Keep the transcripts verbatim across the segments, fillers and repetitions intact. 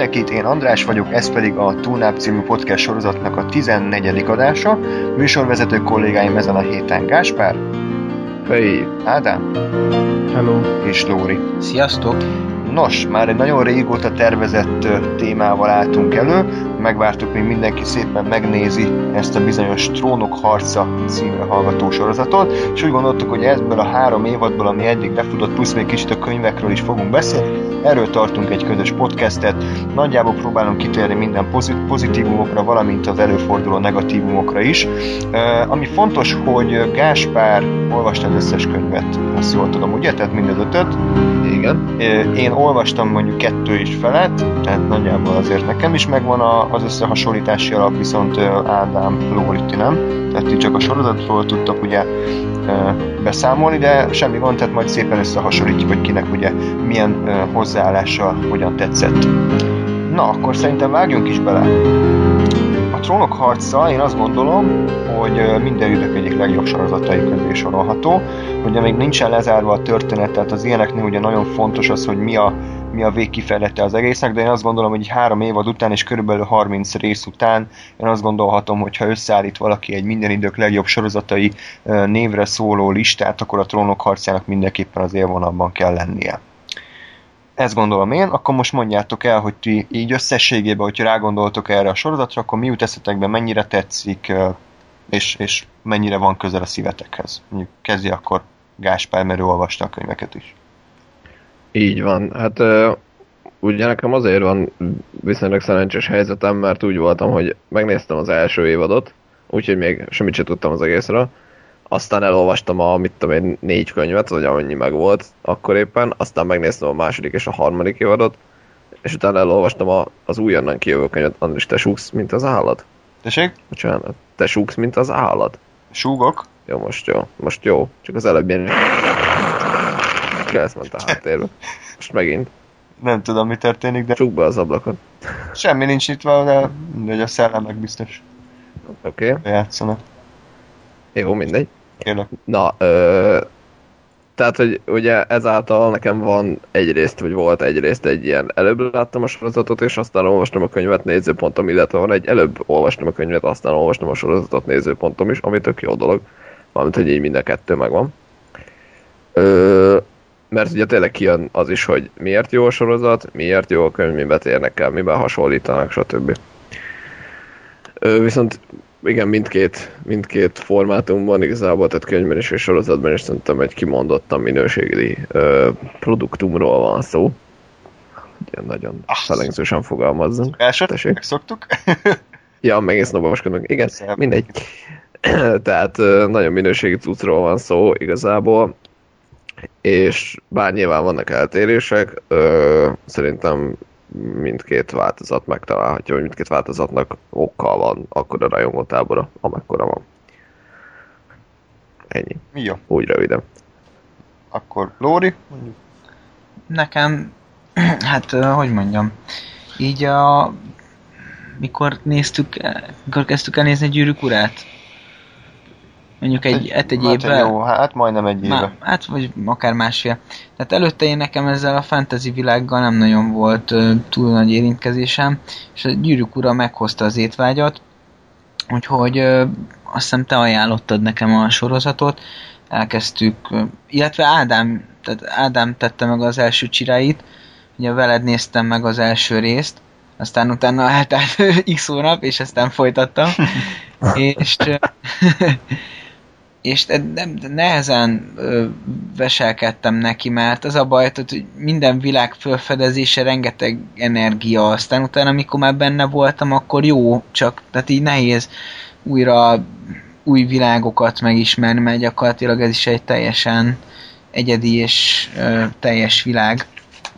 mindenkit, én András vagyok, ez pedig a Túlnáp című podcast sorozatnak a tizennegyedik adása. Műsorvezető kollégáim ezen a héten Gáspár, hey. Ádám, hello, és Lóri. Sziasztok! Nos, már egy nagyon régóta tervezett témával álltunk elő, megvártuk, még mindenki szépen megnézi ezt a bizonyos Trónok harca című hallgató sorozatot, és úgy gondoltuk, hogy ebből a három évadból, ami eddig lefutott, plusz még kicsit a könyvekről is fogunk beszélni, erről tartunk egy közös podcastet, nagyjából próbálunk kitérni minden pozitívumokra, valamint az előforduló negatívumokra is. Uh, ami fontos, hogy Gáspár olvasta az összes könyvet, azt jól tudom, ugye? Tehát mind az ötöt. Igen. Uh, én olvastam mondjuk kettő is felett, tehát nagyjából azért nekem is megvan a, az összehasonlítási alap, viszont Ádám, Lóri, ti nem. Tehát ti csak a sorozatról tudtak ugye beszámolni, de semmi gond, tehát majd szépen összehasonlítjuk, hogy kinek ugye milyen hozzáállással hogyan tetszett. Na, akkor szerintem vágjunk is bele. A Trónok harca, én azt gondolom, hogy minden idők egyik legjobb sorozatai közé sorolható. Ugye még nincsen lezárva a történet, tehát az ilyeneknél ugye nagyon fontos az, hogy mi a, mi a végkifejlete az egésznek, de én azt gondolom, hogy három évad után és körülbelül harminc rész után én azt gondolhatom, hogy ha összeállít valaki egy minden idők legjobb sorozatai névre szóló listát, akkor a Trónok harcának mindenképpen az élvonalban kell lennie. Ezt gondolom én, akkor most mondjátok el, hogy ti így összességében, hogyha rágondoltok erre a sorozatra, akkor mi jut eszetekbe, mennyire tetszik, és, és mennyire van közel a szívetekhez. Mondjuk kezdje akkor Gáspár, mert ő olvasta a könyveket is. Így van. Hát uh, ugye nekem azért van viszonylag szerencsés helyzetem, mert úgy voltam, hogy megnéztem az első évadot, úgyhogy még semmit sem tudtam az egészről. Aztán elolvastam a, mit tudom én, négy könyvet, vagy amennyi meg volt akkor éppen, aztán megnéztem a második és a harmadik évadot, és utána elolvastam a, az újonnan kijövő könyvet, Andris, te súgsz, mint az állat. Tessék? Bocsánat, te súgsz, mint az állat. Súgok? Jó, most jó, most jó, csak az előbb ilyen... Ezt ment a háttérbe. Most megint. Nem tudom, mi történik, de... Csukd be az ablakot. Semmi nincs nyitva, de mindegy, a szellemek biztos. Oké. Okay. Játszanak. Jó, mindegy. Kérlek. Na, ö, tehát, hogy ugye ezáltal nekem van egyrészt, vagy volt egyrészt egy ilyen előbb láttam a sorozatot, és aztán olvastam a könyvet nézőpontom, illetve van egy előbb olvastam a könyvet, aztán olvastam a sorozatot nézőpontom is, ami tök jó dolog. Valamint, hogy így mind a kettő megvan. Ö, mert ugye tényleg kijön az is, hogy miért jó a sorozat, miért jó a könyv, miben térnek el, miben hasonlítanak, stb. Ö, viszont igen, mindkét, mindkét formátumban igazából, tehát könyvben is és sorozatban is szerintem egy kimondottan minőségi ö, produktumról van szó. Ugye nagyon felengzősen fogalmazzunk. Elsőt, megszoktuk. Ja, megint sznoboskodunk. Igen, mindegy. Tehát ö, nagyon minőségi cuccról van szó igazából, és bár nyilván vannak eltérések, ö, szerintem mindkét változat megtalálhatja, hogy mindkét változatnak okkal van akkora rajongótábora, amekkora van. Ennyi. Jó. Úgy röviden. Akkor Lóri? Mondjuk. Nekem, hát hogy mondjam, így a... Mikor néztük, mikor kezdtük el nézni Gyűrűk urát? Mondjuk egy, egy, egy hát évvel. Jó, hát majdnem egy éve. Má, hát vagy akár másfél. Tehát előtte én nekem ezzel a fantasy világgal nem nagyon volt uh, túl nagy érintkezésem, és a Gyűrűk ura meghozta az étvágyat, úgyhogy uh, azt hiszem te ajánlottad nekem a sorozatot, elkezdtük, uh, illetve Ádám, tehát Ádám tette meg az első csiráit, ugye veled néztem meg az első részt, aztán utána eltelt x hónap, és aztán folytattam, és... és nehezen ö, veselkedtem neki, mert az a baj, hogy minden világ felfedezése rengeteg energia, aztán utána, amikor már benne voltam, akkor jó, csak tehát így nehéz újra új világokat megismerni, mert gyakorlatilag ez is egy teljesen egyedi és ö, teljes világ.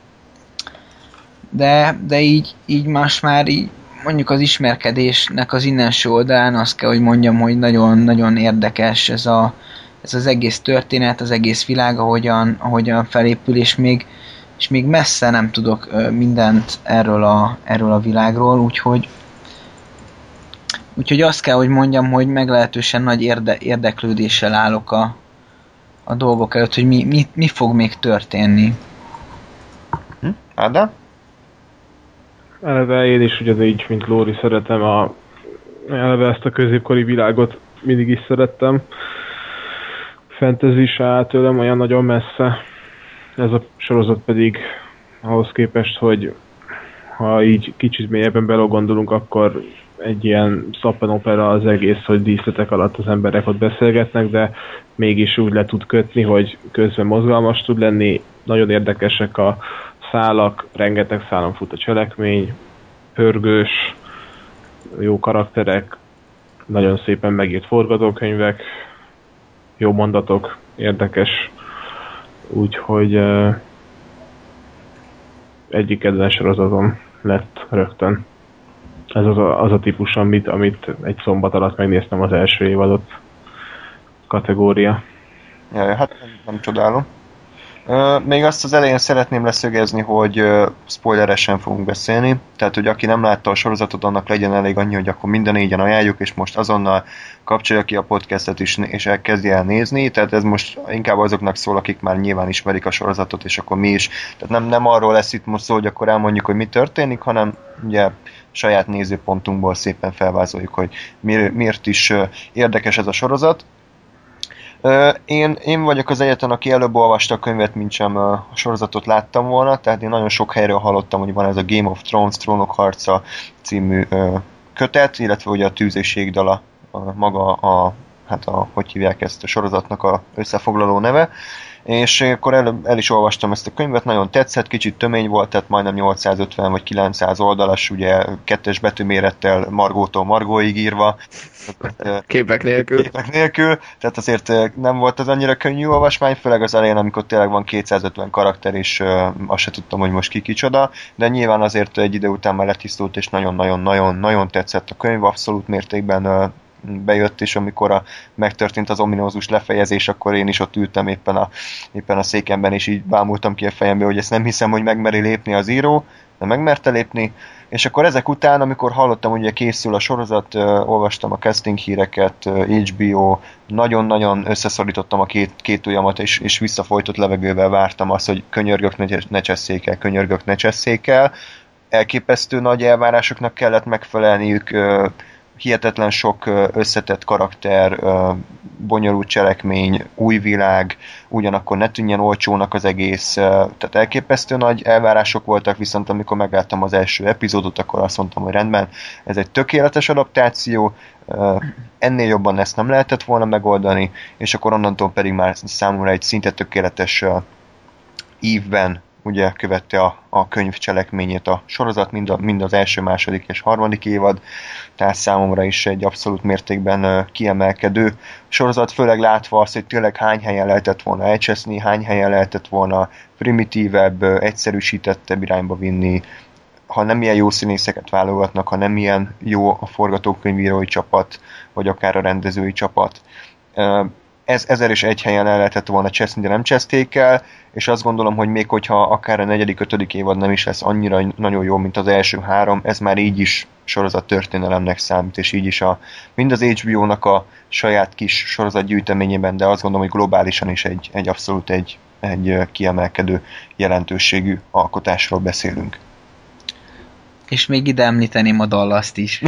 De, de így, így most már így mondjuk az ismerkedésnek az innenső oldalán azt kell, hogy mondjam, hogy nagyon-nagyon érdekes ez, a, ez az egész történet, az egész világ, ahogyan, ahogyan felépül, és még, és még messze nem tudok mindent erről a, erről a világról, úgyhogy úgyhogy azt kell, hogy mondjam, hogy meglehetősen nagy érde, érdeklődéssel állok a, a dolgok előtt, hogy mi, mi, mi fog még történni. Hm? Ádám? eleve én is ugyanígy, mint Lóri, szeretem a, eleve ezt a középkori világot mindig is szerettem. Fantasy se áll tőlem olyan nagyon messze. Ez a sorozat pedig ahhoz képest, hogy ha így kicsit mélyebben belegondolunk, akkor egy ilyen szappanopera az egész, hogy díszletek alatt az emberek ott beszélgetnek, de mégis úgy le tud kötni, hogy közben mozgalmas tud lenni, nagyon érdekesek a szálak, rengeteg szálon fut a cselekmény, pörgős, jó karakterek, nagyon szépen megírt forgatókönyvek, jó mondatok, érdekes, úgyhogy uh, egyik kedvenc sorozatom lett rögtön. Ez az a, az a típus, amit, amit egy szombat alatt megnéztem az első évadot. Kategória. Jaj, hát nem, nem csodálom. Uh, még azt az elején szeretném leszögezni, hogy uh, spoileresen fogunk beszélni, tehát hogy aki nem látta a sorozatot, annak legyen elég annyi, hogy akkor minden négyen ajánljuk, és most azonnal kapcsolja ki a podcastet is, és elkezdje el nézni, tehát ez most inkább azoknak szól, akik már nyilván ismerik a sorozatot, és akkor mi is. Tehát nem, nem arról lesz itt most szó, hogy akkor elmondjuk, hogy mi történik, hanem ugye saját nézőpontunkból szépen felvázoljuk, hogy miért, miért is uh, érdekes ez a sorozat. Én, én vagyok az egyetlen, aki előbb olvasta a könyvet, mint sem a sorozatot láttam volna, tehát én nagyon sok helyről hallottam, hogy van ez a Game of Thrones, Trónok harca című kötet, illetve ugye a Tűz és Jégdala a, maga a, hát a, hogy hívják ezt a sorozatnak a összefoglaló neve. És akkor el, el is olvastam ezt a könyvet, nagyon tetszett, kicsit tömény volt, tehát majdnem nyolcszázötven vagy kilencszáz oldalas, ugye kettes betűmérettel Margótól Margóig írva. Képek nélkül. Képek nélkül, tehát azért nem volt az annyira könnyű olvasmány, főleg az elején, amikor tényleg van kétszázötven karakter, és uh, azt se tudtam, hogy most ki kicsoda, de nyilván azért egy idő után már letisztult, és nagyon-nagyon-nagyon-nagyon tetszett a könyv, abszolút mértékben uh, bejött, és amikor a, megtörtént az ominózus lefejezés, akkor én is ott ültem éppen a, éppen a székemben, és így bámultam ki a fejembe, hogy ezt nem hiszem, hogy megmeri lépni az író, de megmerte lépni, és akkor ezek után, amikor hallottam, hogy készül a sorozat, uh, olvastam a casting híreket, uh, há bé o, nagyon-nagyon összeszorítottam a két, két ujjamat, és, és visszafolytott levegővel vártam azt, hogy könyörgök, ne, ne csesszék el, könyörgök, ne csesszék el. Elképesztő nagy elvárásoknak kellett megfelelniük, uh, hihetetlen sok összetett karakter, bonyolult cselekmény, új világ, ugyanakkor ne tűnjen olcsónak az egész, tehát elképesztő nagy elvárások voltak, viszont amikor megláttam az első epizódot, akkor azt mondtam, hogy rendben, ez egy tökéletes adaptáció, ennél jobban ezt nem lehetett volna megoldani, és akkor onnantól pedig már számomra egy szinte tökéletes ívben ugye követte a, a könyv cselekményét a sorozat, mind, a, mind az első, második és harmadik évad, tehát számomra is egy abszolút mértékben uh, kiemelkedő sorozat, főleg látva azt, hogy tényleg hány helyen lehetett volna elcseszni, hány helyen lehetett volna primitívebb, uh, egyszerűsítettebb irányba vinni, ha nem ilyen jó színészeket válogatnak, ha nem ilyen jó a forgatókönyvírói csapat, vagy akár a rendezői csapat. Uh, Ez, ezer és egy helyen el lehetett volna cseszni, de nem cseszték el, és azt gondolom, hogy még hogyha akár a negyedik, ötödik évad nem is lesz annyira nagyon jó, mint az első három, ez már így is sorozat történelemnek számít, és így is a, mind az há bé o-nak a saját kis sorozatgyűjteményében, de azt gondolom, hogy globálisan is egy, egy abszolút egy, egy kiemelkedő jelentőségű alkotásról beszélünk. És még ide említeném a Dallast is.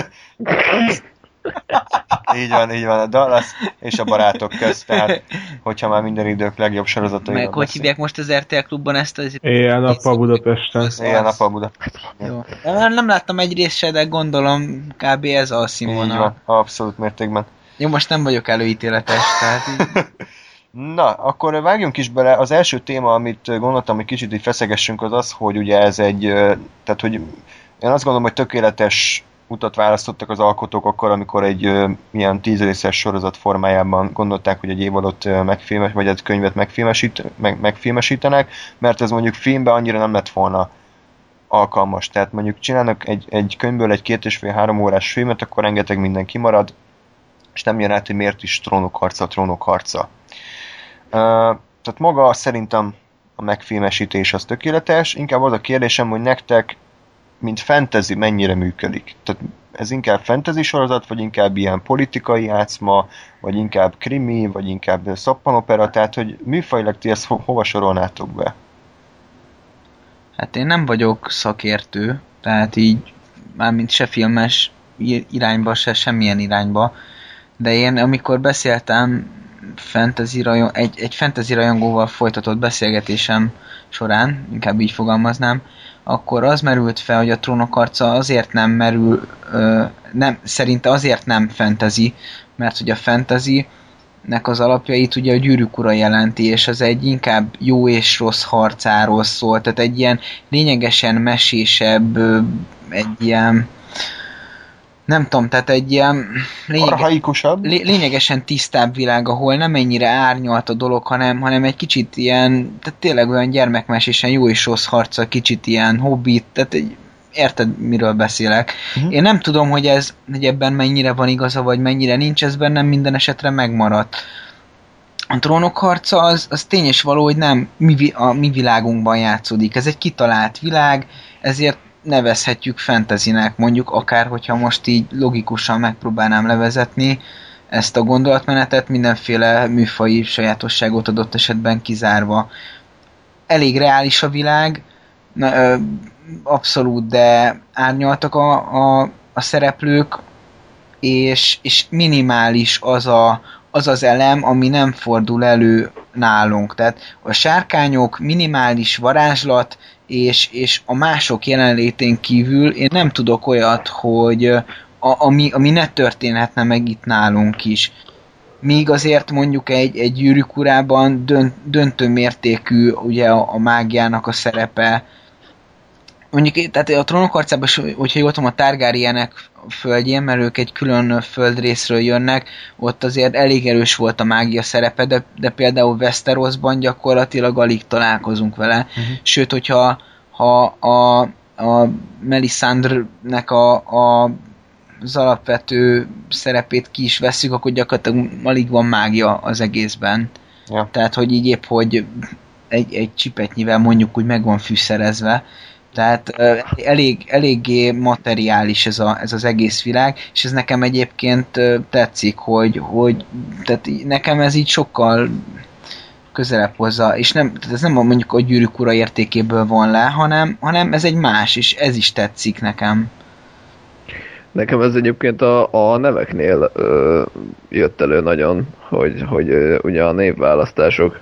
Így van, így van, a Dallas és a barátok közt, tehát hogyha már minden idők legjobb sorozatai. Meg hogy hívják most az er té el klubban ezt az... Éjjel-nappal Budapesten. Éjjel-nappal Budapesten. Jó. De nem láttam egy részt se, de gondolom kb. Ez a színvonal. Így van, abszolút mértékben. Jó, most nem vagyok előítéletes, tehát így... Na, akkor vágjunk is bele. Az első téma, amit gondoltam, hogy kicsit így feszegessünk, az az, hogy ugye ez egy, tehát hogy én azt gondolom, hogy tökéletes utat választottak az alkotók akkor, amikor egy ö, ilyen tízrészes sorozat formájában gondolták, hogy egy évadot ö, megfilmes, vagy egy könyvet megfilmesít, meg, megfilmesítenek, mert ez mondjuk filmben annyira nem lett volna alkalmas. Tehát mondjuk csinálnak egy, egy könyvből egy két és fél három órás filmet, akkor rengeteg minden kimarad, és nem jön át, hogy miért is Trónok harca, Trónok harca. Uh, tehát maga szerintem a megfilmesítés az tökéletes, inkább az a kérdésem, hogy nektek mint fantasy mennyire működik. Tehát ez inkább fantasy sorozat, vagy inkább ilyen politikai játszma, vagy inkább krimi, vagy inkább szappanopera, tehát hogy műfajilag ti ezt ho- hova sorolnátok be? Hát én nem vagyok szakértő, Tehát így, mármint se filmes irányba, se semmilyen irányba. De én, amikor beszéltem fantasy rajong, egy, egy fantasy rajongóval folytatott beszélgetésem során, inkább így fogalmaznám, akkor az merült fel, hogy a Trónok harca azért nem merül, ö, nem, szerinte azért nem fantasy, mert hogy a fantasy nek az alapjait ugye a Gyűrűk ura jelenti, és az egy inkább jó és rossz harcáról szól, tehát egy ilyen lényegesen mesésebb, egy ilyen nem tudom, tehát egy ilyen lényege, lé, lényegesen tisztább világ, ahol nem ennyire árnyalt a dolog, hanem, hanem egy kicsit ilyen, tehát tényleg olyan gyermekmesésen jó és rossz harca, kicsit ilyen hobbit, tehát egy, érted, miről beszélek. Uh-huh. Én nem tudom, hogy ez, hogy ebben mennyire van igaza, vagy mennyire nincs, ez bennem minden esetre megmaradt. A Trónok harca az, az tény és való, hogy nem mi, a mi világunkban játszódik. Ez egy kitalált világ, ezért nevezhetjük fantasynek, mondjuk akár, hogyha most így logikusan megpróbálnám levezetni ezt a gondolatmenetet, mindenféle műfaji sajátosságot adott esetben kizárva. Elég reális a világ, abszolút, de árnyaltak a, a, a szereplők, és, és minimális az, a, az az elem, ami nem fordul elő nálunk. Tehát a sárkányok, minimális varázslat, és, és a mások jelenlétén kívül én nem tudok olyat, hogy a, ami, ami ne történhetne meg itt nálunk is. Míg azért mondjuk egy, egy Gyűrűk urában dönt, döntő mértékű ugye a, a mágiának a szerepe. Mondjuk, tehát a Trónok harcában, hogyha jól tudom, a Targaryenek földjén, mert ők egy külön földrészről jönnek, ott azért elég erős volt a mágia szerepe, de, de például Westerosban gyakorlatilag alig találkozunk vele. Uh-huh. Sőt, hogyha ha a, a Melisandre-nek a, a, az alapvető szerepét ki is veszük, akkor gyakorlatilag alig van mágia az egészben. Ja. Tehát, hogy így épp, hogy egy, egy csipetnyivel mondjuk úgy meg van fűszerezve. Tehát uh, elég, eléggé materiális ez, a, ez az egész világ, és ez nekem egyébként uh, tetszik, hogy, hogy tehát nekem ez így sokkal közelebb hozza, és nem, tehát ez nem mondjuk a Gyűrűk ura értékéből van le, hanem, hanem ez egy más, és ez is tetszik nekem. Nekem ez egyébként a, a neveknél ö, jött elő nagyon, hogy, hogy ö, ugye a névválasztások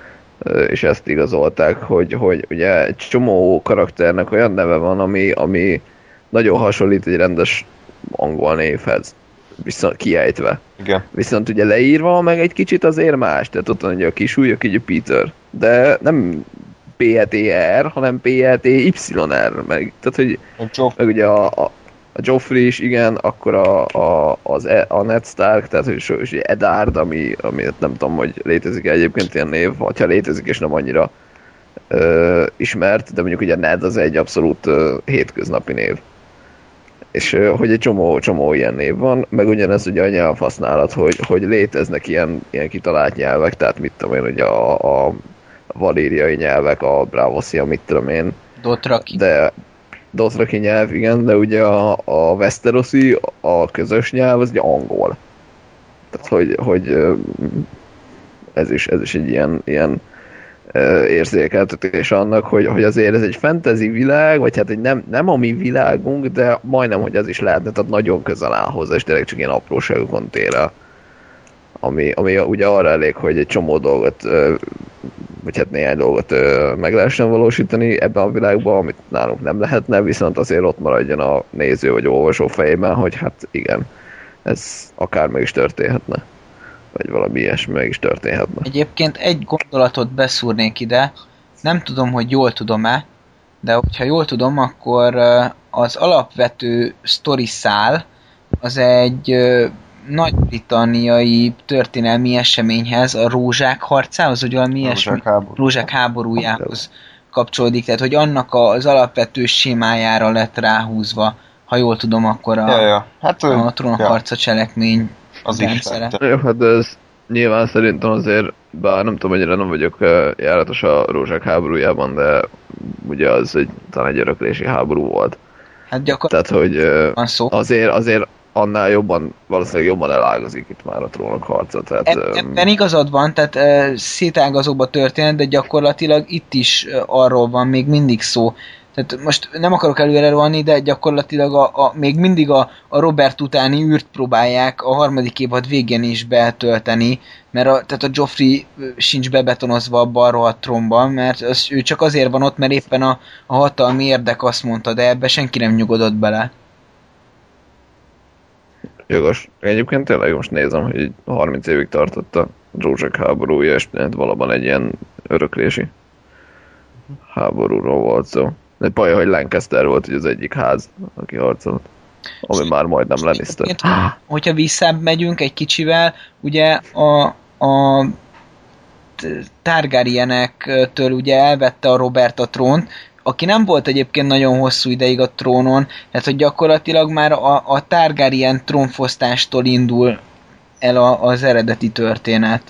és ezt igazolták, hogy, hogy ugye egy csomó karakternek olyan neve van, ami, ami nagyon hasonlít egy rendes angol névhez, viszont kiejtve. Igen. Viszont ugye leírva meg egy kicsit azért más, tehát ott van ugye a kis új, a kicsi Peter, de nem P E T R, hanem P E T Y R, meg, tehát hogy meg ugye a, a a Joffrey is, igen, akkor a, a, az e, a Ned Stark, tehát és, és Eddard, ami, ami nem tudom, hogy létezik egyébként ilyen név, vagy ha létezik és nem annyira ö, ismert, de mondjuk ugye Ned az egy abszolút ö, hétköznapi név. És ö, hogy egy csomó, csomó ilyen név van, meg ugyanez ugye a nyelvhasználat, hogy, hogy léteznek ilyen, ilyen kitalált nyelvek, tehát mit tudom én, ugye a, a valíriai nyelvek, a Braavosia, mit tudom én. Dothraki. De Dothraki nyelv, igen, de ugye a, a Westerosi, a közös nyelv, az ugye angol. Tehát, hogy, hogy ez is, ez is egy ilyen, ilyen érzékeltetés annak, hogy, hogy azért ez egy fantasy világ, vagy hát egy nem, nem a mi világunk, de majdnem, hogy az is lehetne, tehát nagyon közel áll hozzá, és tényleg csak ilyen apróságokon tér el. Ami, ami ugye arra elég, hogy egy csomó dolgot, vagy hát néhány dolgot meg lehessen valósítani ebben a világban, amit nálunk nem lehetne, viszont azért ott maradjon a néző vagy olvasó fejében, hogy hát igen, ez akár meg is történhetne. Vagy valami ilyesmi meg is történhetne. Egyébként egy gondolatot beszúrnék ide, nem tudom, hogy jól tudom-e, de hogyha jól tudom, akkor az alapvető sztori szál az egy nagy-britanniai történelmi eseményhez, a Rózsák harcához, vagy valami ilyesmi, háború. Rózsák háborújához kapcsolódik, tehát hogy annak az alapvető sémájára lett ráhúzva, ha jól tudom, akkor a, ja, ja. Hát, a trónokharca ja. cselekmény az rendszere. is Jó, hát ez nyilván szerintem azért, bár nem tudom, mennyire nem vagyok járatos a Rózsák háborújában, de ugye az egy, talán egy öröklési háború volt. Hát gyakorlatilag tehát, hogy szó. azért, azért annál jobban, valószínűleg jobban elágazik itt már a Trónok harca. Tehát, Eb- ebben igazad van, tehát uh, szétágazóba történet, de gyakorlatilag itt is uh, arról van még mindig szó. Tehát most nem akarok előre rohanni, de gyakorlatilag a, a, még mindig a, a Robert utáni űrt próbálják a harmadik évad végén is betölteni, mert a, tehát a Joffrey sincs bebetonozva abba a rohadt trónban, mert az, ő csak azért van ott, mert éppen a, a hatalmi érdek azt mondta, de ebbe senki nem nyugodott bele. Jogos. Egyébként tényleg most nézem, hogy harminc évig tartott a Zsózsek háborúja, és valóban egy ilyen öröklési háborúról volt szó. De baj, hogy Lancaster volt ugye az egyik ház, aki harcolt. Ami már majdnem Lannister. Hogyha visszább megyünk egy kicsivel, ugye a, a Targaryenektől ugye elvette a Robert a trónt, aki nem volt egyébként nagyon hosszú ideig a trónon, tehát hogy gyakorlatilag már a, a Targaryen trónfosztástól indul el a, az eredeti történet.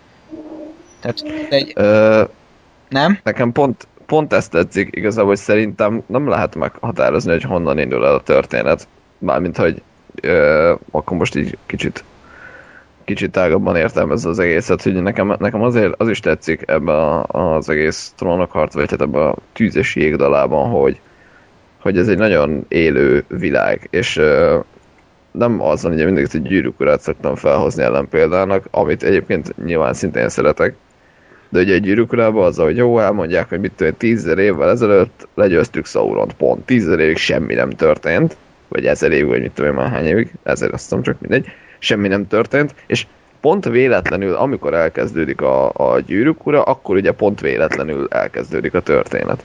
Tehát egy... Ö, nem? Nekem pont, pont ezt tetszik igazából, hogy szerintem nem lehet meghatározni, hogy honnan indul el a történet. Mármint, hogy ö, akkor most így kicsit kicsit tágabban értelmezze az egészet, hogy nekem, nekem azért az is tetszik ebben az egész trónokharc, vagy hát ebben a tűzes jégdalában, hogy, hogy ez egy nagyon élő világ, és uh, nem az van, ugye mindig egy Gyűrűk urát szoktam felhozni ellenpéldának, amit egyébként nyilván szintén szeretek, de ugye egy Gyűrűk urában az, hogy jó, elmondják, hogy mit tudom, tízezer évvel ezelőtt legyőztük Sauront, pont. Tízezer évig semmi nem történt, vagy ezer évig, vagy mit tudom én már hány évig, ezer azt tudom, csak mindegy, semmi nem történt, és pont véletlenül, amikor elkezdődik a, a Gyűrűk ura, akkor ugye pont véletlenül elkezdődik a történet.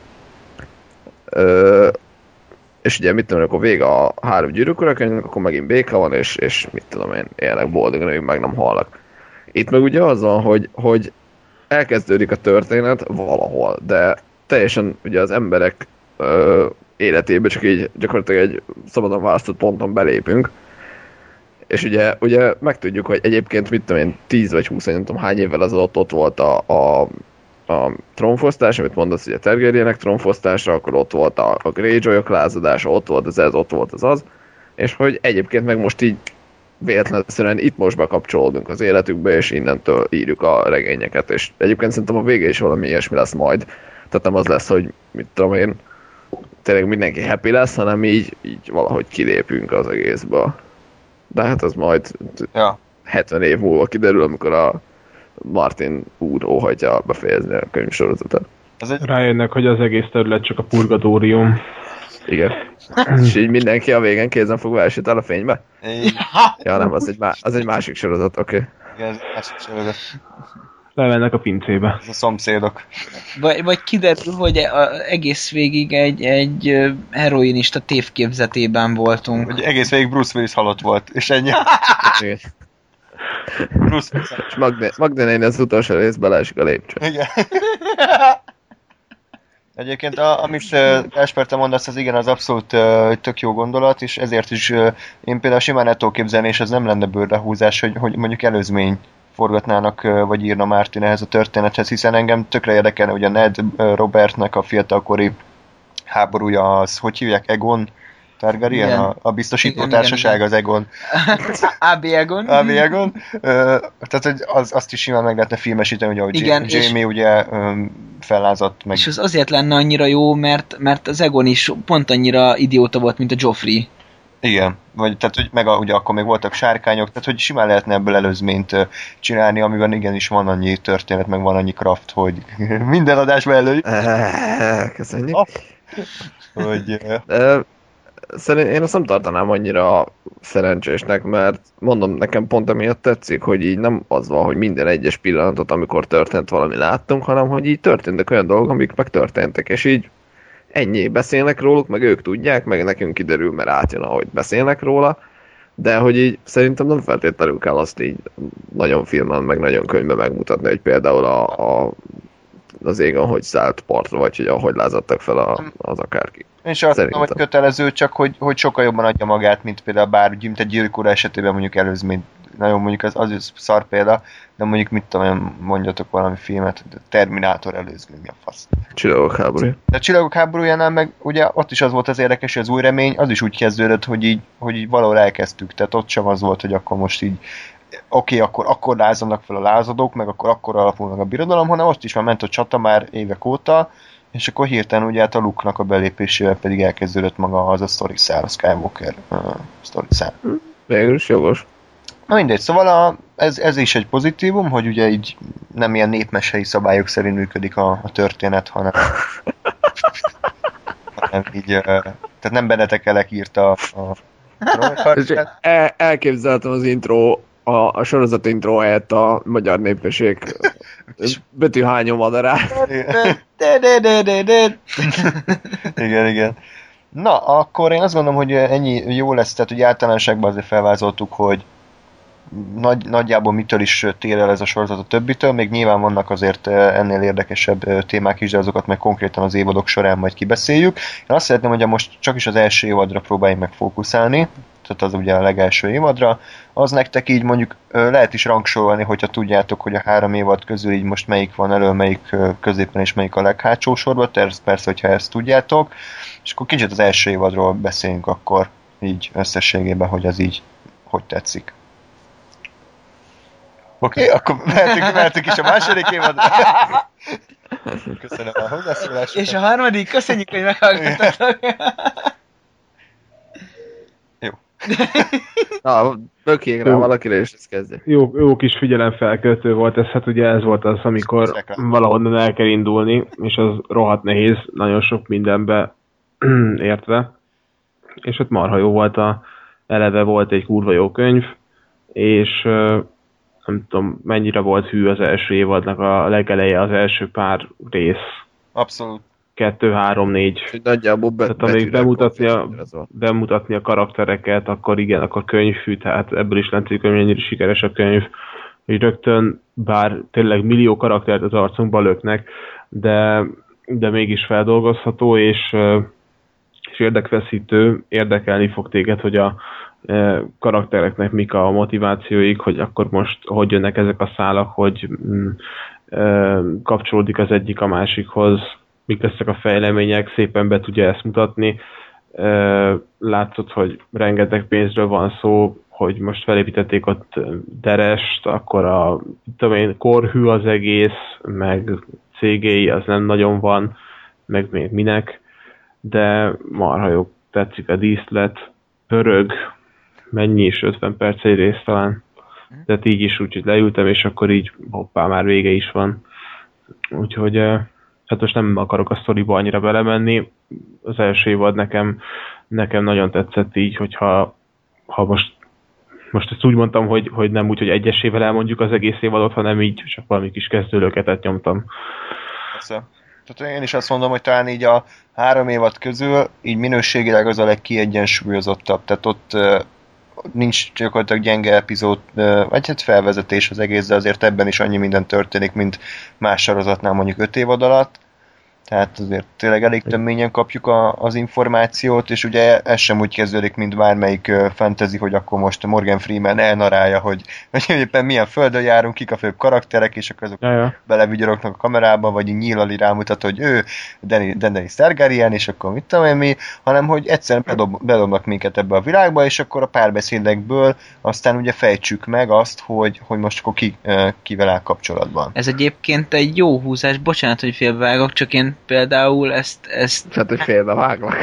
Ö, és ugye mit tudom, akkor vége a három Gyűrűk ura könyvnek, akkor megint béke van, és, és mit tudom én, élnek boldogan, hogy meg nem halnak. Itt meg ugye az van, hogy, hogy elkezdődik a történet valahol, de teljesen ugye az emberek ö, életébe csak így gyakorlatilag egy szabadon választott ponton belépünk, és ugye, ugye megtudjuk, hogy egyébként mit tudom én, tíz vagy húsz, nem tudom hány évvel ezelőtt ott volt a, a, a trónfosztás, amit mondasz, hogy a Targaryenek trónfosztása, akkor ott volt a, a Greyjoyok lázadása, ott volt az ez, ott volt az az, és hogy egyébként meg most így véletlenül itt most bekapcsolódunk az életükbe, és innentől írjuk a regényeket, és egyébként szerintem a vége is valami ilyesmi lesz majd. Tehát nem az lesz, hogy mit tudom én, tényleg mindenki happy lesz, hanem így, így valahogy kilépünk az egészből. De hát az majd ja. hetven év múlva kiderül, amikor a Martin úr óhajtja befejezni a könyvsorozatot. Egy... Rájönnek, hogy az egész terület csak a purgatórium. Igen. És így mindenki a végén kézen fogva elsétál a fénybe? Ja nem, az egy, má- az egy másik sorozat, oké. Okay. Igen, ez egy másik sorozat. Levennek a pincébe. Ez a szomszédok. Vagy, vagy kiderül, hogy a, egész végig egy, egy heroinista tévképzetében voltunk. Hogy egész végig Bruce Willis halott volt, és ennyi. Bruce Willis. És Magda néni az utolsó részben leesik a lépcső. Igen. Egyébként, a, amit Gáspár, te mondasz, az igen, az abszolút uh, tök jó gondolat, és ezért is uh, én például simán el tudok képzelni, és ez nem lenne bőrrehúzás, hogy, hogy mondjuk előzmény forgatnának, vagy írna Martin ehhez a történethez, hiszen engem tökre érdekelne, hogy a Ned Robertnek a fiatalkori háborúja az, hogy hívják, Egon Targaryen, a, a biztosító igen, társaság, igen, az Egon. á bé Egon. á bé Egon. Uh, tehát hogy az, azt is simán meg lehetne filmesíteni, ugye, hogy igen, Jamie ugye um, fellázadt meg. És az azért lenne annyira jó, mert, mert az Egon is pont annyira idióta volt, mint a Joffrey. Igen, vagy tehát hogy meg a, ugye akkor még voltak sárkányok, tehát hogy simán lehetne ebből előzményt uh, csinálni, amiben igenis van annyi történet, meg van annyi craft, hogy minden adásban előjük. Köszönjük. Oh. Hogy... Uh... Szerint én azt nem tartanám annyira szerencsésnek, mert mondom, nekem pont emiatt tetszik, hogy így nem az van, hogy minden egyes pillanatot, amikor történt valami láttunk, hanem hogy így történtek olyan dolgok, amik megtörténtek, és így ennyi, beszélnek róluk, meg ők tudják, meg nekünk kiderül, mert átjön, ahogy beszélnek róla, de hogy így szerintem nem feltétlenül kell azt így nagyon filmen, meg nagyon könyvben megmutatni, hogy például a, a, az égen, hogy szállt partra, vagy hogy ahogy lázadtak fel a, az akárki. Én sem azt mondom, hogy kötelező, csak hogy, hogy sokkal jobban adja magát, mint például bár mint egy Gyűrűk ura esetében mondjuk előzmény. Nagyon mondjuk az, az is szar példa, de mondjuk mit tudom, mondjatok valami filmet, Terminátor előzmény, mi a fasz. Csillagok háborúja. De a Csillagok háborújánál meg ugye ott is az volt az érdekes, hogy az új remény, az is úgy kezdődött, hogy így, hogy így valahol elkezdtük. Tehát ott sem az volt, hogy akkor most így oké, okay, akkor, akkor lázadnak fel a lázadók, meg akkor akkor alapul meg a birodalom, hanem most is már ment a csata már évek óta, és akkor hirtelen ugye hát a Luke-nak a belépésével pedig elkezdődött maga az a sztori szál, a Skywalker uh, sztori szál. Végül is jogos. Na mindegy, szóval a, ez, ez is egy pozitívum, hogy ugye így nem ilyen népmesei szabályok szerint működik a, a történet, hanem, hanem így, uh, tehát nem Benedek Elek írta a, a El, elképzeltem az intro, a, a sorozat intro helyett a magyar népesség betűhányó madarát. Igen, igen. Na, akkor én azt gondolom, hogy ennyi jó lesz, tehát hogy általánosságban azért felvázoltuk, hogy nagy, nagyjából mitől is tér el ez a sorozat a többitől, még nyilván vannak azért ennél érdekesebb témák is, de azokat meg konkrétan az évadok során majd kibeszéljük. Én azt szeretném, hogy most csak is az első évadra próbáljunk meg fókuszálni, tehát az ugye a legelső évadra, az nektek így mondjuk lehet is rangsorolni, hogyha tudjátok, hogy a három évad közül így most melyik van elő, melyik középen és melyik a leghátsó sorban, persze, hogyha ezt tudjátok, és akkor kicsit az első évadról beszéljünk akkor így összességében, hogy az így hogy tetszik. Oké, okay, akkor mehetünk, mehetünk is a második évadra. Köszönöm a hozzászólásokat. És a harmadik, köszönjük, hogy meghallgattatok. Jó. Na, bökjék rá valakire, és ezt kezdje. Jó, jó kis figyelemfelkeltő volt ez, hát ugye ez volt az, amikor valahonnan el kell indulni, és az rohadt nehéz, nagyon sok mindenbe értve. És ott marha jó volt, a, eleve volt egy kurva jó könyv, és nem tudom, mennyire volt hű az első évadnak a legeleje, az első pár rész. Abszolút. Kettő, három, négy. Nagyjából be, tehát amíg bemutatni a, bemutatni a karaktereket, akkor igen, akkor könyvhű, tehát ebből is látszik, hogy mennyire sikeres a könyv. Hogy rögtön, bár tényleg millió karaktert az arcunkba löknek, de, de mégis feldolgozható, és, és érdekfeszítő, érdekelni fog téged, hogy a karaktereknek mik a motivációik, hogy akkor most hogy jönnek ezek a szálak, hogy mm, e, kapcsolódik az egyik a másikhoz, mik lesznek a fejlemények, szépen be tudja ezt mutatni. E, látszott, hogy rengeteg pénzről van szó, hogy most felépítették ott Derest, akkor a tudom én, korhű az egész, meg cégéi az nem nagyon van, meg még minek, de marha jó, tetszik a díszlet, pörög, mennyi is, ötven perc egy rész talán. Tehát így is, úgyhogy leültem, és akkor így hoppá, már vége is van. Úgyhogy hát most nem akarok a sztoriba annyira belemenni. Az első évad nekem, nekem nagyon tetszett így, hogyha ha most, most ezt úgy mondtam, hogy, hogy nem úgy, hogy egyesével elmondjuk az egész évadot, hanem így csak valami kis kezdőlöketet nyomtam. Persze. Tehát én is azt mondom, hogy talán így a három évad közül így minőségileg az a legkiegyensúlyozottabb. Tehát ott uh, nincs gyakorlatilag gyenge epizód, uh, vagy hát felvezetés az egész, de azért ebben is annyi minden történik, mint más sorozatnál mondjuk öt évad alatt. Tehát azért tényleg elég töményen kapjuk a, az információt, és ugye ez sem úgy kezdődik, mint bármelyik uh, fantasy, hogy akkor most Morgan Freeman elnarálja, hogy, hogy éppen milyen földön járunk, kik a főbb karakterek, és akkor azok ja. belevigyorognak a kamerába, vagy így nyílali rámutat, hogy ő Daenerys Targaryen, és akkor mit tudom én mi, hanem hogy egyszerűen bedob, bedobnak minket ebbe a világba, és akkor a párbeszédekből aztán ugye fejtsük meg azt, hogy, hogy most akkor ki, uh, kivel áll kapcsolatban. Ez egyébként egy jó húzás, bocsánat, hogy félbevágok, csak én például ezt... ezt... Hát, hogy félbeváglak.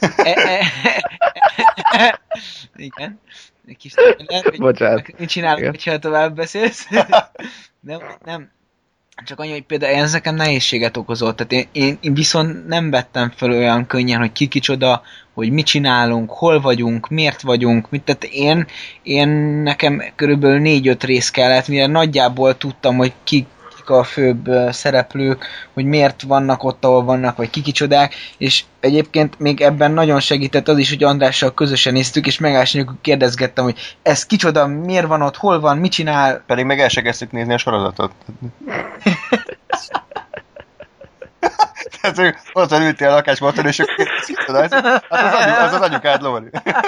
Igen. Kis hogy bocsánat. mit csinálok, hogyha tovább beszélsz. Nem, nem. Csak annyi, hogy például ez nekem nehézséget okozott. Tehát én, én, én viszont nem vettem fel olyan könnyen, hogy ki kicsoda, hogy mit csinálunk, hol vagyunk, miért vagyunk, mit, tehát én, én nekem körülbelül négy-öt rész kellett, mire nagyjából tudtam, hogy ki a főbb szereplők, hogy miért vannak ott, ahol vannak, vagy kikicsodák, és egyébként még ebben nagyon segített az is, hogy Andrással közösen néztük, és megállásnyújul kérdezgettem, hogy ez kicsoda, miért van ott, hol van, mit csinál. Pedig meg el se kezdtük nézni a sorozatot. Tehát, hogy ott ültél a lakásban, és akkor hát az, anyu, az az anyukád, Lóri.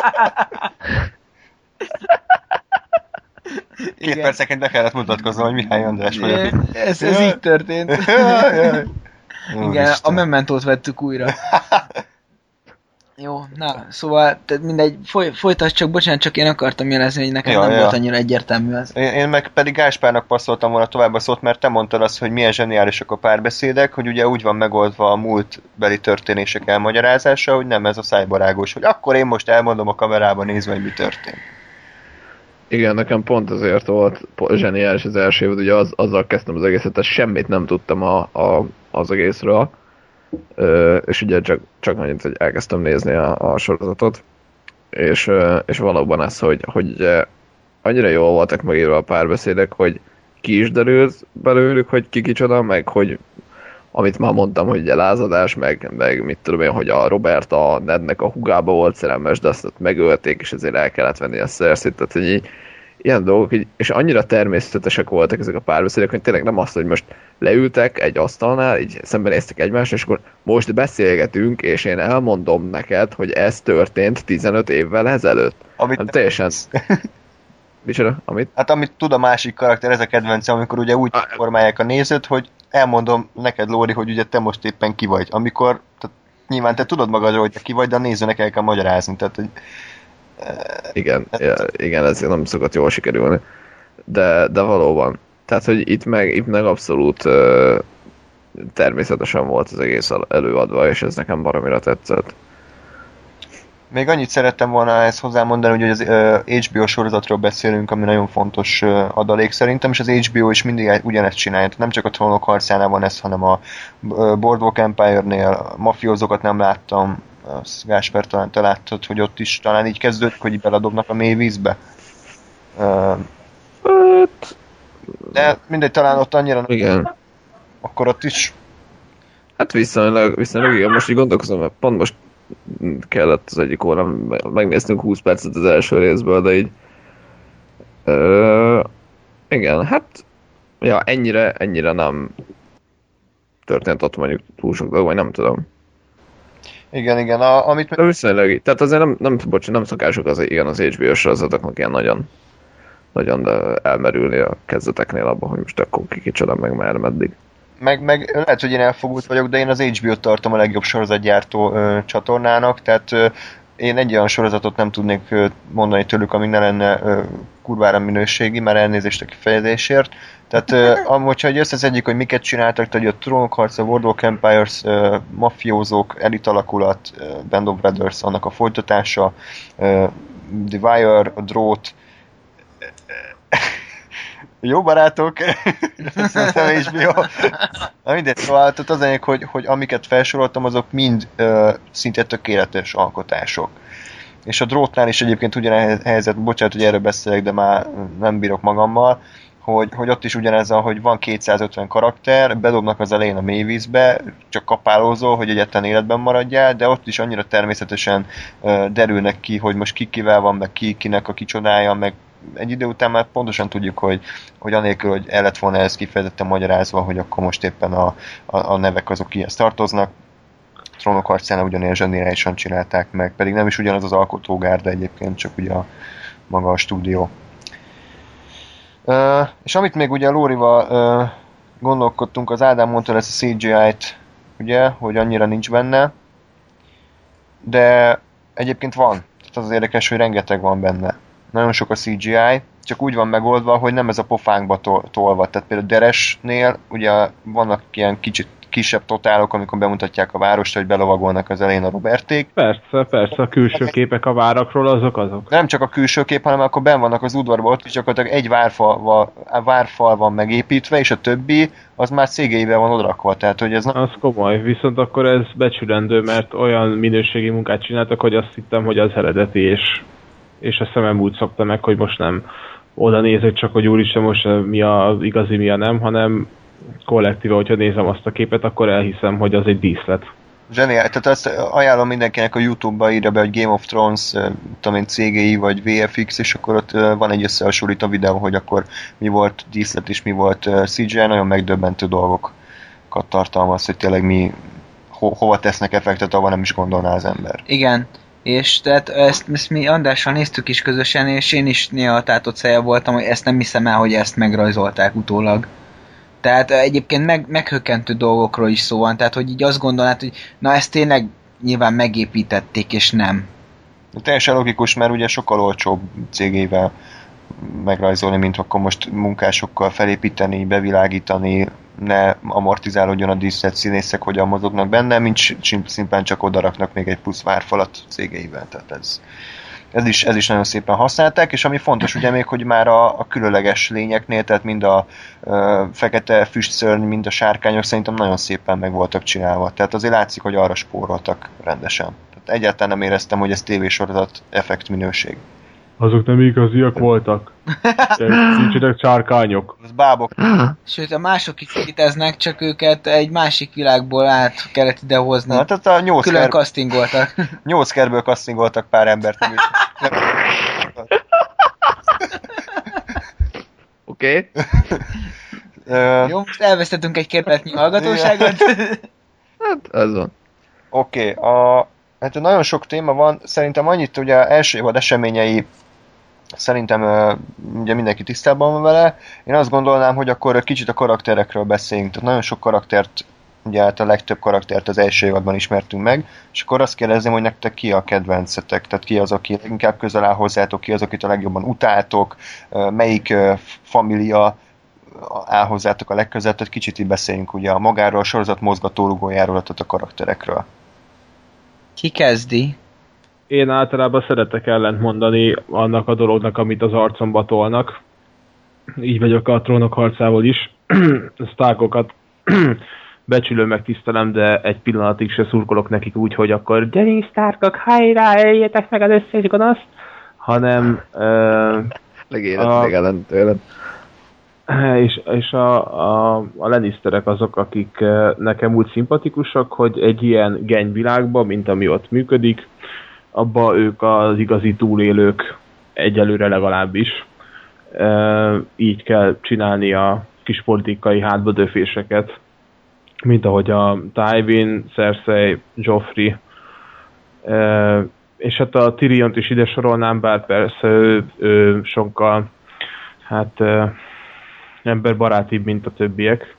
Két igen. perceként be kellett mutatkoznom, hogy Mihály András vagyok. Ez, ez így történt. Jaj, jaj. Igen, a Mementót vettük újra. Jó, Na, szóval mindegy, foly, folytasd csak, bocsánat, csak én akartam jelezni, hogy nekem ja, nem ja. volt annyira egyértelmű ez. Én, én meg pedig Gáspárnak passzoltam volna tovább a szót, mert te mondtad azt, hogy milyen zseniálisak a párbeszédek, hogy ugye úgy van megoldva a múltbeli történések elmagyarázása, hogy nem ez a szájbarágos, hogy akkor én most elmondom a kamerába nézve, hogy mi történt. Igen, nekem pont azért volt zseniális az első évad, ugye az, azzal kezdtem az egészet, tehát semmit nem tudtam a, a, az egészről, Ö, és ugye csak, csak annyit, hogy elkezdtem nézni a, a sorozatot, és, és valóban ez, hogy, hogy annyira jól voltak megírva a párbeszédek, hogy ki is derült belőlük, hogy ki kicsoda, meg hogy amit már mondtam, hogy ugye lázadás, meg, meg mit tudom én, hogy a Robert a Nednek a hugába volt szerelmes, de azt ott megölték, és ezért el kellett venni a Cersei-t, tehát hogy így, ilyen dolgok, így, és annyira természetesek voltak ezek a párbeszédek, hogy tényleg nem azt, hogy most leültek egy asztalnál, így szembenéztek egymást, és akkor most beszélgetünk, és én elmondom neked, hogy ez történt tizenöt évvel ezelőtt. Amit hát teljesen... Micsoda? Amit? Hát amit tud a másik karakter, ez a kedvencem, amikor ugye úgy A... formálják a nézőt, hogy elmondom neked, Lóri, hogy ugye te most éppen ki vagy. Amikor, tehát nyilván te tudod magadról, hogy te ki vagy, de a nézőnek el kell magyarázni. Tehát, hogy Igen, ja, igen, ez nem szokott jól sikerülni. De, de valóban. Tehát, hogy itt meg, itt meg abszolút uh, természetesen volt az egész előadva, és ez nekem baromira tetszett. Még annyit szerettem volna ezt hozzámondani, hogy az uh, há bé o sorozatról beszélünk, ami nagyon fontos uh, adalék szerintem, és az há bé o is mindig ugyanezt csinálja. Nem csak a Trónok harcánál van ez, hanem a uh, Boardwalk Empire-nél a mafiózókat nem láttam, azt Gáspár talán te láttad, hogy ott is talán így kezdődik, hogy beledobnak a mély vízbe. Uh, de mindegy, talán ott annyira igen. Akkor ott is. Hát viszonylag, viszonylag igen, most így gondolkozom, mert pont most kellett az egyik órán, megnéztünk húsz percet az első részből, de így ö, igen, hát ja, ennyire, ennyire nem történt ott mondjuk túl sok dolog, vagy nem tudom. Igen, igen, a, amit... De viszonylag, tehát azért nem, nem, bocs, nem szokások az, igen, az há bé o sorozatoknak ilyen nagyon, nagyon elmerülni a kezdeteknél abban, hogy most akkor ki kicsoda meg már meddig. Meg, meg lehet, hogy én elfogult vagyok, de én az há bé o-t tartom a legjobb sorozatgyártó ö, csatornának, tehát ö, én egy olyan sorozatot nem tudnék ö, mondani tőlük, ami ne lenne ö, kurvára minőségi, már elnézést a kifejezésért. Tehát ö, amúgy, hogy összeszedjük, hogy miket csináltak, tehát a Trónok harca, World of Empires, ö, mafiózók, elit alakulat, ö, Band of Brothers, annak a folytatása, ö, The Wire, a Drót, jó barátok, nem há bé o. Na mindegy, szóval az enyém, hogy, hogy amiket felsoroltam, azok mind ö, szinte tökéletes alkotások. És a Drótnál is egyébként ugyanez a helyzet, bocsánat, hogy erről beszélek, de már nem bírok magammal, hogy, hogy ott is ugyanez, hogy van kétszázötven karakter, bedobnak az elején a mélyvízbe, csak kapálózol, hogy egyetlen életben maradjál, de ott is annyira természetesen ö, derülnek ki, hogy most ki kivel van, meg ki, kinek a kicsodája, meg egy idő után már pontosan tudjuk, hogy, hogy anélkül, hogy el lett volna ez kifejezetten magyarázva, hogy akkor most éppen a, a, a nevek azok kihez tartoznak. Trónok harcánál ugyanilyen zseniálisan csinálták meg, pedig nem is ugyanaz az alkotógárda egyébként, csak ugye a, maga a stúdió. Uh, és amit még ugye a Lórival uh, gondolkodtunk, az Ádám mondta ezt a cé gé í-t, ugye, hogy annyira nincs benne, de egyébként van. Tehát az, az érdekes, hogy rengeteg van benne. Nagyon sok a cé gé í, csak úgy van megoldva, hogy nem ez a pofánkba tol- tolva. Tehát például Deresnél ugye vannak ilyen kicsit kisebb totálok, amikor bemutatják a várost, hogy belovagolnak az elején a Roberték. Persze, persze, a külső képek a várakról azok azok. Nem csak a külső kép, hanem akkor benn vannak az udvarban, ott is gyakorlatilag egy várfal, várfal van megépítve, és a többi az már cé gé í-vel van odrakva. Tehát, hogy ez nem... Az komoly, viszont akkor ez becsülendő, mert olyan minőségi munkát csináltak, hogy azt hittem, hogy az eredeti, és, és a szemem úgy szokta meg, hogy most nem oda nézek csak, hogy úristen, most mi az igazi, mi a nem, hanem kollektíve, hogyha nézem azt a képet, akkor elhiszem, hogy az egy díszlet. Zseniál, tehát azt ajánlom mindenkinek a YouTube-ba írja be, hogy Game of Thrones, tudom én, cé gé í vagy vé ef iksz, és akkor ott van egy összehasonlító videó, hogy akkor mi volt díszlet és mi volt cé gé í, nagyon megdöbbentő dolgokat tartalmaz, hogy tényleg mi ho- hova tesznek effektet, ahol nem is gondolná az ember. Igen, és tehát ezt, ezt mi Andrással néztük is közösen, és én is néha tátott szája voltam, hogy ezt nem hiszem el, hogy ezt megrajzolták utólag. Tehát egyébként meg, meghökkentő dolgokról is szó van, tehát hogy így azt gondolnád, hogy na ez tényleg nyilván megépítették, és nem. De teljesen logikus, mert ugye sokkal olcsóbb cégével megrajzolni, mint akkor most munkásokkal felépíteni, bevilágítani, ne amortizálódjon a díszlet, színészek hogyan mozognak benne, mint szimplán csak odaraknak még egy plusz várfalat cégeivel. Tehát ez, ez, is, ez is nagyon szépen használták, és ami fontos ugye még, hogy már a, a különleges lényeknél, tehát mind a ö, fekete füstszörny, mind a sárkányok szerintem nagyon szépen meg voltak csinálva. Tehát azért látszik, hogy arra spóroltak rendesen. Tehát egyáltalán nem éreztem, hogy ez tévésorozat effekt minőség. Azok nem igaziak voltak. Nincsenek sárkányok. Az bábok. Sőt, a mások is léteznek, csak őket egy másik világból át kellett idehozni. Na, tehát a nyolc Külön ker... castingoltak. Nyolc kerből castingoltak pár embert. Amit... Oké. Okay. Jó, most elvesztettünk egy kérdetnyi hallgatóságot. Hát, ez van. Oké, okay, a... hát nagyon sok téma van, szerintem annyit ugye első évad eseményei szerintem uh, ugye mindenki tisztában van vele. Én azt gondolnám, hogy akkor kicsit a karakterekről beszéljünk. Tehát nagyon sok karaktert, ugye hát a legtöbb karaktert az első évadban ismertünk meg, és akkor azt kérdezném, hogy nektek ki a kedvencetek, tehát ki az, aki leginkább közel áll hozzátok, ki az, akit a legjobban utáltok, uh, melyik uh, família áll hozzátok a legközelebb, tehát kicsit így beszéljünk ugye a magáról, a sorozat mozgatórugójáról, tehát a karakterekről. Ki kezdi? Én általában szeretek ellent mondani annak a dolognak, amit az arcomba tolnak. Így vagyok a Trónok harcával is. Starkokat becsülöm, meg tisztelem, de egy pillanatig se szurkolok nekik úgy, hogy akkor gyerünk Starkok, hajrá, eljétek meg az összes gonoszt, hanem uh, Legélet ellen tőled. És, és a, a, a Lannisterek azok, akik nekem úgy szimpatikusak, hogy egy ilyen genyvilágban, mint ami ott működik, abban ők az igazi túlélők, egyelőre legalábbis. E, így kell csinálni a kis politikai hátbadöféseket, mint ahogy a Tywin, Cersei, Joffrey, e, és hát a Tyriont is ide sorolnám, bár persze ő, ő sokkal hát emberbarátibb, mint a többiek.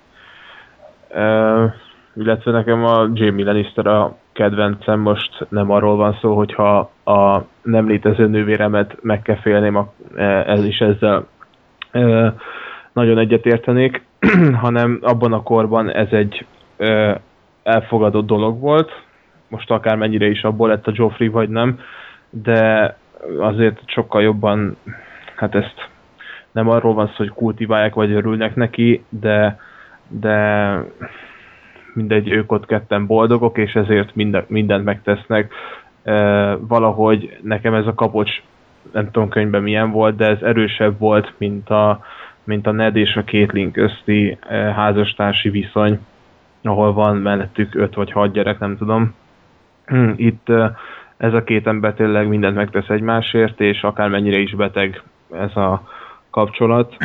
Uh, illetve nekem a Jaime Lannister a kedvencem, most nem arról van szó, hogyha a nem létező nővéremet meg kell félném, a, ez is ezzel uh, nagyon egyetértenék, hanem abban a korban ez egy uh, elfogadott dolog volt, most akármennyire is abból lett a Joffrey vagy nem, de azért sokkal jobban, hát ezt nem arról van szó, hogy kultiválják, vagy örülnek neki, de, de mindegy, ők ott ketten boldogok, és ezért minden, mindent megtesznek. E, valahogy nekem ez a kapocs, nem tudom könyvben milyen volt, de ez erősebb volt, mint a, mint a Ned és a Caitlyn közti e, házastársi viszony, ahol van mellettük öt vagy hat gyerek, nem tudom. Itt e, ez a két ember tényleg mindent megtesz egymásért, és akármennyire is beteg ez a kapcsolat.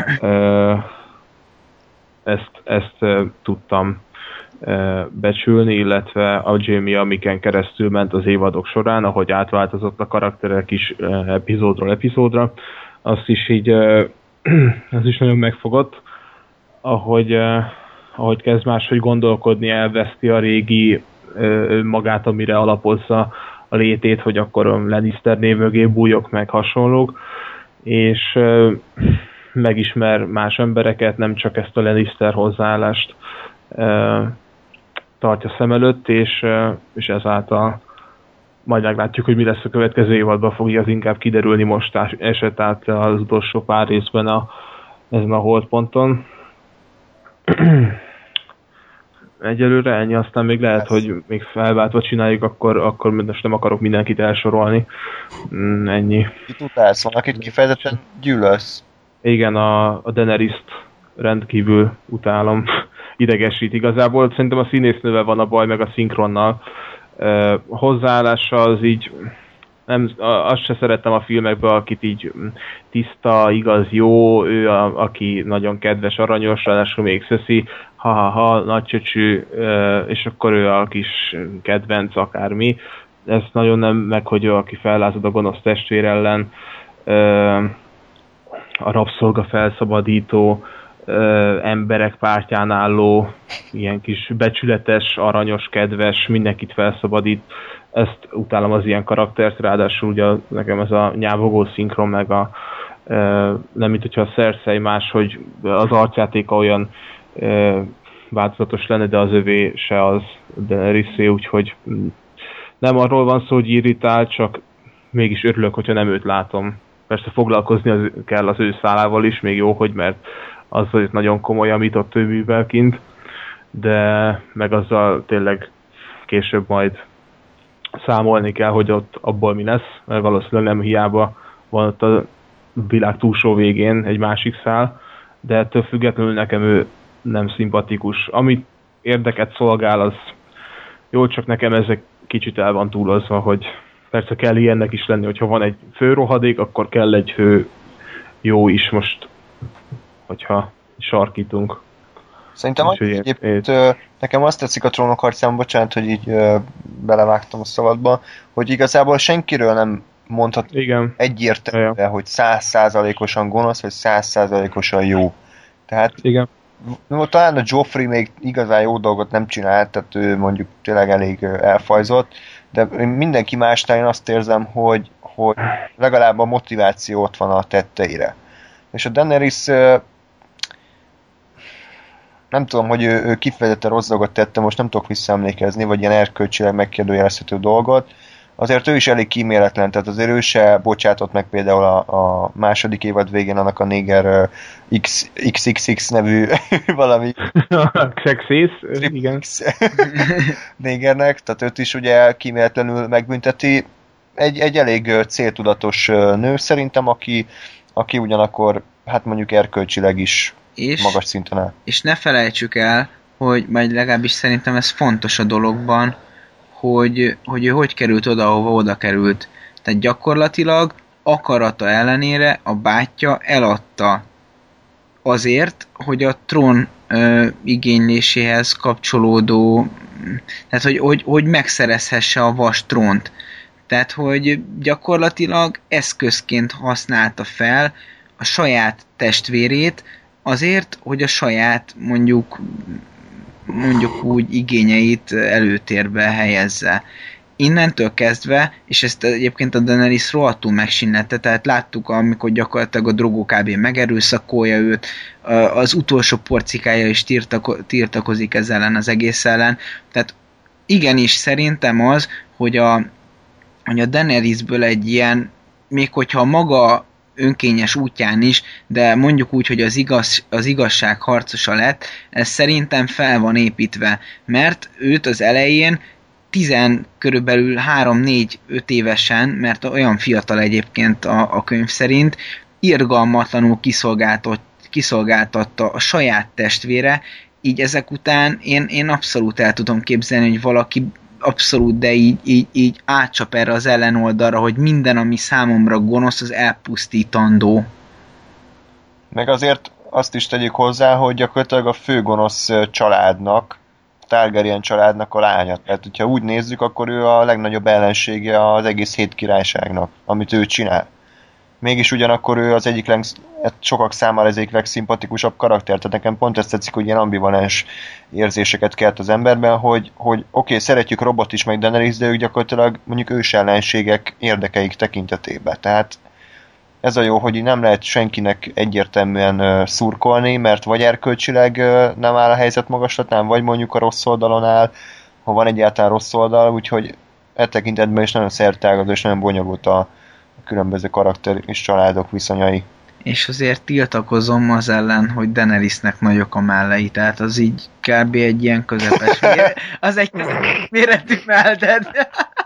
Ezt, ezt tudtam becsülni, illetve a Jaime, amiken keresztül ment az évadok során, ahogy átváltozott a karakterek is epizódról epizódra, azt is így az is nagyon megfogott, ahogy, ahogy kezd máshogy gondolkodni, elveszti a régi magát, amire alapozza a létét, hogy akkor a Lannister név mögé bújok, meg hasonlók, és uh, megismer más embereket, nem csak ezt a Lannister hozzáállást uh, tartja szem előtt, és, uh, és ezáltal majd meglátjuk, hogy mi lesz a következő évadban, fogja az inkább kiderülni, most esett át az utolsó pár részben a, ezen a holdponton. Egyelőre ennyi, aztán még lehet, hogy még felváltva csináljuk, akkor, akkor most nem akarok mindenkit elsorolni. Mm, ennyi. Itt utálsz, van, akit kifejezetten gyűlölsz. Igen, a, a Daenerys-t rendkívül utálom. Idegesít igazából. Szerintem a színésznővel van a baj, meg a szinkronnal. Uh, hozzáállása az így... Nem, azt se szerettem a filmekben, akit így tiszta, igaz, jó, ő a, aki nagyon kedves, aranyos, ráadásul még szöszi, ha-ha-ha, nagy csöcsű, és akkor ő a kis kedvenc, akármi. Ez nagyon nem meg, hogy ő, aki fellázad a gonosz testvér ellen, a rabszolga felszabadító, emberek pártján álló, ilyen kis becsületes, aranyos, kedves, mindenkit felszabadít, ezt utálom az ilyen karaktert, ráadásul ugye nekem ez a nyávogó szinkron, meg a e, nem mint hogyha a Cersei más, hogy az arcjátéka olyan e, változatos lenne, de az övé se az Daenerysé, úgyhogy nem arról van szó, hogy irritál, csak mégis örülök, hogyha nem őt látom. Persze foglalkozni az, kell az ő szálával is, még jó, hogy mert az nagyon komoly, amit ott ő művel kint, de meg azzal tényleg később majd számolni kell, hogy ott abból mi lesz, mert valószínűleg nem hiába van ott a világ túlsó végén egy másik szál, de ettől függetlenül nekem ő nem szimpatikus. Amit érdeket szolgál, az jó, csak nekem ezek kicsit el van túlozva, hogy persze kell ilyennek is lenni, hogyha van egy fő rohadék, akkor kell egy fő jó is most, hogyha sarkítunk. Szerintem az, egyébként én... nekem azt tetszik a Trónok harcában, bocsánat, hogy így ö, belevágtam a szabadba, hogy igazából senkiről nem mondhat igen. egyértelműen, ja. hogy száz százalékosan gonosz, vagy száz százalékosan jó. Tehát igen. Talán a Joffrey még igazán jó dolgot nem csinált, tehát ő mondjuk tényleg elég elfajzott, de mindenki másnál én azt érzem, hogy, hogy legalább a motiváció ott van a tetteire. És a Daenerys nem tudom, hogy ő, ő kifejezetten rossz dolgot tette, most nem tudok visszaemlékezni, vagy ilyen erkölcsileg megkérdőjelezhető dolgot. Azért ő is elég kíméletlen, tehát azért ő se bocsátott meg például a, a második évad végén annak a néger X, iksz iksz iksz nevű valami Xexis, igen. négernek, tehát őt is ugye kíméletlenül megbünteti. Egy, egy elég céltudatos nő szerintem, aki, aki ugyanakkor hát mondjuk erkölcsileg is és, magas szinten áll. És ne felejtsük el, hogy vagy legalábbis szerintem ez fontos a dologban, hogy, hogy ő hogy került oda, ahova oda került. Tehát gyakorlatilag akarata ellenére a bátyja eladta azért, hogy a trón ö, igényléséhez kapcsolódó, tehát hogy, hogy, hogy megszerezhesse a vas trónt. Tehát, hogy gyakorlatilag eszközként használta fel a saját testvérét azért, hogy a saját mondjuk mondjuk úgy igényeit előtérbe helyezze. Innentől kezdve, és ezt egyébként a Daenerys rohadtul megsínlette, tehát láttuk, amikor gyakorlatilag a Drogo kb. Megerőszakolja őt, az utolsó porcikája is tiltako- tiltakozik ezzel ellen az egész ellen. Tehát igenis szerintem az, hogy a, hogy a Daenerysből egy ilyen, még hogyha maga önkényes útján is, de mondjuk úgy, hogy az, igaz, az igazság harcosa lett, ez szerintem fel van építve, mert őt az elején tizen körülbelül három négy öt évesen, mert olyan fiatal egyébként a, a könyv szerint, irgalmatlanul kiszolgáltatta a saját testvére, így ezek után én, én abszolút el tudom képzelni, hogy valaki abszolút, de így, így, így átcsap erre az ellenoldalra, hogy minden, ami számomra gonosz, az elpusztítandó. Meg azért azt is tegyük hozzá, hogy gyakorlatilag a főgonosz családnak, Targaryen családnak a lánya. Tehát, hogyha úgy nézzük, akkor ő a legnagyobb ellensége az egész hét királyságnak, amit ő csinál. Mégis ugyanakkor ő az egyik leg, sokak számára az egyik legszimpatikusabb karakter. Tehát nekem pont ezt tetszik, hogy ilyen ambivalens érzéseket kelt az emberben, hogy, hogy oké, okay, szeretjük Robot is, meg Daenerys, de ők gyakorlatilag mondjuk ősellenségek érdekeik tekintetében. Tehát ez a jó, hogy nem lehet senkinek egyértelműen uh, szurkolni, mert vagy erkölcsileg uh, nem áll a helyzet magaslatán, vagy mondjuk a rossz oldalon áll, ha van egyáltalán rossz oldal, úgyhogy e tekintetben is nagyon szertágazó és nagyon bonyolult a különböző karakter és családok viszonyai. És azért tiltakozom az ellen, hogy Daenerysnek nagyok a mellei, tehát az így kb. Egy ilyen közepes méret, az egy közepes méretű mellted.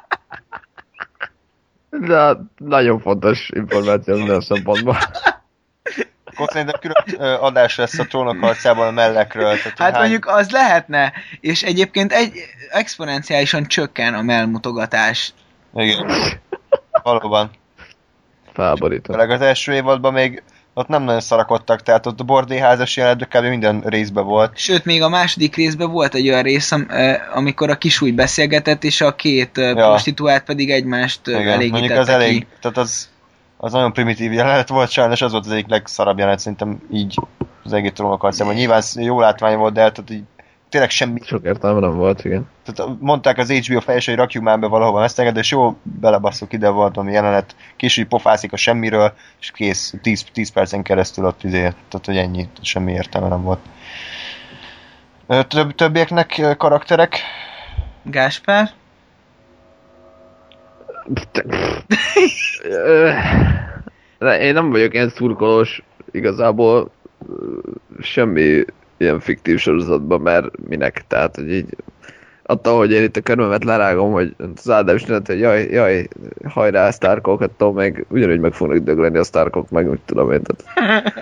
De nagyon fontos információ minden szempontból. Akkor szerintem külön adás lesz a Trónok harcában a mellekről. Tehát hát hány... mondjuk az lehetne, és egyébként egy exponenciálisan csökken a mellmutogatás. Igen. Valóban. Felborító. Főleg az első évadban még ott nem nagyon szarakodtak, tehát ott a bordéházas jelenetben kb. Minden részben volt. Sőt, még a második részben volt egy olyan rész, amikor a kisúly beszélgetett, és a két ja. prostituált pedig egymást igen, elégítette az ki. Elég, tehát az, az nagyon primitív jelenet volt, sajnos az volt az egyik legszarabb jelenet, szerintem így az egész Trónok harcában. Nyilván jó látvány volt, de tehát így tényleg semmi. Sok értelme nem volt, igen. Tehát mondták az há bé o fejes, hogy rakjuk már be valahova ezt enged, és jó, belebasszuk ide, volt ami jelenet, később pofászik a semmiről, és kész, tíz percen keresztül ott izé, tehát hogy ennyi, semmi értelme nem volt. Több, többieknek karakterek? Gáspár? Én nem vagyok ilyen szurkolós igazából semmi ilyen fiktív sorozatban, mert minek, tehát hogy így attól, hogy én itt a körmömet lerágom, hogy az Ádám is mondta, hogy jaj, jaj, hajrá, Starkok, attól meg ugyanúgy meg fognak dögleni a Starkok, meg úgy tudom én, tehát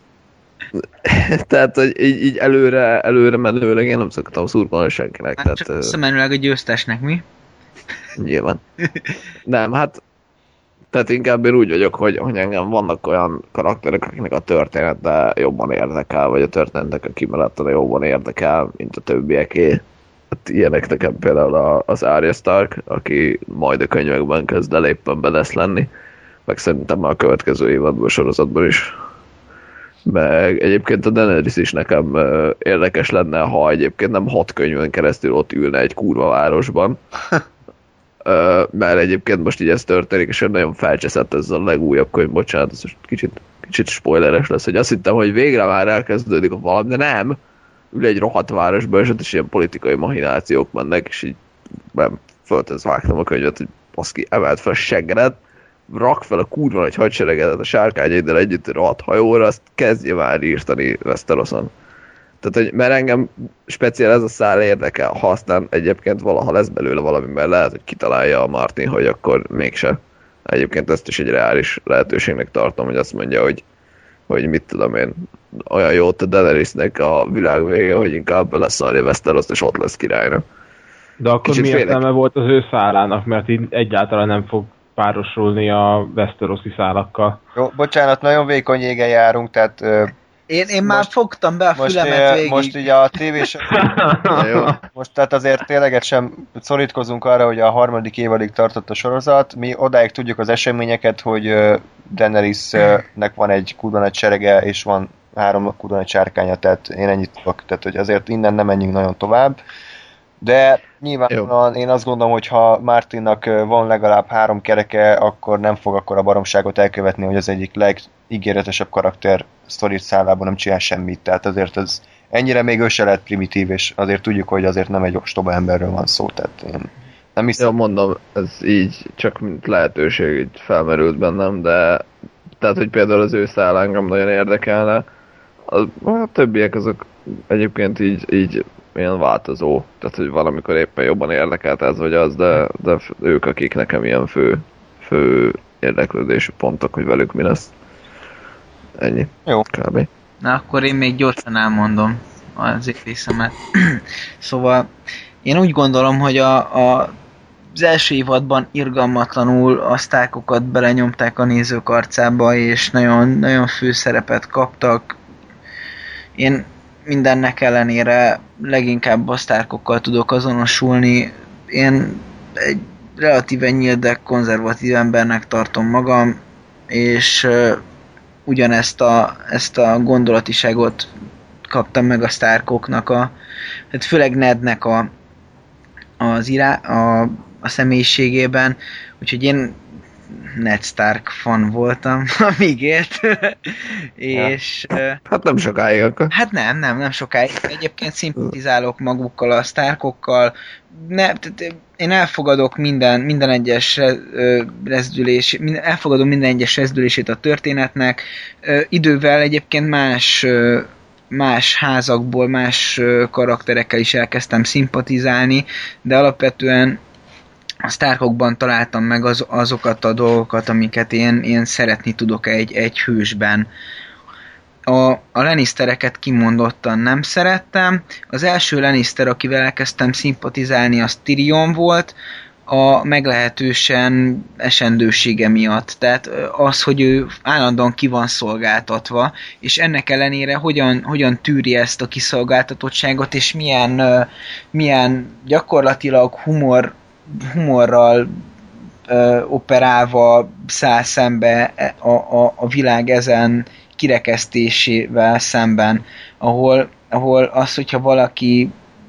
tehát, hogy így, így előre, előre menőleg én nem szoktam szurkolni senkinek. Hát tehát, csak visszamenőleg a győztesnek, mi? Nyilván. Nem, hát tehát inkább én úgy vagyok, hogy, hogy engem vannak olyan karakterek, akiknek a története jobban érdekel, vagy a történetek a kimenettele jobban érdekel, mint a többieké. Hát ilyenek nekem például az Arya Stark, aki majd a könyvekben kezd el éppen be lesz lenni, meg szerintem már a következő évadban sorozatban is. Meg egyébként a Daenerys is nekem uh, érdekes lenne, ha egyébként nem hat könyvön keresztül ott ülne egy kurva városban. uh, mert egyébként most így ez történik, és nagyon felcseszett ez a legújabb könyv, bocsánat, ez most kicsit, kicsit spoileres lesz, hogy azt hittem, hogy végre már elkezdődik a valami, de nem. Ül egy rohadt városban, és ott is ilyen politikai mahinációk mennek, és így nem, föltesz vágtam a könyvet, hogy baszki, emelt fel a seggedet, rak fel a kurva nagy hadseregedet a sárkányaiddal együtt rohadt hajóra, azt kezdje már írtani Westeroson. Tehát, hogy mert engem speciál ez a szál érdekel, ha aztán egyébként valaha lesz belőle valami, mert lehet, hogy kitalálja a Martin, hogy akkor mégse. Egyébként ezt is egy reális lehetőségnek tartom, hogy azt mondja, hogy, hogy mit tudom én, olyan jó a Daenerysnek a világ vége, hogy inkább leszarja Westerost, és ott lesz királynak. De akkor Kicsit mi félek. értelme volt az ő szálának, mert így egyáltalán nem fog párosulni a Westerosi szálakkal. Jó, bocsánat, nagyon vékony jégen járunk, tehát... Ö, Én, én már most, fogtam be a most, fülemet ö, végig. most ugye a tévés... Jó. Most tehát azért tényleg sem szorítkozunk arra, hogy a harmadik évadig tartott a sorozat. Mi odáig tudjuk az eseményeket, hogy ö, Daenerysnek van egy kurva nagy serege, és van három kurva nagy sárkánya, tehát én ennyit tudok. Tehát, hogy azért innen nem menjünk nagyon tovább. De nyilván én azt gondolom, hogy ha Martinnak van legalább három kereke, akkor nem fog akkor a baromságot elkövetni, hogy az egyik legígéretesebb karakter sztorit szállában nem csinál semmit. Tehát azért ez ennyire még ő se lehet primitív, és azért tudjuk, hogy azért nem egy ostoba emberről van szó. Tehát én nem hiszem. Jó, mondom, ez így csak mint lehetőség így felmerült bennem, de tehát, hogy például az ő száll engem nagyon érdekelne. A, a többiek azok egyébként így, így ilyen változó, tehát hogy valamikor éppen jobban érdekelt ez vagy az, de, de ők, akik nekem ilyen fő, fő érdeklődési pontok, hogy velük mi lesz. Ennyi. Jó. Kb. Na akkor én még gyorsan elmondom az részemet. Szóval én úgy gondolom, hogy a, a, az első évadban irgalmatlanul a sztárkokat belenyomták a nézők arcába, és nagyon, nagyon fő szerepet kaptak. Én mindennek ellenére leginkább a sztárkokkal tudok azonosulni. Én egy relatíven nyílt, de konzervatív embernek tartom magam, és uh, ugyanezt a, ezt a gondolatiságot kaptam meg a sztárkoknak, a, hát főleg Nednek a, az irá, a, a személyiségében, úgyhogy én Ned Stark fan voltam, amíg élt. És... Hát nem sokáig akkor. Hát nem, nem, nem sokáig. Egyébként szimpatizálok magukkal, a Starkokkal. Ne, én elfogadok minden, minden egyes rezdülés, elfogadom minden egyes rezdülését a történetnek. Idővel egyébként más más házakból, más karakterekkel is elkezdtem szimpatizálni, de alapvetően a Starkokban találtam meg az, azokat a dolgokat, amiket én, én szeretni tudok egy, egy hősben. A, a Lannistereket kimondottan nem szerettem. Az első Lannister, akivel elkezdtem szimpatizálni, az Tyrion volt, a meglehetősen esendősége miatt. Tehát az, hogy ő állandóan ki van szolgáltatva, és ennek ellenére hogyan, hogyan tűri ezt a kiszolgáltatottságot, és milyen, milyen gyakorlatilag humor humorral ö, operálva száll szembe a, a, a világ ezen kirekesztésével szemben, ahol, ahol az, hogyha valaki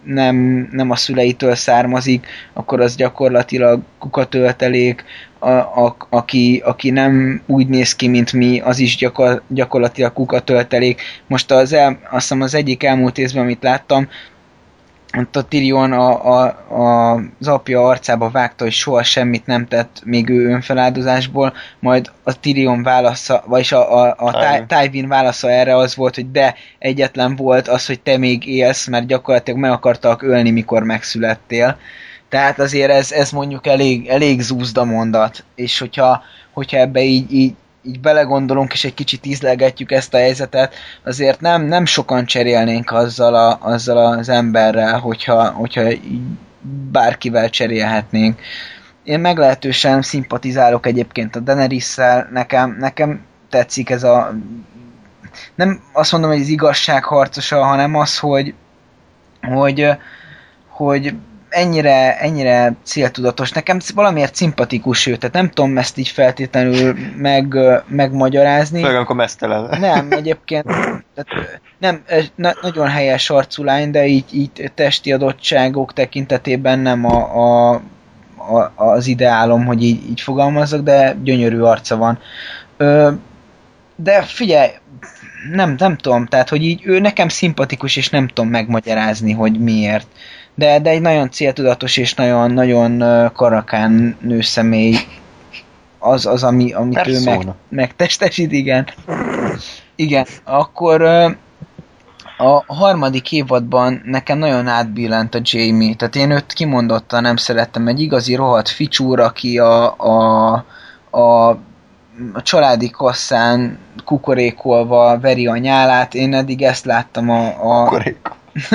nem, nem a szüleitől származik, akkor az gyakorlatilag kukatöltelék, a, a, aki, aki nem úgy néz ki, mint mi, az is gyakor, gyakorlatilag kukatöltelék. Most az, el, azt hiszem az egyik elmúlt részben, amit láttam, ott a Tyrion a, a, a, az apja arcába vágta, hogy soha semmit nem tett még ő önfeláldozásból, majd a Tyrion válasza, vagyis a, a, a Tywin válasza erre az volt, hogy de egyetlen volt az, hogy te még élsz, mert gyakorlatilag meg akartak ölni, mikor megszülettél. Tehát azért ez, ez mondjuk elég, elég zúzda mondat, és hogyha, hogyha ebbe így, így így belegondolunk, és egy kicsit ízlegetjük ezt a helyzetet, azért nem, nem sokan cserélnénk azzal, a, azzal az emberrel, hogyha, hogyha bárkivel cserélhetnénk. Én meglehetősen szimpatizálok egyébként a Daenerys-szel, nekem, nekem tetszik ez a... Nem azt mondom, hogy az igazságharcosa, hanem az, hogy hogy, hogy ennyire, ennyire céltudatos. Nekem valamiért szimpatikus ő, tehát nem tudom ezt így feltétlenül meg, megmagyarázni. Főleg, amikor mesztelen. Nem, egyébként tehát nem, na, nagyon helyes arcú lány, de így, így testi adottságok tekintetében nem a, a, a, az ideálom, hogy így, így fogalmazzak, de gyönyörű arca van. Ö, de figyelj, nem, nem tudom, tehát hogy így ő nekem szimpatikus, és nem tudom megmagyarázni, hogy miért. De, de egy nagyon céltudatos és nagyon, nagyon karakán nőszemély az, az ami, amit ő meg, megtestesít, igen. Igen, akkor a harmadik évadban nekem nagyon átbillent a Jaime, tehát én őt kimondottan nem szerettem, egy igazi rohadt ficsúr, aki a, a, a, a családi kasszán kukorékolva veri a nyálát, én eddig ezt láttam a... a Kukorékol.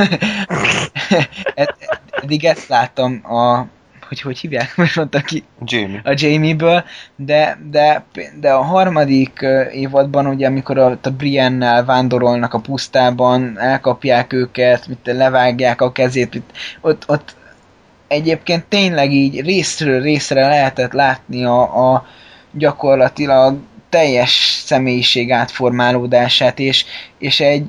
Ed, eddig ezt láttam a... Hogy, hogy hívják? Most mondta ki? Jaime. A Jaime-ből, de, de, de a harmadik évadban, ugye, amikor a, a Brienne-nel vándorolnak a pusztában, elkapják őket, mit, levágják a kezét, mit, ott, ott egyébként tényleg így részről részre lehetett látni a, a gyakorlatilag teljes személyiség átformálódását, és, és egy,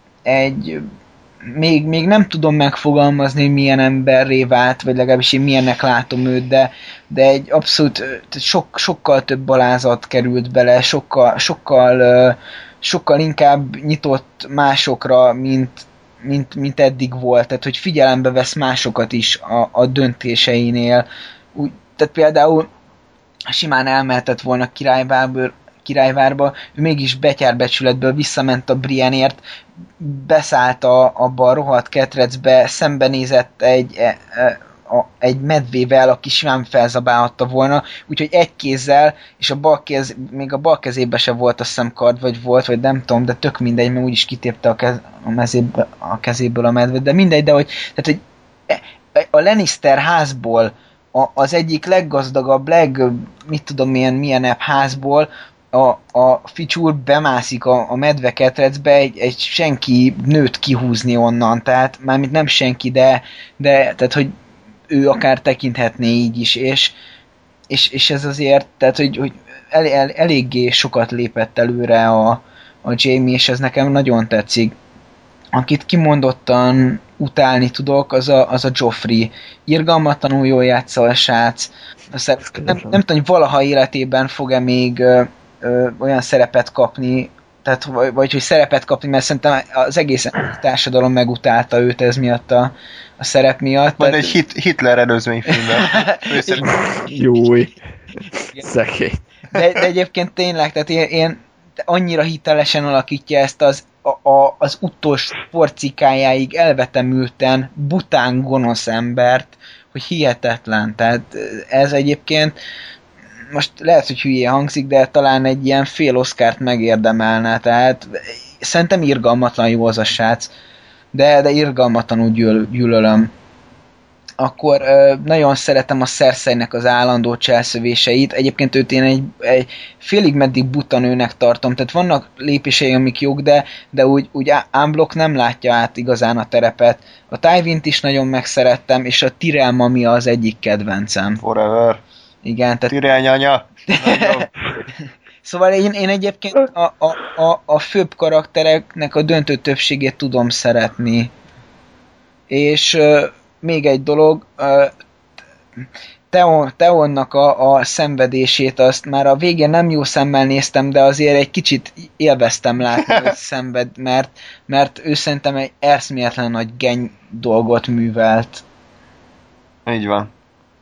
egy Még, még nem tudom megfogalmazni, hogy milyen emberré vált, vagy legalábbis én milyennek látom őt, de, de egy abszolút sok, sokkal több alázat került bele, sokkal, sokkal, sokkal inkább nyitott másokra, mint, mint, mint eddig volt. Tehát, hogy figyelembe vesz másokat is a, a döntéseinél. Úgy, tehát például simán elmehetett volna királyvárba, királyvárba, ő mégis betyárbecsületből visszament a Brienneért, beszállt a, abba a rohadt ketrecbe, szembenézett egy, e, e, a, egy medvével, aki simán felzabálhatta volna, úgyhogy egy kézzel, és a bal kéz, még a bal kezébe se volt a szemkard, vagy volt, vagy nem tudom, de tök mindegy, mert úgyis kitépte a, kez, a, mezébe, a kezéből a medvet, de mindegy, de hogy, tehát, hogy a Lannister házból, a, az egyik leggazdagabb, leg, mit tudom milyen, milyenebb házból, A, a ficsúr bemászik a, a medveketrecbe egy, egy senki nőt kihúzni onnan, tehát mármint nem senki, de, de tehát, hogy ő akár tekinthetné így is, és, és, és ez azért, tehát, hogy, hogy el, el, eléggé sokat lépett előre a, a Jaime, és ez nekem nagyon tetszik. Akit kimondottan utálni tudok, az a, az a Joffrey. Irgalmatlanul jól játsza a srác. Nem, nem tudom, hogy valaha életében fog-e még ö, ö, olyan szerepet kapni, tehát, vagy, vagy hogy szerepet kapni, mert szerintem az egész társadalom megutálta őt ez miatt a, a szerep miatt. Majd tehát... egy hit, Hitler előzményfilmben. Júj, szekély. De, de egyébként tényleg, tehát én, én annyira hitelesen alakítja ezt az, a, a, az utolsó porcikájáig elvetemülten, bután gonosz embert, hogy hihetetlen. Tehát ez egyébként most lehet, hogy hülyé hangzik, de talán egy ilyen fél Oscart megérdemelne, tehát szerintem irgalmatlan jó az a srác, de, de irgalmatlanul gyűl, gyűlölöm. Akkor ö, nagyon szeretem a Cerseinek az állandó cselszövéseit, egyébként őt én egy, egy félig meddig buta nőnek tartom, tehát vannak lépései, amik jók, de, de úgy, úgy unblock nem látja át igazán a terepet. A Tywint is nagyon megszerettem, és a Tyrell mami az egyik kedvencem. Forever. Igen, tehát... Tyrell nyanya. Szóval én, én egyébként a, a, a, a főbb karaktereknek a döntő többségét tudom szeretni. És uh, még egy dolog, uh, Theon, Theonnak a, a szenvedését azt már a végén nem jó szemmel néztem, de azért egy kicsit élveztem látni, hogy szenved, mert, mert ő szerintem egy eszméletlen nagy geny dolgot művelt. Így van.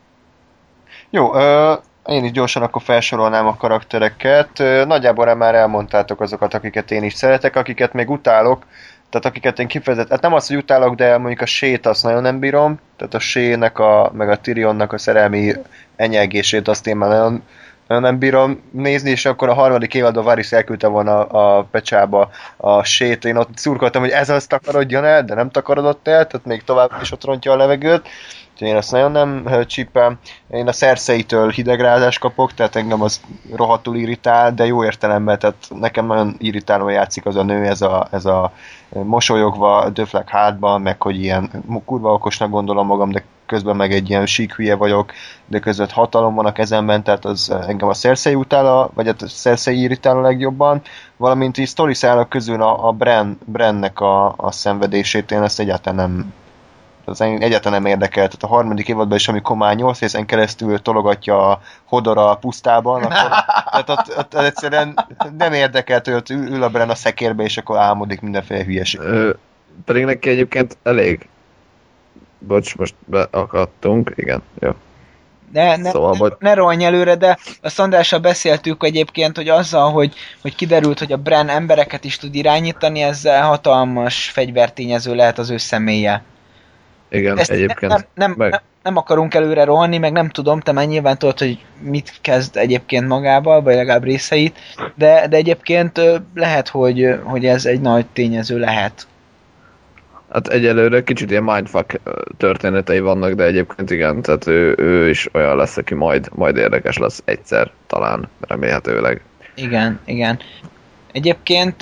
Jó, ö, én is gyorsan akkor felsorolnám a karaktereket. Ö, nagyjából már elmondtátok azokat, akiket én is szeretek, akiket még utálok, tehát akiket én kifejezett, hát nem az, hogy utálok, de mondjuk a Shét azt nagyon nem bírom, tehát a Shének, a, meg a Tyrionnak a szerelmi enyelgését azt én már nagyon, nagyon nem bírom nézni, és akkor a harmadik évadban Varys elküldte volna a, a pecsába a Shét, én ott szurkoltam, hogy ez az takarodjon el, de nem takarodott el, tehát még tovább is ott rontja a levegőt. Én azt nagyon nem csípem. Én a Cersei-től hidegrázást kapok, tehát engem az rohadtul irritál, de jó értelemben, tehát nekem nagyon irritálva játszik az a nő, ez a, ez a mosolyogva, döflek hátban, meg hogy ilyen kurva okosnak gondolom magam, de közben meg egy ilyen sík hülye vagyok, de között hatalom van a kezemben, tehát az engem a Cersei utál, vagy a Cersei irritál a legjobban, valamint így sztoriszálak közül a, a Bran, Brannek a, a szenvedését, én ezt egyáltalán nem az egyáltalán nem érdekel. Tehát a harmadik évadban is, amikor már nyolc részen keresztül tologatja a Hodor a pusztában, akkor tehát ott, ott, ott egyszerűen nem érdekelt, hogy ott ül a Bran a szekérbe, és akkor álmodik mindenféle hülyeség. Ö, pedig neki egyébként elég. Bocs, most beakadtunk, igen, jó. Ne, ne, szóval, ne, vagy... ne rohanj előre, de a Szandrással beszéltük egyébként, hogy azzal, hogy, hogy kiderült, hogy a Bran embereket is tud irányítani, ezzel hatalmas fegyvertényező lehet az ő személye. Igen, ezt egyébként. Nem, nem, meg... nem, nem akarunk előre rohanni, meg nem tudom, te már nyilván tudod, hogy mit kezd egyébként magával, vagy legalább részeit, de, de egyébként lehet, hogy, hogy ez egy nagy tényező lehet. Hát egyelőre kicsit ilyen mindfuck történetei vannak, de egyébként igen, tehát ő, ő is olyan lesz, aki majd, majd érdekes lesz egyszer, talán, remélhetőleg. Igen, igen. Egyébként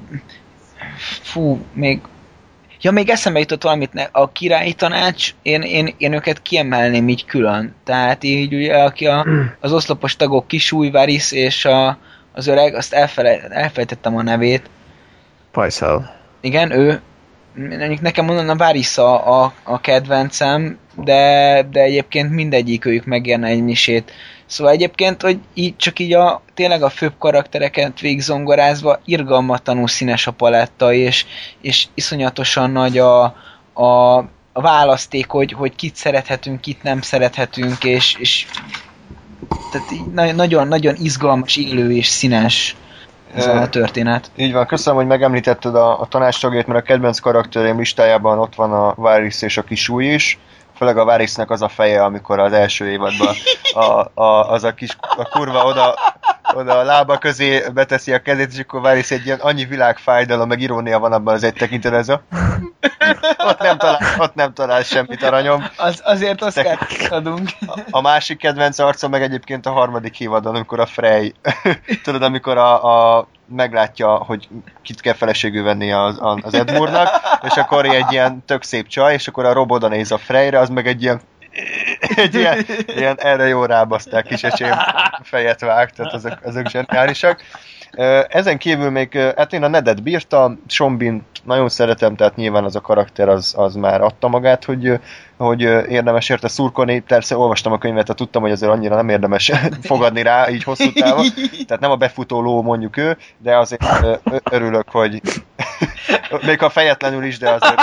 fú, még Ja, még eszembe jutott valamit, a királyi tanács, én, én, én őket kiemelném így külön. Tehát így ugye, aki a, az oszlopos tagok Kisúly, Varys és a, az öreg, azt elfele, elfelejtettem a nevét. Pycelle. Igen, ő. Nekem mondom, a Varys a, a, a kedvencem, de, de egyébként mindegyik őjük megérne egy misét. Szóval egyébként, hogy így, csak így a, tényleg a főbb karaktereket végigzongorázva irgalmatlanul színes a paletta, és, és iszonyatosan nagy a, a, a választék, hogy, hogy kit szerethetünk, kit nem szerethetünk, és, és tehát így nagyon-nagyon izgalmas, élő és színes ez a történet. Így van, köszönöm, hogy megemlítetted a, a tanácstagjait, mert a kedvenc karakterém listájában ott van a Varys és a Kisúly is. Főleg a Varysnek az a feje, amikor az első évadban a, a, az a kis a kurva oda, oda a lába közé beteszi a kezét, és akkor Varys egy ilyen annyi világfájdalom, meg irónia van abban az egy tekintetben, ez a... ott, nem talál, ott nem talál semmit, aranyom. Az, azért Oscart adunk. A, a másik kedvenc arcom meg egyébként a harmadik évadon, amikor a Frey, tudod, amikor a, a meglátja, hogy kit kell feleségül venni az, az Edmundnak, és akkor egy ilyen tök szép csaj, és akkor a Rob oda néz a Freyre, az meg egy ilyen egy ilyen, ilyen erre jó rábaszták kis ecsém fejet vág, tehát azok, azok zseniálisak. Ezen kívül még, hát én a Nedet bírtam, Sean Beant nagyon szeretem, tehát nyilván az a karakter az, az már adta magát, hogy, hogy érdemes érte szurkolni. Persze olvastam a könyvet, tehát tudtam, hogy azért annyira nem érdemes fogadni rá, így hosszú távon. Tehát nem a befutó ló mondjuk ő, de azért örülök, hogy még ha fejetlenül is, de azért...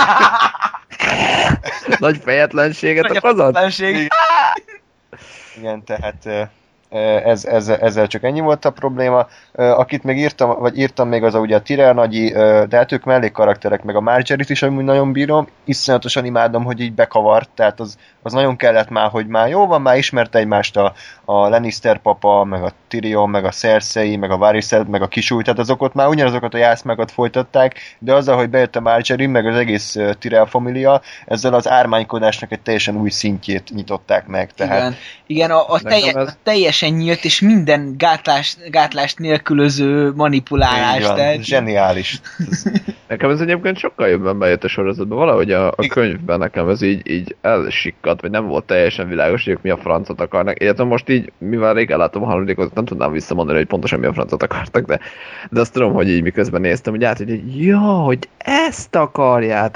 Nagy fejetlenséget Nagy okozott? fejetlenség. Igen, tehát... Ez, ez, ezzel csak ennyi volt a probléma. Akit még írtam, vagy írtam még az a ugye a Tyrell nagyi, de hát ők mellékkarakterek, meg a Margaery-t is amúgy nagyon bírom. Iszonyatosan imádom, hogy így bekavart, tehát az, az nagyon kellett már, hogy már jó van, már ismerte egymást a, a Lannister papa, meg a Tyrion, meg a Cersei, meg a Varys, meg a Kisúly, tehát azok ott már ugyanazokat a játszmákat folytatták, de azzal, hogy bejött a Margaery, meg az egész Tyrell família, ezzel az ármánykodásnak egy teljesen új szintjét nyitották meg. Tehát... Igen, Igen a, a, telje, a teljesen nyílt és minden gátlás, gátlást nélkülöző manipulálás. Van, tehát... zseniális. Nekem ez egyébként sokkal jobban bejött a sorozatban. Valahogy a, a könyvben nekem ez így, így elsikkadt, vagy nem volt teljesen világos, hogy ők mi a francot akarnak. Illetve most így, mivel rég ellátom a harmadikot, nem tudnám visszamondani, hogy pontosan mi a francot akartak, de, de azt tudom, hogy így miközben néztem, hogy át, hogy ja, hogy ezt akarjátok,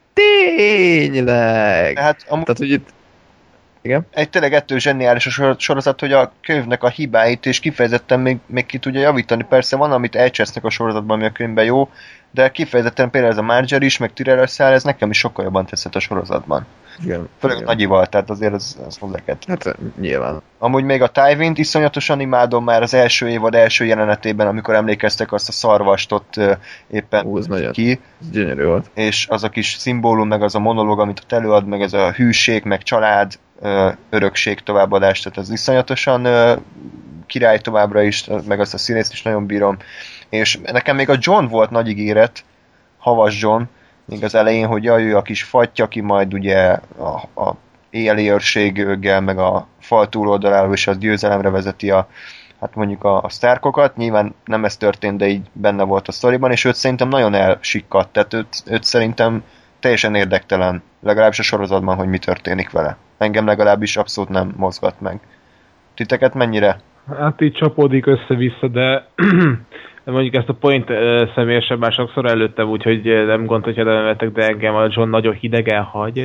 Tényleg! Tehát amúgy Tehát, hogy itt... Igen? egy tényleg ettől zseniális a sor- sorozat, hogy a könyvnek a hibáit és kifejezetten még, még ki tudja javítani. Persze van, amit elcsesznek a sorozatban, ami a könyvben jó, de kifejezetten például ez a Marjorie is, meg Tyrell szál, ez nekem is sokkal jobban tetszett a sorozatban. Igen. Főleg igen. Nagyival, tehát azért ez, ez hozzá kell. Hát nyilván. Amúgy még a Tywin-t iszonyatosan imádom már az első évad első jelenetében, amikor emlékeztek azt a szarvast ott ö, éppen Hú, ez nagyon ki, ez gyönyörű volt. és az a kis szimbólum, meg az a monológ, amit ott előad, meg ez a hűség, meg család, ö, örökség továbbadás, tehát ez iszonyatosan ö, király továbbra is, meg azt a színészt is nagyon bírom. És nekem még a John volt nagy ígéret, Havas John, még az elején, hogy jaj, ő a kis fatty, aki majd ugye a, a éjjeli őrséggel, meg a fal túloldaláról is az győzelemre vezeti a, hát mondjuk a, a Starkokat. Nyilván nem ez történt, de így benne volt a sztoriban, és őt szerintem nagyon elsikkadt, tehát őt, őt szerintem teljesen érdektelen, legalábbis a sorozatban, hogy mi történik vele. Engem legalábbis abszolút nem mozgat meg. Titeket mennyire? Hát így csapódik össze-vissza, de mondjuk ezt a point uh, személyesen már sokszor előttem, úgyhogy nem gond, hogyha levetek, de engem a John nagyon hidegen hagy.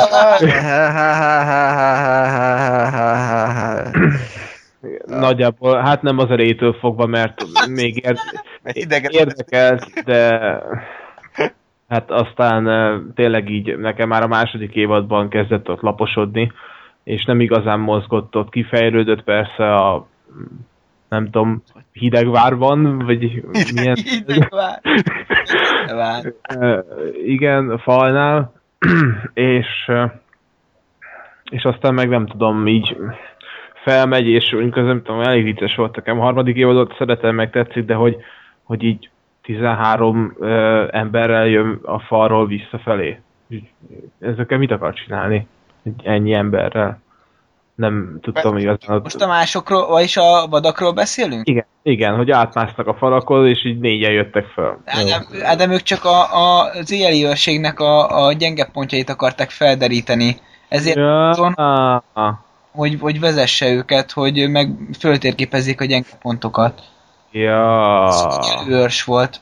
Nagyjából, hát nem az erejétől fogva, mert még ér- érdekelt, de hát aztán uh, tényleg így nekem már a második évadban kezdett ott laposodni, és nem igazán mozgott ott, kifejlődött persze a nem tudom, Hidegvárban, vagy milyen... Hidegvár. Hidegvár. Igen, falnál, és, és aztán meg nem tudom, így felmegy, és mondjuk nem tudom, elég vicces volt nekem. A harmadik évadot szeretem, meg tetszik, de hogy, hogy így tizenhárom uh, emberrel jön a falról visszafelé. Ezekkel mit akar csinálni? Ennyi emberrel. Nem tudtam igazán. Most a másokról, vagyis a vadakról beszélünk? Igen, igen, hogy átmásztak a falakon, és így négyen jöttek fel. Hát de ők csak a, a, az éjjeli őrségnek a, a gyenge pontjait akarták felderíteni. Ezért ja, azon, ah, hogy, hogy vezesse őket, hogy meg föltérképezzék a gyenge pontokat. Ja. Őrs volt.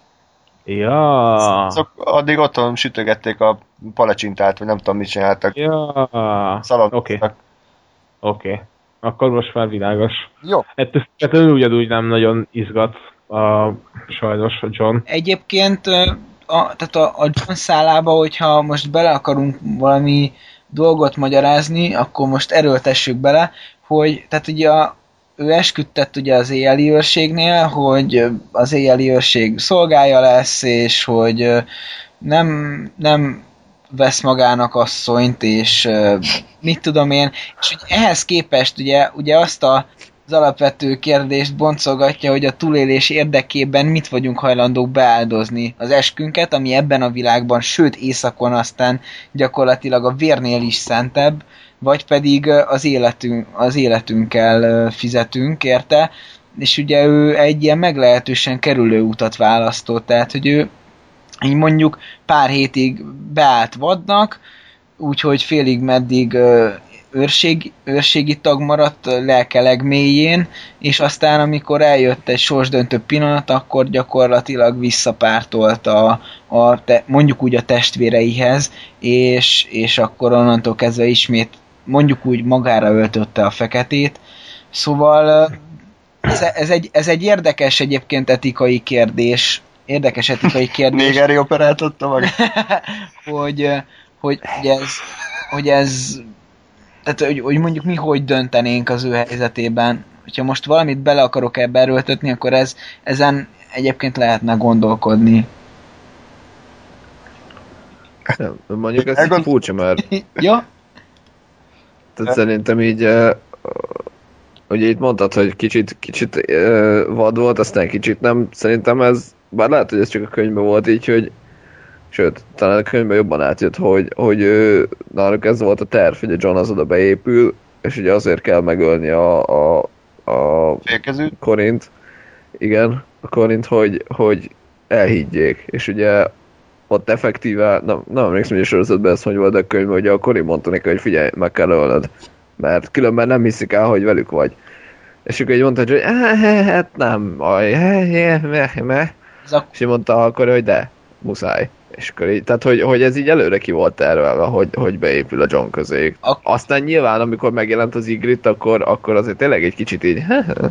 Ja. Azok addig otthon sütögették a palacsintát, vagy nem tudom, mit csináltak. Ja. Szalagoztak. Oké. Okay. Oké. Okay. Akkor most már világos. Jó. Ettől függetlenül ugyanúgy nem nagyon izgat a, sajnos a John. Egyébként a, tehát a, a John szálába, hogyha most bele akarunk valami dolgot magyarázni, akkor most erőltessük bele, hogy tehát ugye a, ő esküdtett ugye az éjjeli őrségnél, hogy az éjjeli őrség szolgája lesz, és hogy nem, nem vesz magának asszonyt, és mit tudom én, és hogy ehhez képest ugye, ugye azt a, az alapvető kérdést boncolgatja, hogy a túlélés érdekében mit vagyunk hajlandók beáldozni. Az eskünket, ami ebben a világban, sőt északon aztán gyakorlatilag a vérnél is szentebb, vagy pedig az, életünk, az életünkkel fizetünk, érte? És ugye ő egy ilyen meglehetősen kerülő utat választott, tehát hogy ő így mondjuk pár hétig beállt vadnak, úgyhogy félig meddig őrség, őrségi tag maradt lelke legmélyén, és aztán amikor eljött egy sorsdöntő pillanat, akkor gyakorlatilag visszapártolt a, a te, mondjuk úgy a testvéreihez, és, és akkor onnantól kezdve ismét mondjuk úgy magára öltötte a feketét. Szóval ez, ez, egy, ez egy érdekes egyébként etikai kérdés, érdekes etikai kérdés. Négeri operáltotta meg? hogy, hogy, hogy ez, hogy ez tehát, hogy, hogy mondjuk mi hogy döntenénk az ő helyzetében. Hogyha most valamit bele akarok ebbe erőltetni, akkor ez, ezen egyébként lehetne gondolkodni. Nem, mondjuk ez Elgond... furcsa, mert... Ja? Tehát szerintem így... Uh, ugye itt mondtad, hogy kicsit, kicsit uh, vad volt, aztán kicsit nem. Szerintem ez... Bár lehet, hogy ez csak a könyvben volt így, hogy... Sőt, talán a könyvben jobban átjött, hogy, hogy ő, náluk ez volt a terv, hogy a John az oda beépül, és ugye azért kell megölni a, a, a Corint. Igen, a Corint, hogy, hogy elhiggyék. És ugye ott effektíve, nem, nem emlékszem, hogy a sorozatban ez hogy volt a könyvben, hogy a Corint mondta neki, hogy figyelj, meg kell ölnöd. Mert különben nem hiszik el, hogy velük vagy. És akkor így mondta, hogy hát nem, aj, és így mondta akkor, hogy de, muszáj. És akkor így, tehát hogy, hogy ez így előre ki volt tervelve, hogy, hogy beépül a John közéjük. A- Aztán nyilván, amikor megjelent az Ygritte, akkor, akkor azért tényleg egy kicsit így...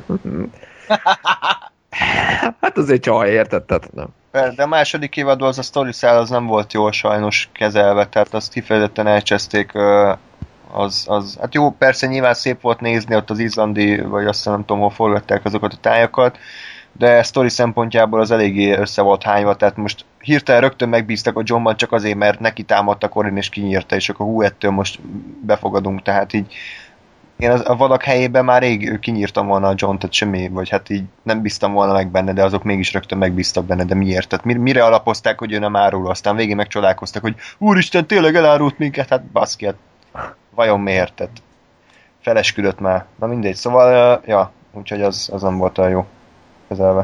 hát azért csaj, érted? Tehát nem. De a második évadban az a story szál az nem volt jól sajnos kezelve, tehát azt kifejezetten elcseszték, az, az, hát jó, persze nyilván szép volt nézni ott az izlandi, vagy azt nem tudom, hol forgatták azokat a tájakat, de sztori szempontjából az eléggé össze volt hányva, tehát most hirtelen rögtön megbíztak a Johnban csak azért, mert neki támadta Corin és kinyírta, és akkor hú, ettől most befogadunk, tehát így én az, a vadak helyében már rég kinyírtam volna a John, tehát semmi, vagy hát így nem bíztam volna meg benne, de azok mégis rögtön megbíztak benne, de miért? Tehát mire alapozták, hogy ő nem árul, aztán végén megcsodálkoztak, hogy úristen, tényleg elárult minket, hát baszki, hát vajon miért? Tehát felesküdött már. Na mindegy, szóval, ja, úgyhogy az, az nem volt olyan jó kezelve.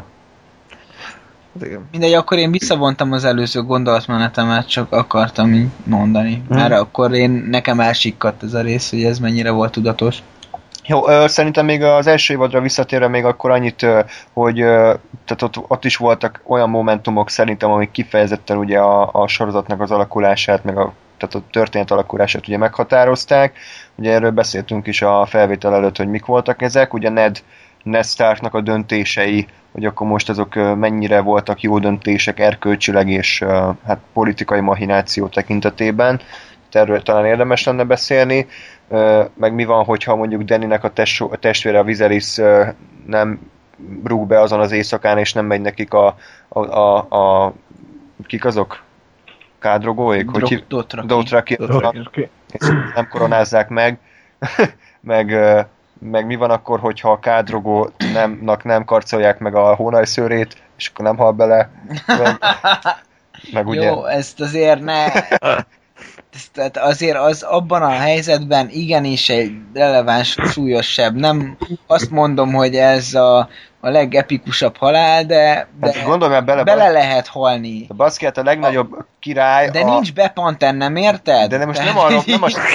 Mindegy, akkor én visszavontam az előző gondolatmenetemet, csak akartam így mondani. Hmm. Mert akkor én, nekem elsikkadt ez a rész, hogy ez mennyire volt tudatos. Jó, ö, szerintem még az első évadra visszatérve még akkor annyit, ö, hogy ö, tehát ott, ott is voltak olyan momentumok szerintem, amik kifejezetten ugye a, a sorozatnak az alakulását, meg a, tehát a történet alakulását ugye meghatározták. Ugye erről beszéltünk is a felvétel előtt, hogy mik voltak ezek. Ugye Ned, Ned Starknak a döntései, hogy akkor most azok mennyire voltak jó döntések erkölcsileg és hát politikai machináció tekintetében. Erről talán érdemes lenne beszélni. Meg mi van, hogyha mondjuk Danynek a, test, a testvére, a Viserys nem rúg be azon az éjszakán, és nem megy nekik a, a, a, a kik azok? Kádrogóik? Hogy Dothraki. Dothraki. Dothraki. Nem koronázzák meg. meg meg mi van akkor, hogyha a Kádrogónak nem karcolják meg a hónajszőrét, és akkor nem hal bele. Meg, meg ugye... Jó, ezt azért ne... Tehát azért az abban a helyzetben igenis egy releváns, súlyosabb. Nem azt mondom, hogy ez a, a legepikusabb halál, de, de hát gondolj, bele, bele lehet halni. A baszki, hát a legnagyobb a, király... De a... nincs bepanten, nem érted? De most nem arról, nem most...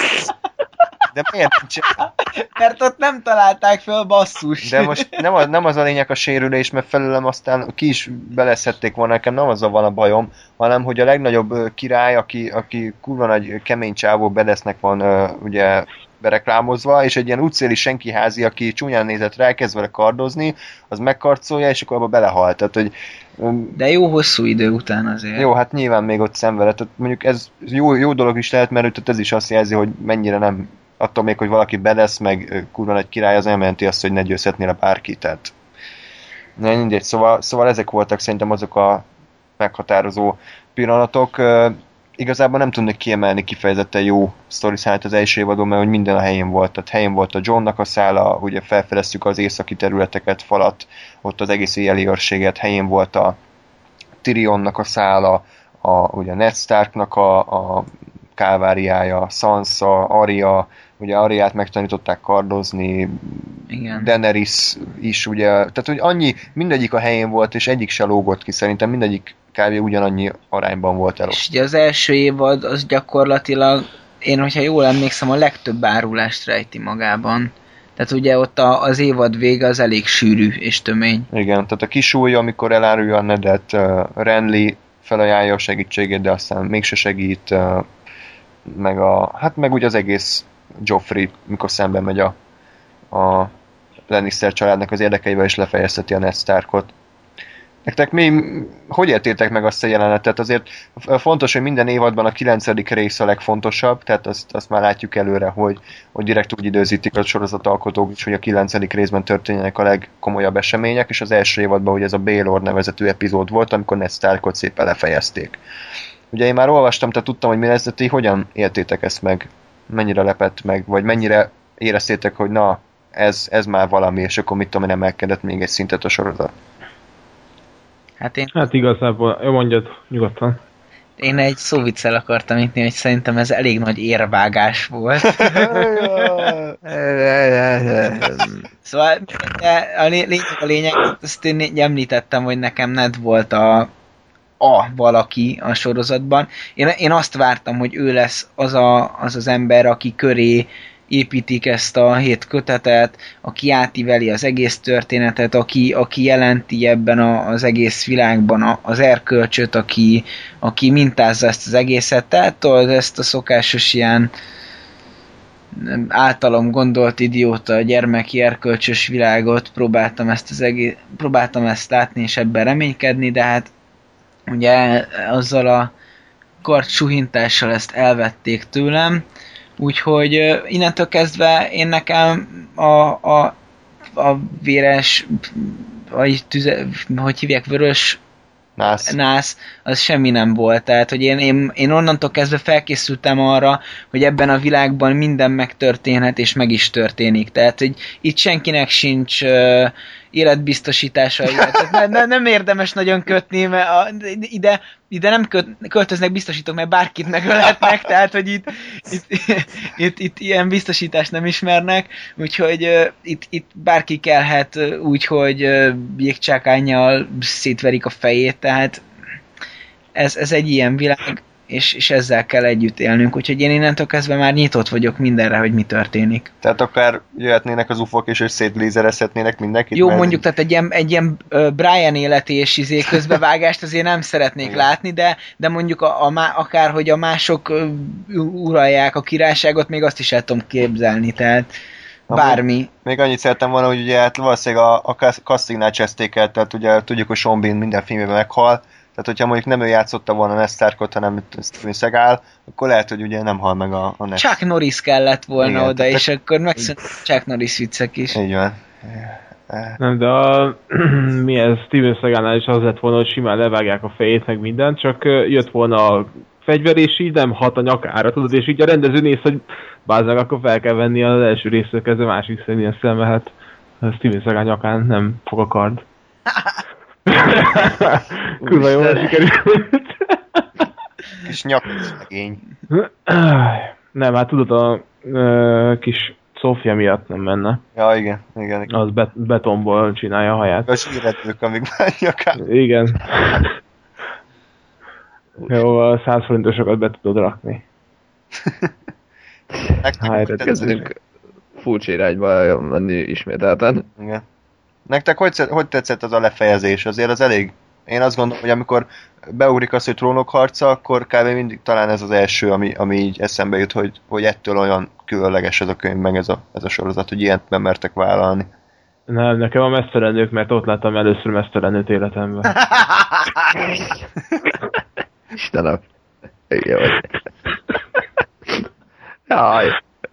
De miért nincs? Mert ott nem találták föl, basszus. De most nem az, nem az a lényeg a sérülés, mert felőlem aztán ki is beleszedték volna, nekem nem azzal van a bajom, hanem hogy a legnagyobb király, aki, aki kurva nagy kemény csávó bedesznek van ugye bereklámozva, és egy ilyen útszéli senkiházi, aki csúnyán nézett rá, kezd vele kardozni, az megkarcolja, és akkor abba belehalt. Tehát, hogy, de jó hosszú idő után azért. Jó, hát nyilván még ott szenvedett. Tehát mondjuk ez jó, jó dolog is lehet, mert ez is azt jelzi, hogy mennyire nem attól még, hogy valaki bedesz, meg kurva nagy király, az nem jelenti azt, hogy ne győzhetnél a bárki, tehát ne, mindegy, szóval, szóval ezek voltak szerintem azok a meghatározó pillanatok. Uh, igazából nem tudnék kiemelni kifejezetten jó sztori szállt az első évadon, mert hogy minden a helyén volt. Tehát helyén volt a Johnnak a szála, ugye felfedeztük az északi területeket, falat, ott az egész éjjeli őrséget, helyén volt a Tyrionnak a szála, a, ugye Ned Starknak a, a kálváriája, Sansa, Arya, ugye Aryát megtanították kardozni, igen. Daenerys is, ugye, tehát hogy annyi, mindegyik a helyén volt, és egyik se lógott ki, szerintem mindegyik kb. Ugyanannyi arányban volt el. És ugye az első évad, az gyakorlatilag, én hogyha jól emlékszem, a legtöbb árulást rejti magában. Tehát ugye ott a, az évad vége az elég sűrű és tömény. Igen, tehát a kisúlya, amikor elárulja a Nedet, uh, Renly felajánlja a segítségét, de aztán mégse segít, uh, meg a, hát meg ugye az egész Joffrey, mikor szembe megy a, a Lannister családnak az érdekeivel, és lefejezteti a Ned Starkot. Nektek mi, hogy értétek meg azt a jelenetet? Azért fontos, hogy minden évadban a kilencedik rész a legfontosabb, tehát azt, azt már látjuk előre, hogy, hogy direkt úgy időzítik a sorozatalkotók is, hogy a kilencedik részben történjenek a legkomolyabb események, és az első évadban ugye ez a Baelor nevezetű epizód volt, amikor Ned Starkot szépen lefejezték. Ugye én már olvastam, tehát tudtam, hogy mi lesz, de ti hogyan éltétek ezt meg? Mennyire lepett meg, vagy mennyire éreztétek, hogy na, ez, ez már valami, és akkor mit tudom én, emelkedett még egy szintet a sorozat? Hát én... Hát igazából, jó mondjad, nyugodtan. Én egy szóviccel akartam nyitni, hogy szerintem ez elég nagy érvágás volt. Szóval a lényeg a lényeg, azt én említettem, hogy nekem Ned volt a, a valaki a sorozatban. Én, én azt vártam, hogy ő lesz az, a, az az ember, aki köré építik ezt a hét kötetet, aki átíveli az egész történetet, aki, aki jelenti ebben a, az egész világban a, az erkölcsöt, aki, aki mintázza ezt az egészet. Tehát tudod, ezt a szokásos ilyen általam gondolt idióta gyermeki erkölcsös világot próbáltam ezt az egész, próbáltam ezt látni és ebben reménykedni, de hát ugye azzal a kard suhintással ezt elvették tőlem, úgyhogy innentől kezdve én nekem a, a, a véres, vagy tüze, hogy hívják, vörös Nász. nász, az semmi nem volt. Tehát, hogy én, én, én onnantól kezdve felkészültem arra, hogy ebben a világban minden megtörténhet, és meg is történik. Tehát, hogy itt senkinek sincs uh, életbiztosítása. Tehát ne, ne, nem érdemes nagyon kötni, mert a, ide, ide nem köt, költöznek biztosítók, mert bárkit megölhetnek, tehát, hogy itt, itt, itt, itt ilyen biztosítást nem ismernek, úgyhogy uh, itt, itt bárki kelhet úgy, hogy uh, jégcsákánnyal szétverik a fejét, tehát ez, ez egy ilyen világ, és, és ezzel kell együtt élnünk, úgyhogy én innentől kezdve már nyitott vagyok mindenre, hogy mi történik. Tehát akár jöhetnének az ufók is, és szétlézerezhetnének mindenkit? Jó, mondjuk, tehát egy ilyen, egy ilyen uh, Brian életi és izé közbevágást azért nem szeretnék Igen. látni, de, de mondjuk a, a, akár, hogy a mások uh, uralják a királyságot, még azt is el tudom képzelni, tehát bármi. Még, még annyit szerettem volna, hogy ugye hát valószínűleg a, a castingnál cseszték el, tehát ugye tudjuk, hogy Sean Bean minden filmében meghal, tehát hogyha mondjuk nem ő játszotta volna Ned Starkot, hanem Steven Seagal, akkor lehet, hogy ugye nem hal meg a, a Ned. Chuck Norris kellett volna Igen, oda, tehát- és akkor megszűnt Chuck Norris viccek is. Így van. Nem, de a, mi ez, Steven Seagalnál is az lett volna, hogy simán levágják a fejét, meg mindent, csak ö, jött volna a fegyver, és így nem hat a nyakára, tudod, és így a rendező néz, hogy bázzag, akkor fel kell venni az első részről kezdve másik szerint ilyen szembe, hát Steven Seagal nyakán nem fog a kard. Kurva jól sikerült. Kis nyak szegény. Nem, hát tudod, a ö, kis Sofia miatt nem menne. Ja, igen, igen. igen. Az bet- betonból csinálja a haját. A síretők, amíg már nyakán. Igen. Jó, a száz forintosokat be tudod rakni. Nektek Háj, hogy de tetszett? Kezdünk furcsa irányba menni ismételten. Igen. Nektek hogy, sze- hogy tetszett az a lefejezés? Azért az elég... Én azt gondolom, hogy amikor beugrik az, hogy Trónok harca, akkor kb. Mindig talán ez az első, ami, ami így eszembe jut, hogy, hogy ettől olyan különleges ez a könyv, meg ez a, ez a sorozat, hogy ilyet nem mertek vállalni. Nem, nekem a mesztelenők, mert ott láttam először mesztelenőt életemben. Istenem. Igen vagy. Jaj.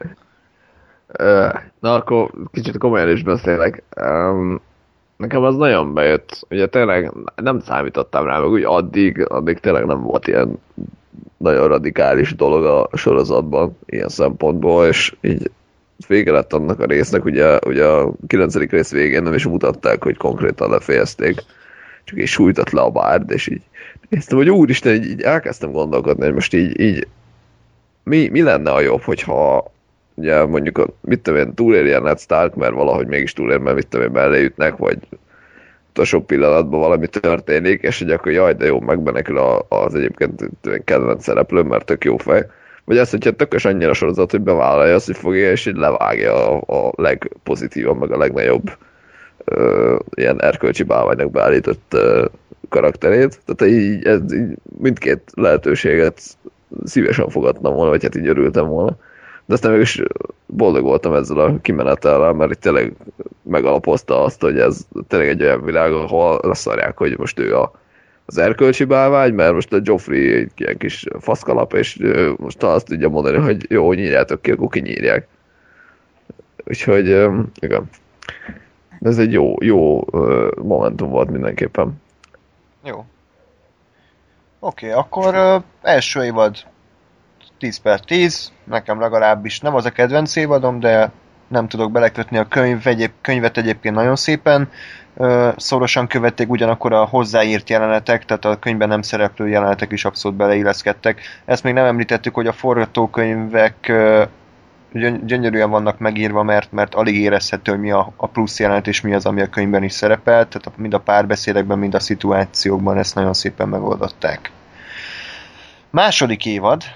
Ö, Na akkor kicsit komolyan is beszélek. Um, nekem az nagyon bejött. Ugye tényleg nem számítottam rá, meg úgy addig, addig tényleg nem volt ilyen nagyon radikális dolog a sorozatban ilyen szempontból, és így vége lett annak a résznek, ugye, ugye a kilencedik rész végén nem is mutatták, hogy konkrétan lefejezték, csak így sújtott le a bárd, és így néztem, hogy úristen, így, így elkezdtem gondolkodni, hogy most így, így mi, mi lenne a jobb, hogyha ugye mondjuk, a, mit tudom én, túléljen Ned Stark, mert valahogy mégis túlél, mert mit tudom én, belleütnek, vagy utolsó pillanatban valami történik, és hogy akkor jaj, de jó, megbenekül a, az egyébként kedvenc szereplő, mert tök jó fej. Vagy azt, hogyha tökös annyira sorozat, hogy bevállalja azt, hogy fogja, és így levágja a, a legpozitívabb, meg a legnagyobb ö, ilyen erkölcsi bálványnak beállított ö, karakterét. Tehát így, ez, így mindkét lehetőséget szívesen fogadtam volna, vagy hát így örültem volna. De aztán mégis boldog voltam ezzel a kimenetellel, mert itt tényleg megalapozta azt, hogy ez tényleg egy olyan világ, ahol leszarják, hogy most ő a, az erkölcsi bálvány, mert most a Joffrey egy ilyen kis faszkalap, és most azt tudja mondani, hogy jó, nyírjátok ki, akkor kinyírják. Úgyhogy, igen. De ez egy jó, jó momentum volt mindenképpen. Jó. Oké, okay, akkor uh, első évad tíz per tíz, nekem legalábbis nem az a kedvenc évadom, de nem tudok belekötni a könyv, egyéb, könyvet egyébként nagyon szépen. Uh, szorosan követték, ugyanakkor a hozzáírt jelenetek, tehát a könyvben nem szereplő jelenetek is abszolút beleilleszkedtek. Ezt még nem említettük, hogy a forgatókönyvek uh, gyöny- gyönyörűen vannak megírva, mert, mert alig érezhető, hogy mi a, a plusz jelenet, és mi az, ami a könyvben is szerepel, tehát mind a párbeszédekben, mind a szituációkban ezt nagyon szépen megoldották. Második évad,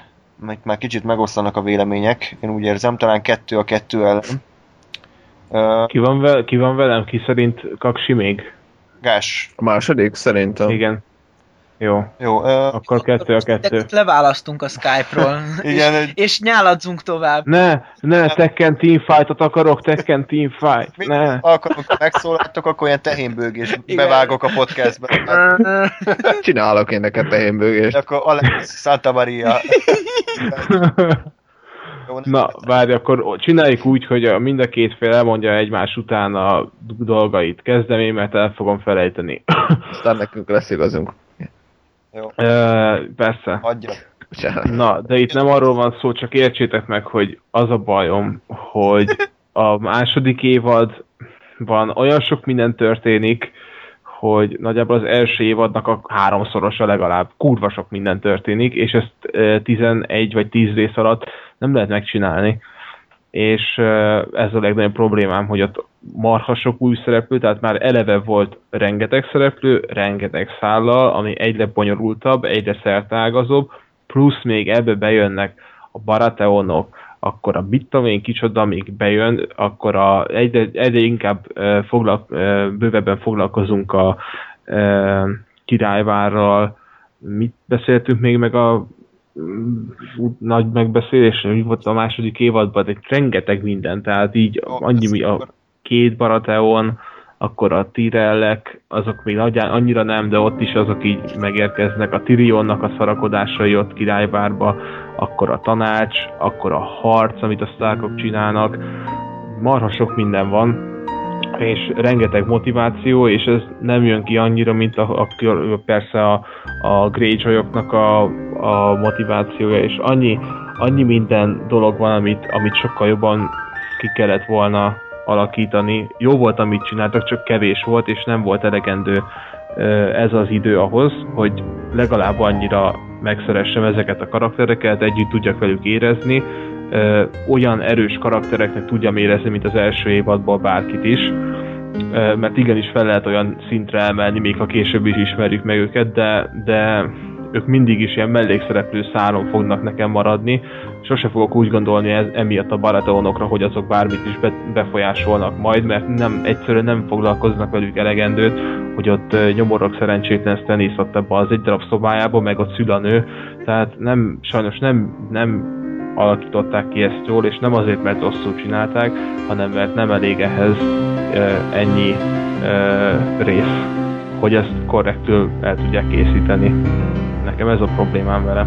már kicsit megosztanak a vélemények, én úgy érzem, talán kettő a kettő ellen. Uh, ki, van ve- ki van velem? Ki szerint Kaksi még? Gás. A második szerintem. Igen. Jó. Jó. Uh, Akkor kettő a kettő. Leválasztunk a Skype-ról. Igen, és, és nyáladzunk tovább. Ne, ne, Tekken Teamfight-ot akarok, Tekken Teamfight, ne. Akkor, amikor megszólaltok, akkor ilyen tehénbőgés bevágok a podcastbe. Csinálok én neked tehénbőgést. Akkor Alex Santa Maria. Jó, Na, várj, akkor csináljuk úgy, hogy a mind a két fél elmondja egymás után a dolgait. Kezdem én, mert el fogom felejteni. Aztán nekünk lesz igazunk. Jó. Uh, persze. Adja. Na, de itt nem arról van szó, csak értsétek meg, hogy az a bajom, hogy a második évadban olyan sok minden történik, hogy nagyjából az első évadnak a háromszorosa legalább kurva sok minden történik, és ezt e, tizenegy vagy tíz rész alatt nem lehet megcsinálni. És e, ez a legnagyobb problémám, hogy ott marha sok új szereplő, tehát már eleve volt rengeteg szereplő, rengeteg szállal, ami egyre bonyolultabb, egyre szerteágazóbb, plusz még ebbe bejönnek a Baratheonok, akkor a mit tudom én kicsoda, amíg bejön, akkor a, egyre, egyre inkább e, foglal, e, bővebben foglalkozunk a e, királyvárral. Mit beszéltünk még meg a m, nagy megbeszélés, mi volt a második évadban, egy rengeteg minden, tehát így oh, annyi a két Baratheon, akkor a Tyrellek, azok még nagyján, annyira nem, de ott is azok így megérkeznek, a Tyrionnak a szarakodásai ott királyvárba, akkor a tanács, akkor a harc, amit a Starkok csinálnak, marha sok minden van, és rengeteg motiváció, és ez nem jön ki annyira, mint a, a, persze a, a Greyjoyoknak a, a motivációja, és annyi, annyi minden dolog van, amit, amit sokkal jobban ki kellett volna alakítani. Jó volt, amit csináltak, csak kevés volt, és nem volt elegendő ez az idő ahhoz, hogy legalább annyira megszeressem ezeket a karaktereket, együtt tudjak velük érezni, olyan erős karaktereknek tudjam érezni, mint az első évadból bárkit is, mert igenis fel lehet olyan szintre emelni, még ha később is ismerjük meg őket, de, de ők mindig is ilyen mellékszereplő szálon fognak nekem maradni. Sose fogok úgy gondolni ez, emiatt a Baratheonokra, hogy azok bármit is be, befolyásolnak majd, mert nem, egyszerűen nem foglalkoznak velük elegendőt, hogy ott nyomorok szerencsétlen Stannis ott ebbe az egy darab szobájába, meg ott szül a nő. Tehát nem, sajnos nem, nem alakították ki ezt jól, és nem azért, mert rosszul csinálták, hanem mert nem elég ehhez uh, ennyi uh, rész, hogy ezt korrektül el tudják készíteni. Nekem ez a problémám vele.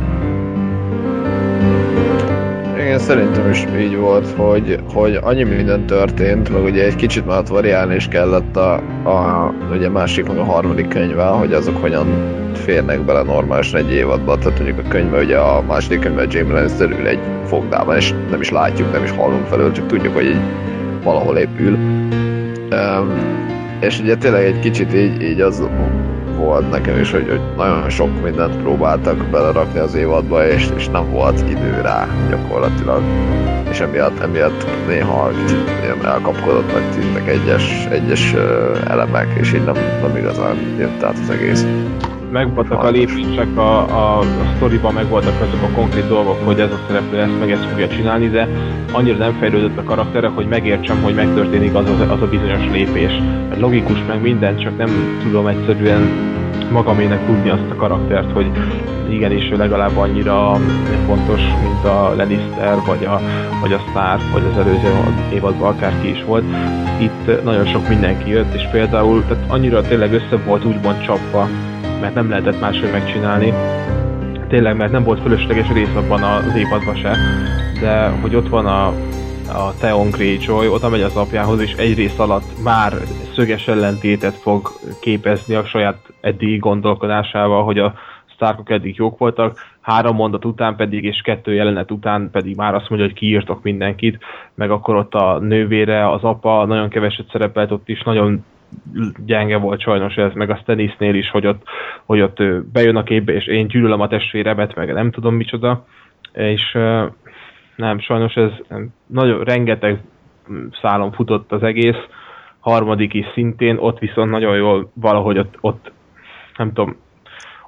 Igen, szerintem is így volt, hogy, hogy annyi minden történt, meg ugye egy kicsit már variálni is kellett a, a ugye másik, meg a harmadik könyvvel, hogy azok hogyan férnek bele normálisan egy évadba. Tehát mondjuk a könyvben, ugye a második könyvben Jaime Lannister ül egy fogdában, és nem is látjuk, nem is hallunk felől, csak tudjuk, hogy így valahol épül. Um, és ugye tényleg egy kicsit így, így az volt nekem is, hogy, hogy nagyon sok mindent próbáltak belerakni az évadba, és, és nem volt idő rá gyakorlatilag. És emiatt, emiatt néha kicsit ilyen elkapkodottnak tűntek egyes, egyes uh, elemek, és így nem, nem igazán jött át az egész. Megvoltak a lépések, a, a, a sztoriban megvoltak azok a konkrét dolgok, hogy ez a szereplő ezt meg ezt fogja csinálni, de annyira nem fejlődött a karaktere, hogy megértsem, hogy megtörténik az, az, az a bizonyos lépés. Mert logikus meg minden, csak nem tudom egyszerűen magamének tudni azt a karaktert, hogy igenis ő legalább annyira fontos, mint a Lannister, vagy a, vagy a Stark, vagy az előző évadban akárki is volt. Itt nagyon sok mindenki jött, és például tehát annyira tényleg össze volt úgymond csapva, mert nem lehetett máshogy megcsinálni. Tényleg, mert nem volt fölösleges rész abban az évadban se, de hogy ott van a, a Theon Greyjoy, oda megy az apjához, és egy rész alatt már szöges ellentétet fog képezni a saját eddigi gondolkodásával, hogy a Starkok eddig jók voltak, három mondat után pedig, és kettő jelenet után pedig már azt mondja, hogy kiírtok mindenkit, meg akkor ott a nővére, az apa nagyon keveset szerepelt, ott is nagyon gyenge volt sajnos ez, meg a Stannisnél is, hogy ott, hogy ott bejön a képbe, és én gyűlölöm a testvéremet, meg nem tudom micsoda, és nem, sajnos ez nagyon rengeteg szálon futott az egész, harmadik is szintén, ott viszont nagyon jól valahogy ott, ott nem tudom,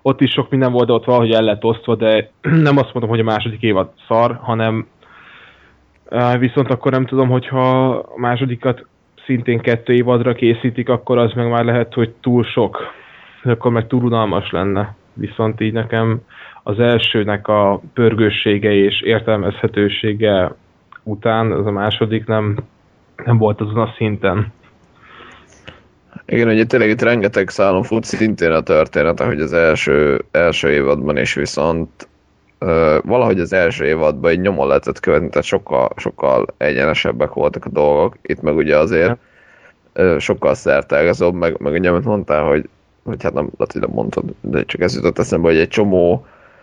ott is sok minden volt, de ott valahogy el lett osztva, de nem azt mondom, hogy a második évad szar, hanem viszont akkor nem tudom, hogyha a másodikat szintén kettő évadra készítik, akkor az meg már lehet, hogy túl sok. Akkor meg túl unalmas lenne. Viszont így nekem az elsőnek a pörgőssége és értelmezhetősége után az a második nem, nem volt azon a szinten. Igen, ugye tényleg itt rengeteg szálon fut szintén a történet, ahogy az első, első évadban is, viszont uh, valahogy az első évadban egy nyomon lehetett követni, tehát sokkal, sokkal egyenesebbek voltak a dolgok. Itt meg ugye azért uh, sokkal szertágazóbb, meg, meg ugye, amit mondtál, hogy, hogy hát nem, lehet, hogy nem mondtad, de csak ez jutott eszembe, hogy egy csomó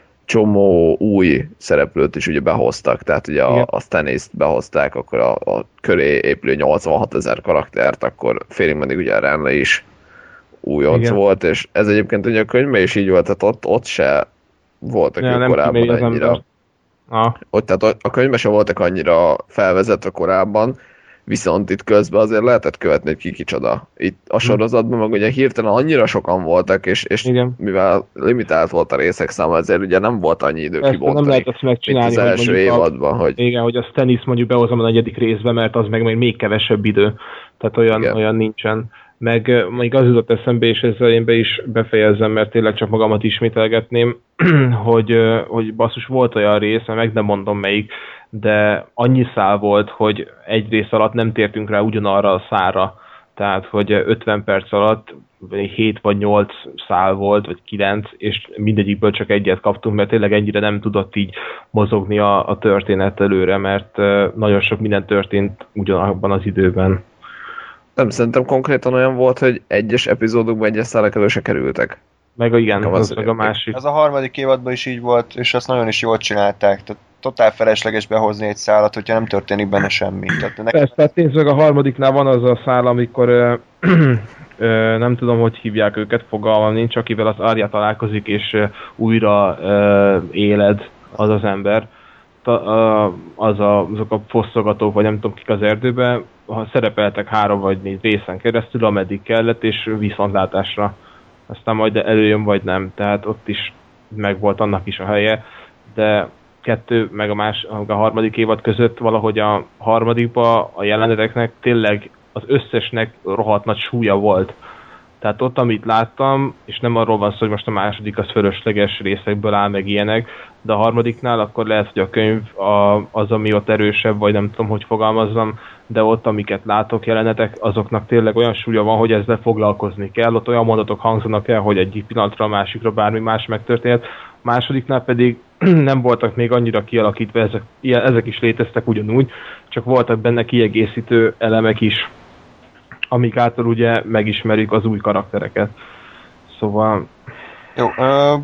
csomó új szereplőt is ugye behoztak, tehát ugye a, a Stannis-t behozták, akkor a, a köré épülő nyolcvanhat ezer karaktert, akkor félig meddig ugye a Renly is újonc Igen. volt, és ez egyébként ugye a könyvben is így volt, tehát ott, ott se voltak ja, korábban annyira. Ah. Ott, tehát a könyvben se voltak annyira felvezetve korábban, viszont itt közben azért lehetett követni, hogy ki kicsoda. Itt a sorozatban meg ugye hirtelen annyira sokan voltak, és, és mivel limitált volt a részek száma, ezért ugye nem volt annyi idő Persze, kibontani, nem lehet azt megcsinálni, az első évadban. A, hogy... Igen, hogy a Stannis mondjuk behozom a negyedik részbe, mert az meg még, még kevesebb idő. Tehát olyan, olyan nincsen. Meg még az jutott eszembe, és ezzel én be is befejezzem, mert tényleg csak magamat ismételgetném, hogy, hogy basszus volt olyan rész, mert meg nem mondom melyik, de annyi szál volt, hogy egy rész alatt nem tértünk rá ugyanarra a szálra. Tehát, hogy ötven perc alatt hét vagy nyolc szál volt, vagy kilenc, és mindegyikből csak egyet kaptunk, mert tényleg ennyire nem tudott így mozogni a, a történet előre, mert nagyon sok minden történt ugyanabban az időben. Nem, szerintem konkrétan olyan volt, hogy egyes epizódokban egyes szálak elő se kerültek. Meg a igen, az, az meg a másik. Ez a harmadik évadban is így volt, és azt nagyon is jól csinálták. Tehát totál felesleges behozni egy szálat, hogyha nem történik benne semmi. Tehát nekem... Persze, tehát nézd meg, a harmadiknál van az a szál, amikor ö, ö, nem tudom, hogy hívják őket, fogalmam nincs, akivel az Arya találkozik, és ö, újra ö, éled az az ember. Ta, ö, az a, azok a fosszogatók, vagy nem tudom kik az erdőben, ha szerepeltek három vagy négy részen keresztül, ameddig kellett, és viszontlátásra. Aztán majd előjön, vagy nem. Tehát ott is megvolt annak is a helye, de kettő, meg a, más, a harmadik évad között valahogy a harmadikban a jeleneteknek tényleg az összesnek rohadt nagy súlya volt. Tehát ott, amit láttam, és nem arról van szó, hogy most a második az fölösleges részekből áll, meg ilyenek, de a harmadiknál akkor lehet, hogy a könyv a, az, ami ott erősebb, vagy nem tudom, hogy fogalmazzam, de ott, amiket látok jelenetek, azoknak tényleg olyan súlya van, hogy ezzel foglalkozni kell. Ott olyan mondatok hangzanak el, hogy egyik pillanatra a másikra bármi más megtörténhet. A másodiknál pedig nem voltak még annyira kialakítva, ezek, ezek is léteztek ugyanúgy, csak voltak benne kiegészítő elemek is, amik által ugye megismerjük az új karaktereket. Szóval... Jó, ö,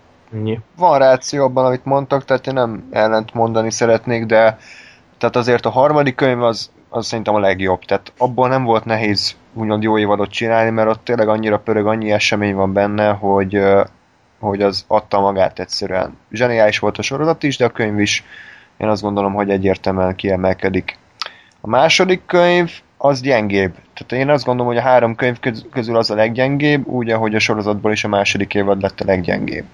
van ráció abban, amit mondtak, tehát én nem ellent mondani szeretnék, de tehát azért a harmadik könyv az, az szerintem a legjobb. Tehát abból nem volt nehéz úgymond jó évadot csinálni, mert ott tényleg annyira pörög, annyi esemény van benne, hogy, hogy az adta magát egyszerűen. Zseniális volt a sorozat is, de a könyv is én azt gondolom, hogy egyértelműen kiemelkedik. A második könyv az gyengébb. Tehát én azt gondolom, hogy a három könyv közül az a leggyengébb, úgy, ahogy a sorozatból is a második évad lett a leggyengébb.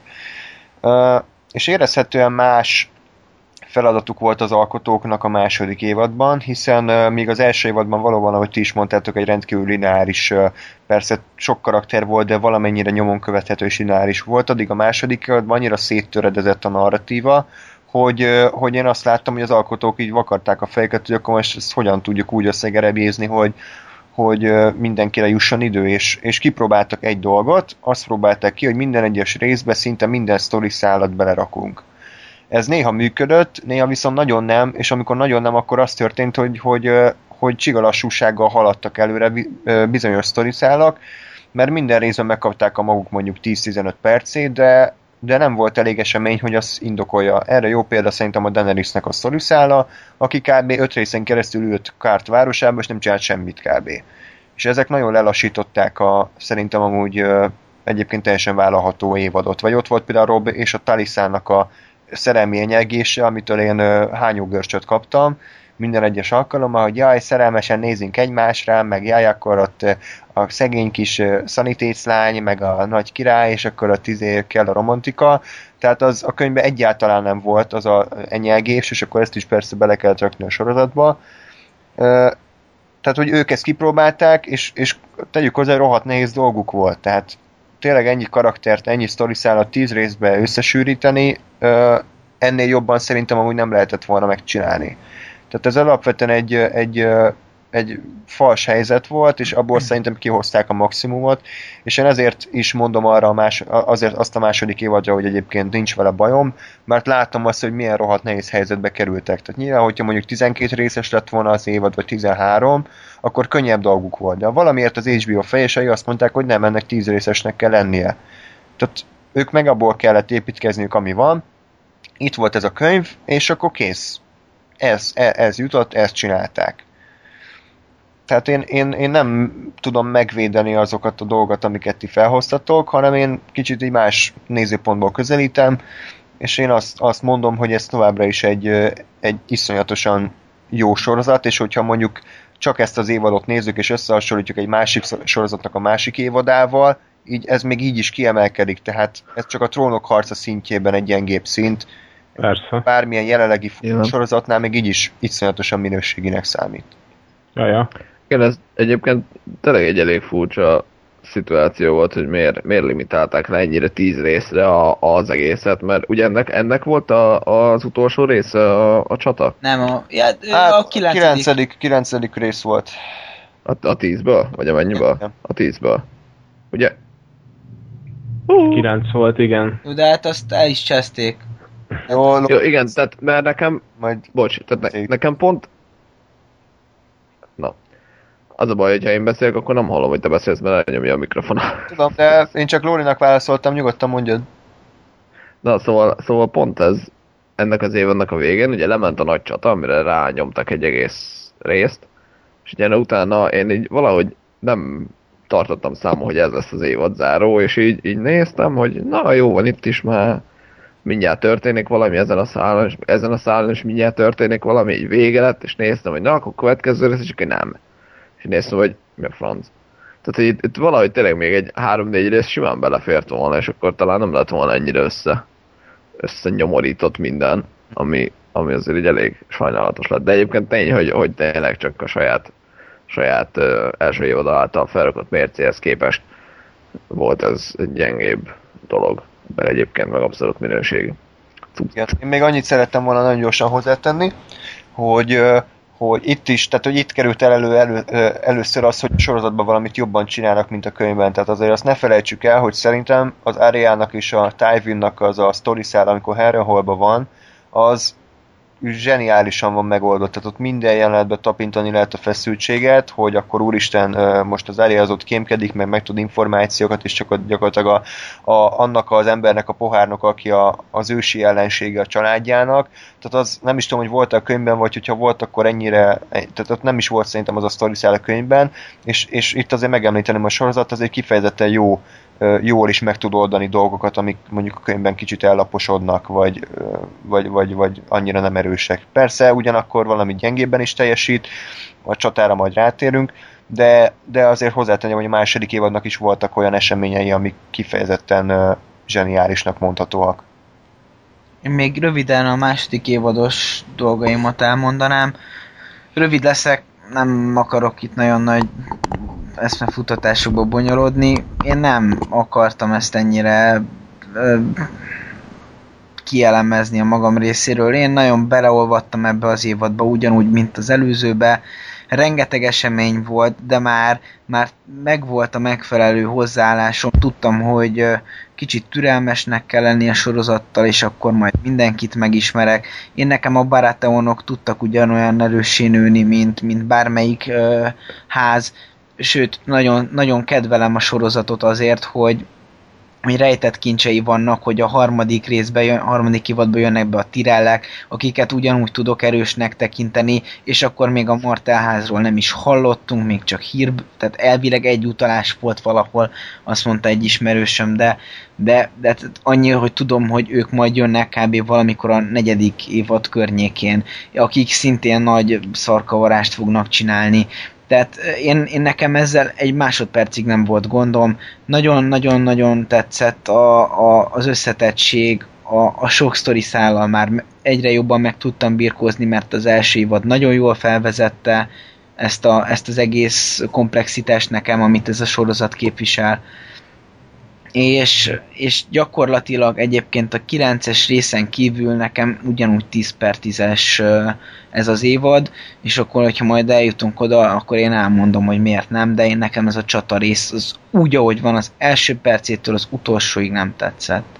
Uh, és érezhetően más feladatuk volt az alkotóknak a második évadban, hiszen uh, még az első évadban valóban, ahogy ti is mondtátok, egy rendkívül lineáris, uh, persze sok karakter volt, de valamennyire nyomon követhető és lineáris volt, addig a második évadban annyira széttöredezett a narratíva, hogy, uh, hogy én azt láttam, hogy az alkotók így vakarták a fejüket, hogy akkor most ezt hogyan tudjuk úgy összegerebézni, hogy hogy mindenkire jusson idő, és, és kipróbáltak egy dolgot, azt próbálták ki, hogy minden egyes részbe szinte minden sztori szállat belerakunk. Ez néha működött, néha viszont nagyon nem, és amikor nagyon nem, akkor az történt, hogy, hogy, hogy csigalassúsággal haladtak előre bizonyos sztori szálak, mert minden részben megkapták a maguk mondjuk tíz-tizenöt percét, de, de nem volt elég esemény, hogy az indokolja. Erre jó példa szerintem a Daenerysnek a sztori szála, aki kb. öt részen keresztül ült Kárt városába, és nem csinált semmit kb. És ezek nagyon lelassították a szerintem amúgy ö, egyébként teljesen vállalható évadot. Vagy ott volt például Robb és a Talisának a szerelmi enyelgése, amitől én ö, hányógörcsöt kaptam, minden egyes alkalommal, hogy jaj, szerelmesen nézünk egymásra, meg jaj, akkor ott a szegény kis szanitéclány, meg a nagy király, és akkor ott izé kell a romantika. Tehát az a könyvben egyáltalán nem volt az a enyelgés, és akkor ezt is persze bele kellett rakni a sorozatba. Tehát, hogy ők ezt kipróbálták, és, és tegyük hozzá, rohadt nehéz dolguk volt. Tehát tényleg ennyi karaktert, ennyi sztoriszálat tíz részbe összesűríteni, ennél jobban szerintem amúgy nem lehetett volna megcsinálni. Tehát ez alapvetően egy, egy, egy fals helyzet volt, és abból szerintem kihozták a maximumot, és én ezért is mondom arra a más, azért azt a második évadra, hogy egyébként nincs vele bajom, mert látom azt, hogy milyen rohadt nehéz helyzetbe kerültek. Tehát nyilván, hogyha mondjuk tizenkét részes lett volna az évad, vagy tizenhárom, akkor könnyebb dolguk volt. De valamiért az há bé o fejesei azt mondták, hogy nem, ennek tíz részesnek kell lennie. Tehát ők meg abból kellett építkezniük, ami van. Itt volt ez a könyv, és akkor kész. Ez, ez, ez jutott, ezt csinálták. Tehát én, én, én nem tudom megvédeni azokat a dolgokat, amiket ti felhoztatok, hanem én kicsit így más nézőpontból közelítem, és én azt, azt mondom, hogy ez továbbra is egy, egy iszonyatosan jó sorozat, és hogyha mondjuk csak ezt az évadot nézzük, és összehasonlítjuk egy másik sorozatnak a másik évadával, így ez még így is kiemelkedik, tehát ez csak a Trónok harca szintjében egy gyengébb szint. Persze. Bármilyen jelenlegi sorozatnál még így is iszonyatosan minőséginek számít. Jaja. Igen, ez egyébként tényleg egy elég furcsa szituáció volt, hogy miért, miért limitálták le ennyire tíz részre a, az egészet, mert ugye ennek, ennek volt a, az utolsó része a, a csata? Nem, a, ja, hát, a kilencedik. kilencedik, kilencedik rész volt. A, a tízből? Vagy a mennyiből? Igen. A tízből. Ugye? Kilenc volt, igen. De hát azt el is cseszték. Jó, Jó, igen, tehát mert nekem, majd bocs, tehát ne, nekem pont, na, az a baj, hogyha én beszélek, akkor nem hallom, hogy te beszélsz, mert elnyomja a mikrofon. tudom, de én csak Lórinak válaszoltam, nyugodtan mondjad. Na, szóval, szóval pont ez, ennek az évadnak a végén, ugye lement a nagy csata, amire rányomtak egy egész részt, és ugye utána én így valahogy nem tartottam számon, hogy ez lesz az évad záró, és így, így néztem, hogy na jó van, itt is már mindjárt történik valami ezen a szálon, és ezen a szálon is mindjárt történik valami, így vége lett, és néztem, hogy na, akkor következő rész, és akkor nem. És néztem, hogy mi a franc. Tehát, hogy itt, itt valahogy tényleg még egy három-négy rész simán belefért volna, és akkor talán nem lett volna ennyire össze, összenyomorított minden, ami, ami azért így elég sajnálatos lett. De egyébként tény, hogy, hogy tényleg csak a saját, saját uh, első évad által felrakott mércéhez képest volt ez egy gyengébb dolog. Mert egyébként meg abszolút minőség. Igen. Én még annyit szerettem volna nagyon gyorsan hozzátenni, hogy, hogy itt is, tehát hogy itt került el elő, elő, először az, hogy a sorozatban valamit jobban csinálnak, mint a könyvben. Tehát azért azt ne felejtsük el, hogy szerintem az Ariának és a Tywinnak az a sztoriszál, amikor Harrenhalban van, az zseniálisan van megoldott, tehát ott minden jelenetben tapintani lehet a feszültséget, hogy akkor úristen, most az Arya az ott kémkedik, meg meg tud információkat, és csak gyakorlatilag a, a, annak az embernek a pohárnak, aki a, az ősi ellensége a családjának, tehát az nem is tudom, hogy volt a könyvben, vagy hogyha volt, akkor ennyire, tehát ott nem is volt szerintem az a sztoriszál a könyvben, és, és itt azért megemlíteném a sorozat, az egy kifejezetten jó, jól is meg tud oldani dolgokat, amik mondjuk a könyvben kicsit ellaposodnak, vagy, vagy, vagy, vagy annyira nem erősek. Persze, ugyanakkor valami gyengébben is teljesít, a csatára majd rátérünk, de, de azért hozzátenném, hogy a második évadnak is voltak olyan eseményei, amik kifejezetten uh, zseniálisnak mondhatóak. Én még röviden a második évados dolgaimat elmondanám. Rövid leszek, nem akarok itt nagyon nagy eszmefutatásokba bonyolódni. Én nem akartam ezt ennyire ö, kielemezni a magam részéről. Én nagyon beleolvadtam ebbe az évadba, ugyanúgy, mint az előzőbe. Rengeteg esemény volt, de már, már megvolt a megfelelő hozzáállásom. Tudtam, hogy kicsit türelmesnek kell lenni a sorozattal, és akkor majd mindenkit megismerek. Én nekem a Baratheonok tudtak ugyanolyan erőssé nőni, mint, mint bármelyik ö, ház. Sőt, nagyon, nagyon kedvelem a sorozatot azért, hogy hogy rejtett kincsei vannak, hogy a harmadik részben, jön, harmadik évadban jönnek be a Tyrellek, akiket ugyanúgy tudok erősnek tekinteni, és akkor még a Martell-házról nem is hallottunk, még csak hír, tehát elvileg egy utalás volt valahol, azt mondta egy ismerősöm, de, de, de annyi, hogy tudom, hogy ők majd jönnek kb. Valamikor a negyedik évad környékén, akik szintén nagy szarkavarást fognak csinálni. Tehát én, én nekem ezzel egy másodpercig nem volt gondom. Nagyon-nagyon-nagyon tetszett a, a, az összetettség, a, a sok sztori szállal már egyre jobban meg tudtam birkózni, mert az első évad nagyon jól felvezette ezt, a, ezt az egész komplexitást nekem, amit ez a sorozat képvisel. És, és gyakorlatilag egyébként a kilences részen kívül nekem ugyanúgy tíz per tízes ez az évad, és akkor, hogyha majd eljutunk oda, akkor én elmondom, hogy miért nem, de én nekem ez a csata rész az úgy, ahogy van, az első percétől az utolsóig nem tetszett.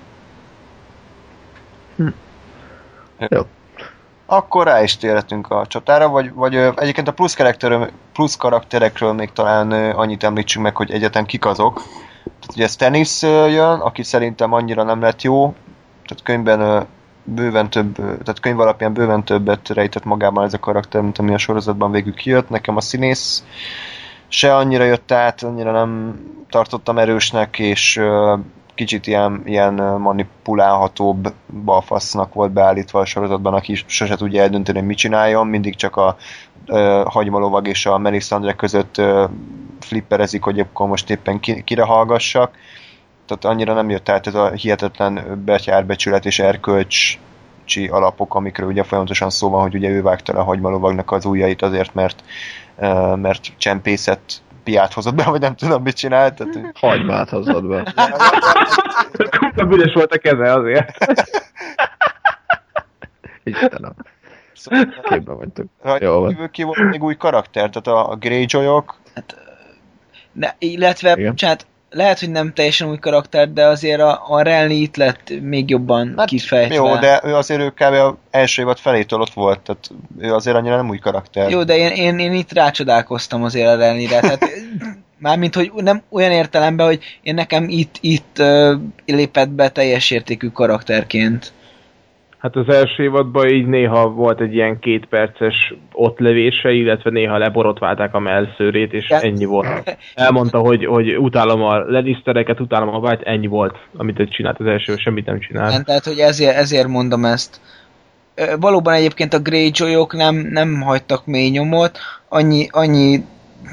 Hm. Jó. Akkor rá is térhetünk a csatára, vagy, vagy egyébként a plusz, plusz karakterekről még talán annyit említsünk meg, hogy egyetem kik azok. Tehát ugye Stannis jön, aki szerintem annyira nem lett jó, tehát könyvben bőven több, tehát könyv alapján bőven többet rejtett magában ez a karakter, mint ami a sorozatban végül kijött. Nekem a színész se annyira jött át, annyira nem tartottam erősnek, és kicsit ilyen, ilyen manipulálhatóbb balfasznak volt beállítva a sorozatban, aki sose tudja eldönteni, hogy mit csináljon, mindig csak a uh, hagymalovag és a Melisandre között uh, flipperezik, hogy akkor most éppen ki, kire hallgassak. Tehát annyira nem jött át ez a hihetetlen betyárbecsület és erkölcsi alapok, amikről ugye folyamatosan szó van, hogy ugye ő vágta a hagymalovagnak az ujjait azért, mert, uh, mert csempészet piát hozott be, vagy nem tudom, mit csinált. Tehát... Hagymát hozott be. A büdös volt a keze azért. Istenem. Szóval, képben vagytok. Jó van. Ki volt még új karakter? Tehát a, a Greyjoyok? Hát, de, illetve, bocsánat, lehet, hogy nem teljesen új karakter, de azért a, a Renly itt lett még jobban hát, kifejtve. Jó, de ő azért ő kb. Az első évad felétől ott volt, tehát ő azért annyira nem új karakter. Jó, de én, én, én itt rácsodálkoztam azért a Renlyre, tehát mármint, hogy nem olyan értelemben, hogy én nekem itt, itt uh, lépett be teljes értékű karakterként. Hát az első évadban így néha volt egy ilyen két perces ottlevése, illetve néha leborotválták a mellszőrét, és ja. ennyi volt. Elmondta, hogy, hogy utálom a Lannistereket, utálom a White, ennyi volt, amit ő csinált az első, semmit nem csinált. Igen, tehát, hogy ezért, ezért mondom ezt. Valóban egyébként a Greyjoyok nem, nem hagytak mély nyomot, annyi, annyi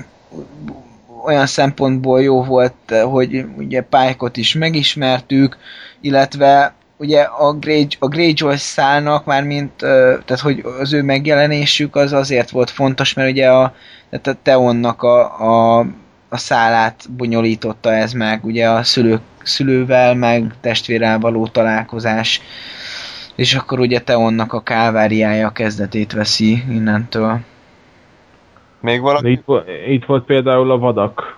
olyan szempontból jó volt, hogy ugye Pike-ot is megismertük, illetve ugye a, Grey, a Greyjoy szálnak már mint, tehát hogy az ő megjelenésük az azért volt fontos, mert ugye a, tehát a Theonnak a, a, a szálát bonyolította ez meg, ugye a szülők, szülővel, meg testvérrel való találkozás, és akkor ugye Theonnak a kálváriája kezdetét veszi innentől. Még valami? Itt, itt volt például a vadak.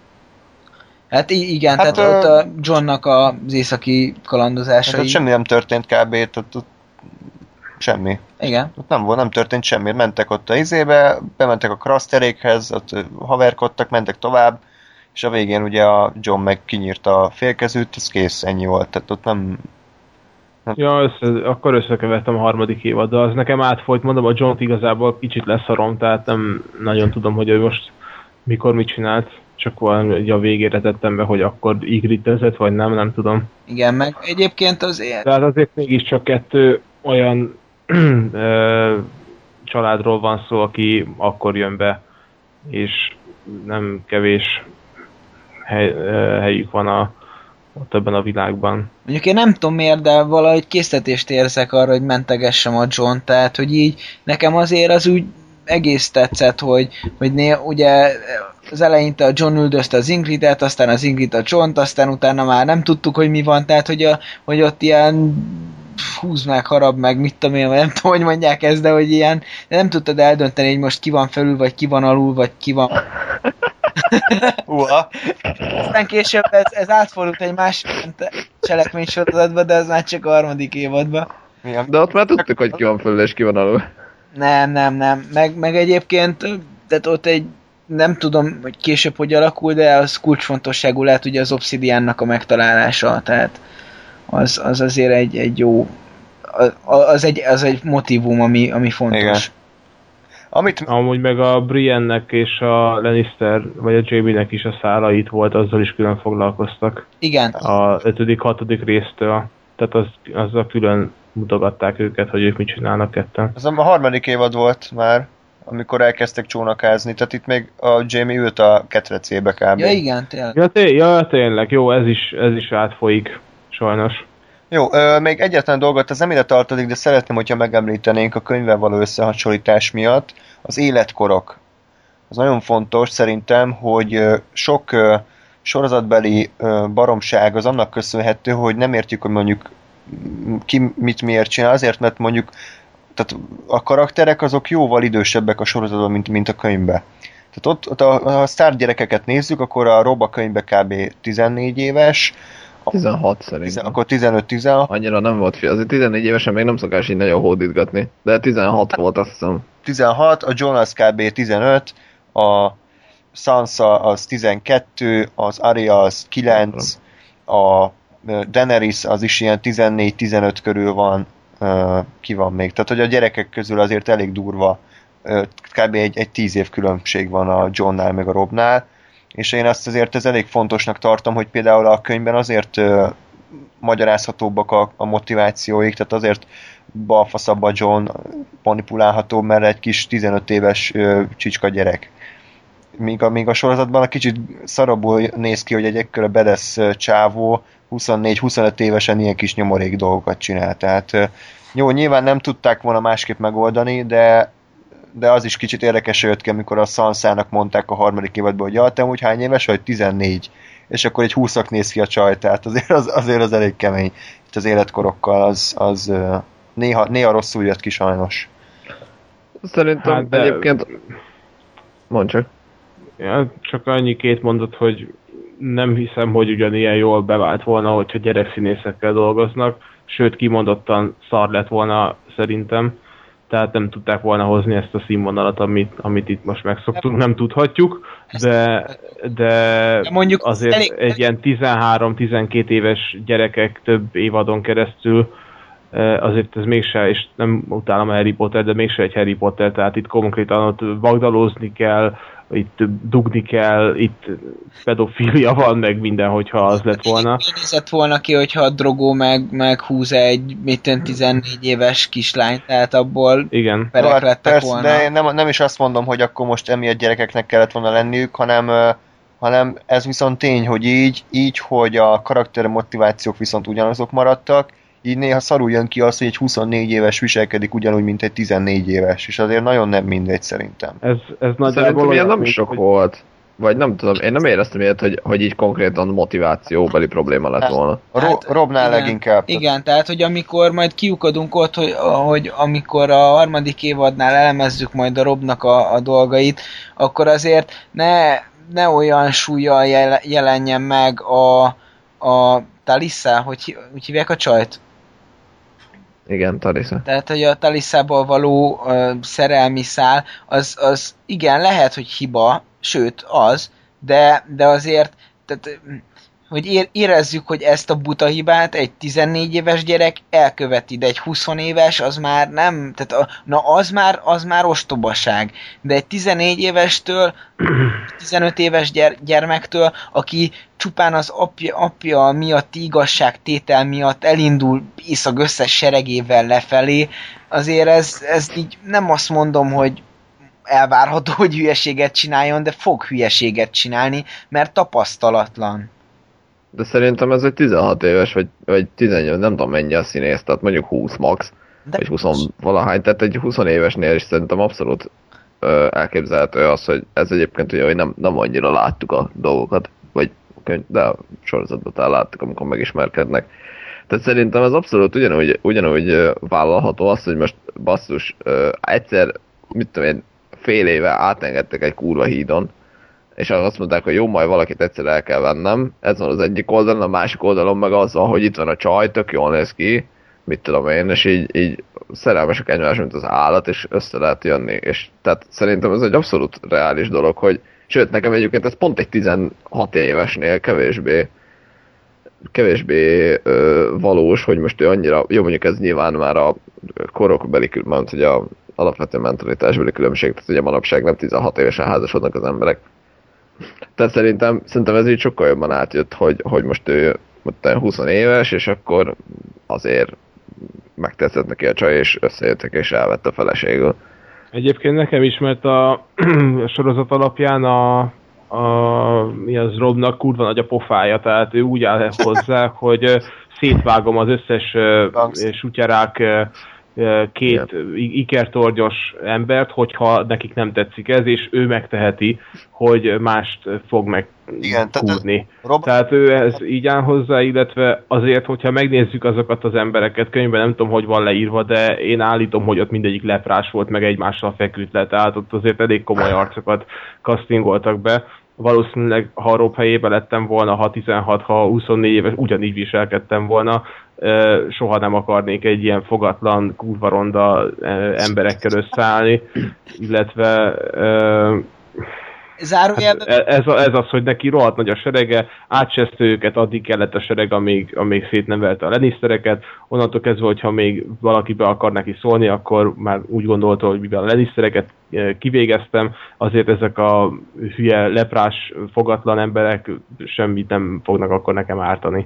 Hát igen, hát, tehát ö... ott a Johnnak az északi kalandozásai. Hát semmi nem történt kb. Ott, ott, semmi. Igen. Ott nem volt, nem történt semmi. Mentek ott a izébe, bementek a Crasterékhez, ott haverkodtak, mentek tovább, és a végén ugye a John meg kinyírta a félkezűt, ez kész, ennyi volt. Tehát ott nem... nem... Ja, össze, akkor összekövettem a harmadik évaddal. Az nekem átfolyt, mondom, a John-t igazából kicsit leszarom, tehát nem nagyon tudom, hogy ő most mikor mit csinált. Csak valami a végére tettem be, hogy akkor igritezett, vagy nem, nem tudom. Igen, meg egyébként azért... Tehát azért mégiscsak kettő olyan ö, családról van szó, aki akkor jön be, és nem kevés hely, ö, helyük van a, ott ebben a világban. Mondjuk én nem tudom miért, de valahogy késztetést érzek arra, hogy mentegessem a John, tehát hogy így nekem azért az úgy egész tetszett, hogy, hogy né, ugye az eleinte a John üldözte az Ingridet, aztán az Ingrid a Johnt, aztán utána már nem tudtuk, hogy mi van, tehát hogy, a, hogy ott ilyen húz meg, harab meg, mit tudom én, nem tudom, hogy mondják ezt, de hogy ilyen, de nem tudtad eldönteni, hogy most ki van felül, vagy ki van alul, vagy ki van... Uha! Aztán később ez, ez átfordult egy másik cselekménysorozatba, de ez már csak a harmadik évadban. De ott már tudtuk, hogy ki van fölül és ki van alul. Nem, nem, nem. Meg, meg egyébként, tehát ott egy nem tudom, hogy később hogy alakul, de az kulcsfontosságú lehet ugye az Obsidiannak a megtalálása, tehát az, az azért egy, egy jó, az egy, az egy motívum, ami, ami fontos. Igen. Amit... Amúgy meg a Brienne-nek és a Lannister, vagy a Jaime-nek is a szála itt volt, azzal is külön foglalkoztak. Igen. A ötödik, hatodik résztől. Tehát az, azzal külön mutogatták őket, hogy ők mit csinálnak ketten. Az a harmadik évad volt már, amikor elkezdtek csónakázni, tehát itt még a Jaime ült a ketrecébe kb. Ja igen, tényleg. Ja, té- ja tényleg, jó, ez is, ez is átfolyik, sajnos. Jó, ö, még egyetlen dolgot, ez nem ide tartozik, de szeretném, hogyha megemlítenénk a könyvvel való összehasonlítás miatt, az életkorok. Az nagyon fontos szerintem, hogy ö, sok ö, sorozatbeli ö, baromság az annak köszönhető, hogy nem értjük, hogy mondjuk ki mit miért csinál, azért, mert mondjuk tehát a karakterek azok jóval idősebbek a sorozatban, mint, mint a könyvben. Tehát ott, ott a, a sztár gyerekeket nézzük, akkor a Rob a könyvben kb. tizennégy éves, tizenhat szerintem. Akkor tizenöt tizenhat. Annyira nem volt fiú. Azért tizennégy évesen még nem szokás így nagyon hódítgatni. De tizenhat volt, azt hiszem. tizenhat, a Jon az kb. tizenöt, a Sansa az tizenkettő, az Arya az kilenc, a Daenerys az is ilyen tizennégy tizenöt körül van, ki van még. Tehát, hogy a gyerekek közül azért elég durva, kb. egy, egy tíz év különbség van a Jonnál meg a Robnál, és én azt azért ez elég fontosnak tartom, hogy például a könyvben azért ö, magyarázhatóbbak a, a motivációik, tehát azért balfaszabb a Jon, manipulálható, mert egy kis tizenöt éves ö, csicska gyerek. Míg a, míg a sorozatban a kicsit szarabbul néz ki, hogy egy ekkora bedesz csávó huszonnégy huszonöt évesen ilyen kis nyomorék dolgokat csinál. Tehát ö, jó, nyilván nem tudták volna másképp megoldani, de de az is kicsit érdekes jött ki, amikor a Sansának mondták a harmadik évadban, hogy ja, te úgy hány éves vagy? tizennégy. És akkor egy húszak néz ki a csaj, tehát azért az, azért az elég kemény. Itt az életkorokkal az, az néha, néha rosszul jött ki sajnos. Szerintem hát de... egyébként... Mondd csak. Ja, csak annyi két mondat, hogy nem hiszem, hogy ugyanilyen jól bevált volna, hogyha gyerekszínészekkel dolgoznak, sőt kimondottan szar lett volna szerintem. Tehát nem tudták volna hozni ezt a színvonalat, amit, amit itt most megszoktunk, nem tudhatjuk, de, de mondjuk azért elég... egy ilyen tizenhárom-tizenkét éves gyerekek több évadon keresztül, azért ez mégse, és nem utálom a Harry Potter, de mégse egy Harry Potter, tehát itt konkrétan ott vagdalózni kell, itt dugni kell, itt pedofília van, meg minden, hogyha az lett volna. Nézett volna ki, hogyha a Drogo meg, meg húz egy mitten tizennégy éves kislány, tehát abból igen. perek hát lettek persze, volna. De én nem, nem is azt mondom, hogy akkor most emiatt gyerekeknek kellett volna lenniük, hanem, hanem ez viszont tény, hogy így, így, hogy a karakter motivációk viszont ugyanazok maradtak, így néha szarul jön ki az, hogy egy huszonnégy éves viselkedik ugyanúgy, mint egy tizennégy éves, és azért nagyon nem mindegy szerintem. Ez, ez nagyjából ilyen nem sok hogy... volt. Vagy nem tudom, én nem éreztem ilyet, hogy, hogy így konkrétan motivációbeli probléma lett volna. Hát, Ro- Robnál igen, leginkább. Igen, tehát hogy amikor majd kiukadunk ott, hogy, hogy amikor a harmadik évadnál elemezzük majd a Robnak a, a dolgait, akkor azért ne, ne olyan súlyjal jelenjen meg a, a Talissa, hogy úgy hívják a csajt? Igen, Talissa. Tehát, hogy a Talissából való uh, szerelmi szál, az, az igen, lehet, hogy hiba, sőt, az, de, de azért, tehát, hogy érezzük, hogy ezt a buta hibát egy tizennégy éves gyerek elköveti, de egy húsz éves az már nem, tehát a, na az már, az már ostobaság, de egy tizennégy évestől, tizenöt éves gyere, gyermektől, aki csupán az apja, apja miatti igazságtétel miatt elindul észak összes seregével lefelé, azért ez, ez így nem azt mondom, hogy elvárható, hogy hülyeséget csináljon, de fog hülyeséget csinálni, mert tapasztalatlan. De szerintem ez egy tizenhat éves, vagy, vagy tizennyolc, nem tudom mennyi a színész, tehát mondjuk húsz max, de vagy húsz valahány, tehát egy húsz évesnél is szerintem abszolút ö, elképzelhető az, hogy ez egyébként ugye, hogy nem, nem annyira láttuk a dolgokat, vagy de a sorozatban talán láttuk, amikor megismerkednek. Tehát szerintem ez abszolút ugyanúgy, ugyanúgy vállalható az, hogy most basszus, ö, egyszer, mit tudom én, fél éve átengedtek egy kurva hídon, és azt mondták, hogy jó, majd valakit egyszer el kell vennem. Ez van az egyik oldalon, a másik oldalon meg az van, hogy itt van a csaj, tök jól néz ki, mit tudom én, és így, így szerelmesek egymás, mint az állat, és össze lehet jönni. És tehát szerintem ez egy abszolút reális dolog, hogy Sőt, nekem egyébként ez pont egy tizenhat évesnél kevésbé kevésbé ö, valós, hogy most ő annyira, jó mondjuk ez nyilván már a korokbeli, mert hogy a alapvető mentalitásbeli különbség, tehát ugye manapság nem tizenhat évesen házasodnak az emberek. Tehát szerintem, szerintem ez így sokkal jobban átjött, hogy, hogy most ő húsz éves, és akkor azért megtetszett neki a csaj, és összejöttek, és elvett a feleségül. Egyébként nekem is, mert a sorozat alapján a, a mi az Robnak kurva nagy a pofája, tehát ő úgy áll hozzá, hogy szétvágom az összes sutyarák két ikertornyos embert, hogyha nekik nem tetszik ez, és ő megteheti, hogy mást fog megkúrni. Rob... Tehát ő ez így áll hozzá, illetve azért, hogyha megnézzük azokat az embereket, könyvben nem tudom, hogy van leírva, de én állítom, hogy ott mindegyik leprás volt, meg egymással feküdt le, tehát ott azért elég komoly arcokat castingoltak be. Valószínűleg, ha Rob helyében lettem volna, ha tizenhat, ha huszonnégy éves, ugyanígy viselkedtem volna, soha nem akarnék egy ilyen fogatlan, kurva ronda emberekkel összeállni, illetve Zárójelben... hát ez, ez az, hogy neki rohadt nagy a serege, átsesztő őket, addig kellett a sereg, amíg, amíg szétnevelte a Lannistereket, onnantól kezdve, hogyha még valaki be akar neki szólni, akkor már úgy gondolta, hogy mivel a Lannistereket kivégeztem, azért ezek a hülye, leprás, fogatlan emberek semmit nem fognak akkor nekem ártani.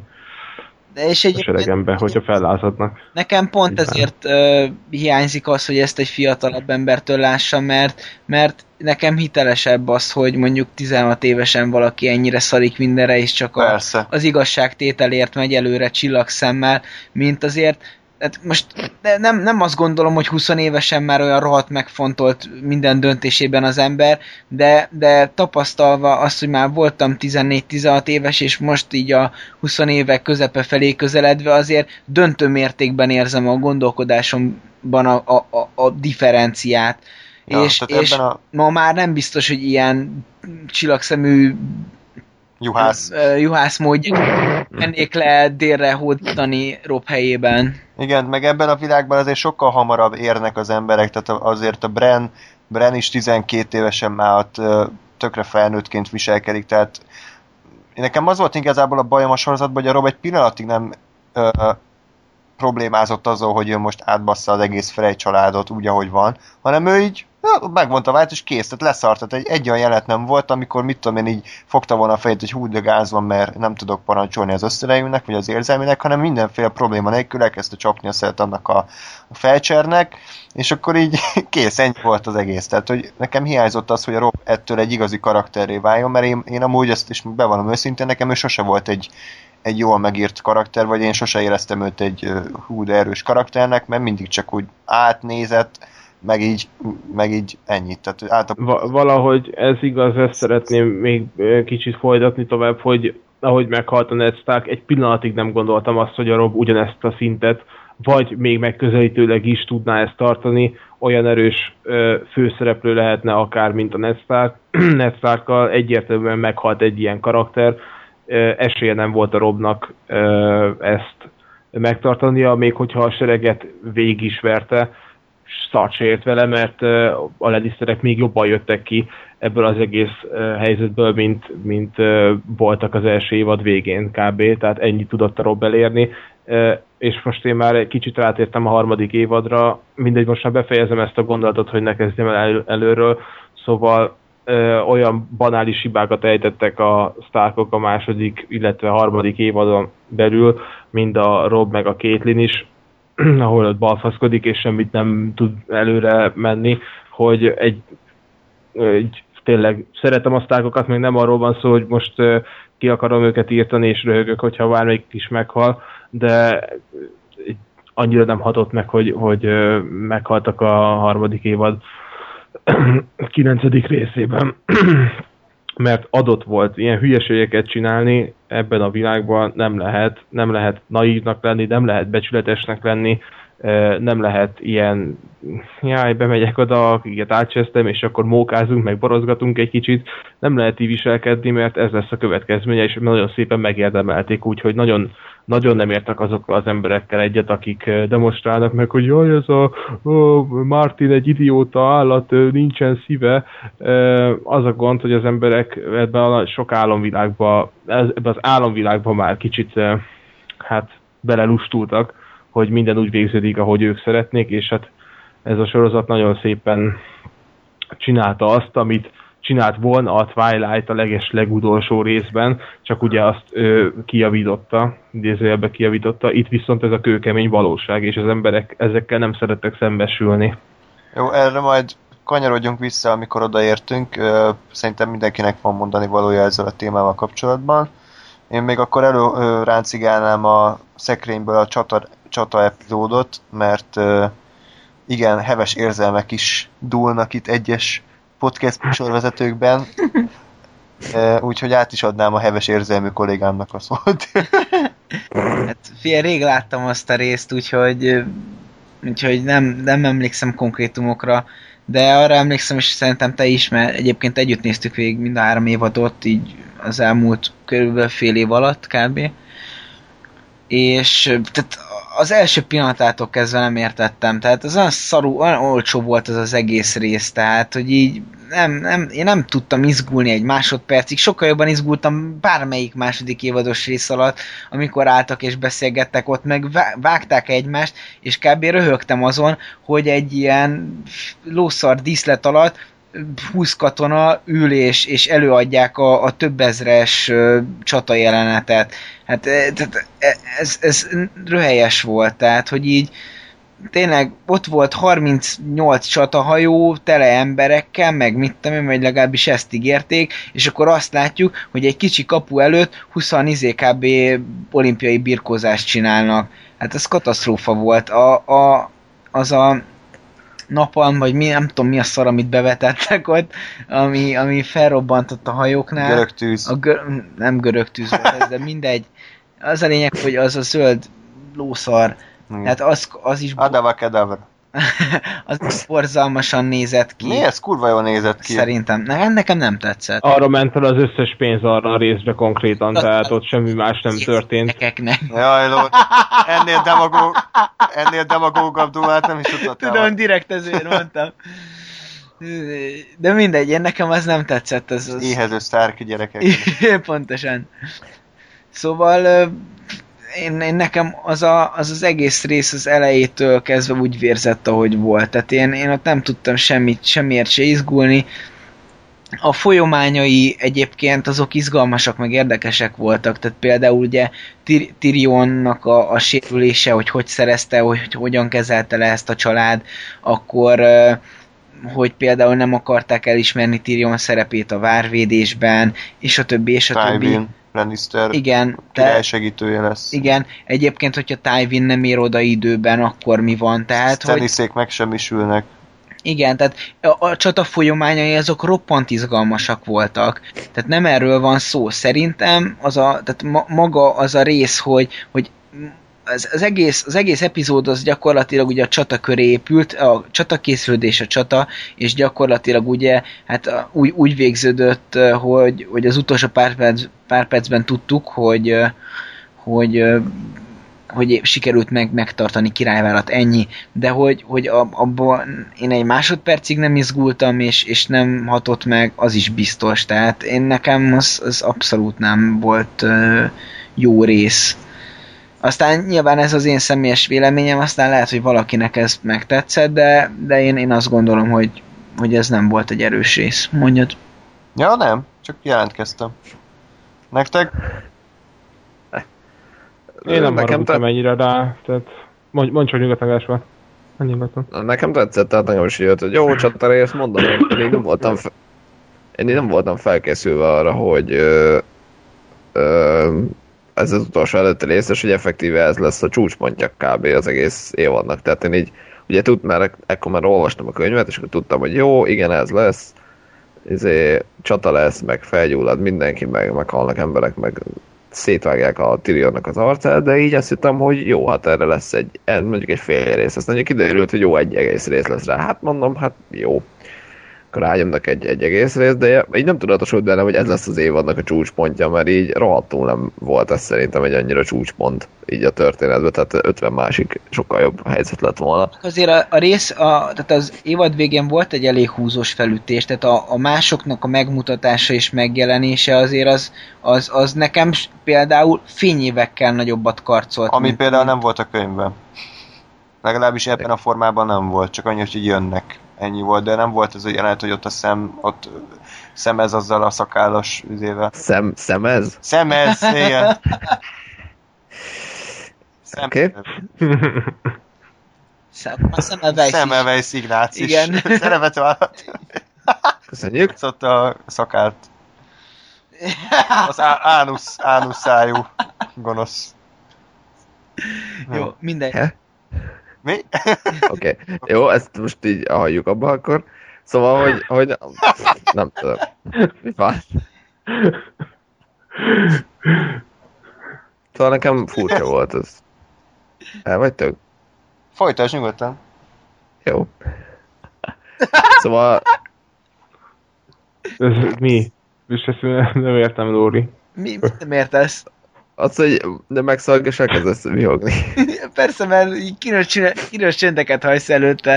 De és a seregembe, hogyha fellázadnak. Nekem pont ezért uh, hiányzik az, hogy ezt egy fiatalabb embertől lássam, mert, mert nekem hitelesebb az, hogy mondjuk tizenhat évesen valaki ennyire szarik mindenre, és csak a, az igazságtételért megy előre csillagszemmel, mint azért. Hát most nem, nem azt gondolom, hogy húsz évesen már olyan rohadt megfontolt minden döntésében az ember, de, de tapasztalva azt, hogy már voltam tizennégy-tizenhat éves, és most így a húsz évek közepe felé közeledve azért döntő mértékben érzem a gondolkodásomban a, a, a, a differenciát. Ja, és és a... ma már nem biztos, hogy ilyen csillagszemű Juhász. Juhász módja mennék le délre hódítani Rob helyében. Igen, meg ebben a világban azért sokkal hamarabb érnek az emberek, tehát azért a Bran, Bran is tizenkét évesen már ott tökre felnőttként viselkedik, tehát nekem az volt igazából a bajom a sorozatban, hogy a Rob egy pillanatig nem ö, problémázott azzal, hogy ő most átbassza az egész Frey családot úgy, ahogy van, hanem ő így ja, megmondta vált, és kész, tehát leszart. Tehát egy, egy olyan jelenet nem volt, amikor mit tudom én így fogta volna a fejét, hogy hú, de gáz van, mert nem tudok parancsolni az összerejűnek, vagy az érzelmének, hanem mindenféle probléma nélkül elkezdte csapni a szeret annak a, a felcsernek, és akkor így kész, ennyi volt az egész. Tehát, hogy nekem hiányzott az, hogy a Rob ettől egy igazi karakterré váljon, mert én, én amúgy ezt is bevallom őszintén, nekem ő sose volt egy egy jól megírt karakter, vagy én sose éreztem őt egy hú, de erős karakternek, mert mindig csak úgy átnézett, meg így, meg így ennyit. Tehát, általában... Va- valahogy ez igaz, ezt szeretném még kicsit folytatni tovább, hogy ahogy meghalt a Ned Stark, egy pillanatig nem gondoltam azt, hogy a Rob ugyanezt a szintet, vagy még megközelítőleg is tudná ezt tartani, olyan erős ö, főszereplő lehetne akár, mint a Ned Stark. Ned Starkkal egyértelműen meghalt egy ilyen karakter, ö, esélye nem volt a Robnak ö, ezt megtartania, még hogyha a sereget végig is verte, szart se ért vele, mert ö, a Lannisterek még jobban jöttek ki ebből az egész ö, helyzetből, mint, mint ö, voltak az első évad végén kb. Tehát ennyit tudott a Rob elérni. És most én már egy kicsit rátértem a harmadik évadra, mindegy, most már befejezem ezt a gondolatot, hogy ne kezdjem el, el előről, szóval ö, olyan banális hibákat ejtettek a Starkok a második, illetve a harmadik évadon belül, mind a Rob meg a Caitlyn is, ahol ott balfaszkodik, és semmit nem tud előre menni, hogy egy, egy tényleg szeretem a Starkokat, még nem arról van szó, hogy most ö, ki akarom őket írtani, és röhögök, hogyha bármelyik is meghal, de annyira nem hatott meg, hogy, hogy meghaltak a harmadik évad kilencedik részében. Mert adott volt, ilyen hülyeségeket csinálni ebben a világban nem lehet, nem lehet naívnak lenni, nem lehet becsületesnek lenni, nem lehet ilyen, jaj, bemegyek oda, akiket átcsesztem, és akkor mókázunk, meg borozgatunk egy kicsit. Nem lehet így viselkedni, mert ez lesz a következménye, és nagyon szépen megérdemelték, úgyhogy nagyon, nagyon nem értek azokkal az emberekkel egyet, akik demonstrálnak meg, hogy jaj, ez a oh, Martin egy idióta állat, nincsen szíve. Az a gond, hogy az emberek ebben a sok álomvilágban, ebben az álomvilágban már kicsit hát belelustultak, hogy minden úgy végződik, ahogy ők szeretnék, és hát ez a sorozat nagyon szépen csinálta azt, amit csinált volna a Twilight a leges legutolsó részben, csak ugye azt ö, kijavította, idézőjelben kijavította, itt viszont ez a kőkemény valóság, és az emberek ezekkel nem szerettek szembesülni. Jó, erre majd kanyarodjunk vissza, amikor odaértünk. Szerintem mindenkinek van mondani valója ezzel a témával kapcsolatban. Én még akkor előráncigálnám a szekrényből a csata, csata epizódot, mert igen, heves érzelmek is dúlnak itt egyes podcast műsorvezetőkben, úgyhogy át is adnám a heves érzelmű kollégámnak a szót. Hát fél rég láttam azt a részt, úgyhogy, úgyhogy nem, nem emlékszem konkrétumokra, de arra emlékszem, és szerintem te is, mert egyébként együtt néztük végig mind a három évadot, így az elmúlt körülbelül fél év alatt kb. És tehát az első pillanatától kezdve nem értettem, tehát az olyan szarú, olyan olcsó volt az az egész rész, tehát hogy így nem, nem, én nem tudtam izgulni egy másodpercig, sokkal jobban izgultam bármelyik második évados rész alatt, amikor álltak és beszélgettek ott, meg vágták egymást, és kb. Röhögtem azon, hogy egy ilyen lószar díszlet alatt húsz katona ül és, és előadják a, a több ezres uh, csata jelenetet. Hát tehát ez, ez röhelyes volt, tehát hogy így tényleg ott volt harmincnyolc csatahajó tele emberekkel, meg mit tudom én, vagy legalábbis ezt ígérték, és akkor azt látjuk, hogy egy kicsi kapu előtt húsz izé kb. Olimpiai birkózást csinálnak. Hát ez katasztrófa volt. A, a, az a napalm, vagy mi, nem tudom mi a szar, amit bevetettek ott, ami, ami felrobbantott a hajóknál. Görögtűz. A gör, nem görögtűz volt ez, de mindegy. Az a lényeg, hogy az a zöld lószar, hmm. hát az, az is... Adava kedavra. Az borzalmasan nézett ki. Mi ez? Kurva jól nézett ki. Szerintem. Ne, nekem nem tetszett. Arra ment el az összes pénz arra a részbe konkrétan, tehát ott semmi más nem történt. Jaj, ló, ennél demagóg, ennél demagógabb dumát nem is tudtad. Tudom, direkt ezért mondtam. De mindegy, én nekem az nem tetszett. Az, az... Éhező sztárki gyerekek. Pontosan. Szóval... Én, én nekem az, a, az az egész rész az elejétől kezdve úgy vérzett, ahogy volt. Tehát én, én ott nem tudtam semmit, semmiért se izgulni. A folyamányai egyébként azok izgalmasak, meg érdekesek voltak. Tehát például ugye Tyrionnak a, a sérülése, hogy hogy szerezte, hogy, hogy hogyan kezelte le ezt a család, akkor hogy például nem akarták elismerni Tyrion szerepét a várvédésben, és a többi, és a többi. Lannister igen, király segítője lesz. Igen, egyébként, hogyha Tywin nem ér oda időben, akkor mi van? Tehát, Stannisék hogy... megsemmisülnek. Igen, tehát a, a csata folyamányai azok roppant izgalmasak voltak. Tehát nem erről van szó. Szerintem az a, tehát ma, maga az a rész, hogy, hogy az, az, egész, az egész epizód az gyakorlatilag ugye a csata köré épült, a csatakészülés, a csata, és gyakorlatilag ugye hát úgy, úgy végződött, hogy, hogy az utolsó pár, perc, pár percben tudtuk, hogy, hogy, hogy sikerült meg, megtartani királyvárat, ennyi, de hogy, hogy abban én egy másodpercig nem izgultam, és, és nem hatott meg, az is biztos, tehát én nekem az, az abszolút nem volt jó rész. Aztán nyilván ez az én személyes véleményem, aztán lehet, hogy valakinek ez megtetszett, de, de én, én azt gondolom, hogy, hogy ez nem volt egy erős rész. Mondjad. Ja, nem. Csak jelentkeztem. Nektek? Én nem maradtam te... ennyire rá, tehát mondj, mondj csak nyugodtan, Gáspár. Nekem tetszett, tehát nekem is jött, hogy jó csatarész, mondom, én én nem voltam fe... én nem voltam felkészülve arra, hogy ö, ö, ez az utolsó előtti rész, és hogy effektíve ez lesz a csúcspontja kb. Az egész évadnak. Tehát én így, ugye tud, mert ekkor már olvastam a könyvet, és akkor tudtam, hogy jó, igen, ez lesz, izé, csata lesz, meg felgyullad mindenki, meg meghalnak emberek, meg szétvágják a Tyrionnak az arcát, de így azt hittem, hogy jó, hát erre lesz egy, mondjuk egy fél rész. Azt mondjuk kiderült, hogy jó, egy egész rész lesz rá. Hát mondom, hát jó. Akkor rágyomnak egy, egy egész rész, de így nem tudatosult benne, hogy ez lesz az évadnak a csúcspontja, mert így rohadtul nem volt ez szerintem egy annyira csúcspont így a történetben, tehát ötven másik sokkal jobb helyzet lett volna. Azért a, a rész, a, tehát az évad végén volt egy elég húzós felütés, tehát a, a másoknak a megmutatása és megjelenése azért az, az, az nekem például fényévekkel nagyobbat karcolt. Ami mint, például mint... nem volt a könyvben. Legalábbis ebben a formában nem volt, csak annyi, hogy jönnek. Ennyi volt, de nem volt ez a jelenet, hogy ott a szem, ott szemez azzal a szakállas üzével. Szem, szemez? Szemez, igen. Oké. A Semmelweis is. Semmelweis Ignác is. Igen. Szerepet vállalt. Köszönjük. Ez ott a szakált. Az á- ánusz, ánuszájú gonosz. Jó, mindegy. He? Mi? Oké. Okay. Jó, ezt most így hagyjuk abba akkor. Szóval, hogy, hogy nem tudom. Mi van? Szóval nekem furcsa volt ez. El vagytok? Folytasd nyugodtan. Jó. Szóval... Ez mi? És ezt nem értem, Lóri. Mi, nem értesz? Az, hogy de megszalg és elkezdesz vihogni. Persze, mert így kínos, kínos csendeket hajsz előtte.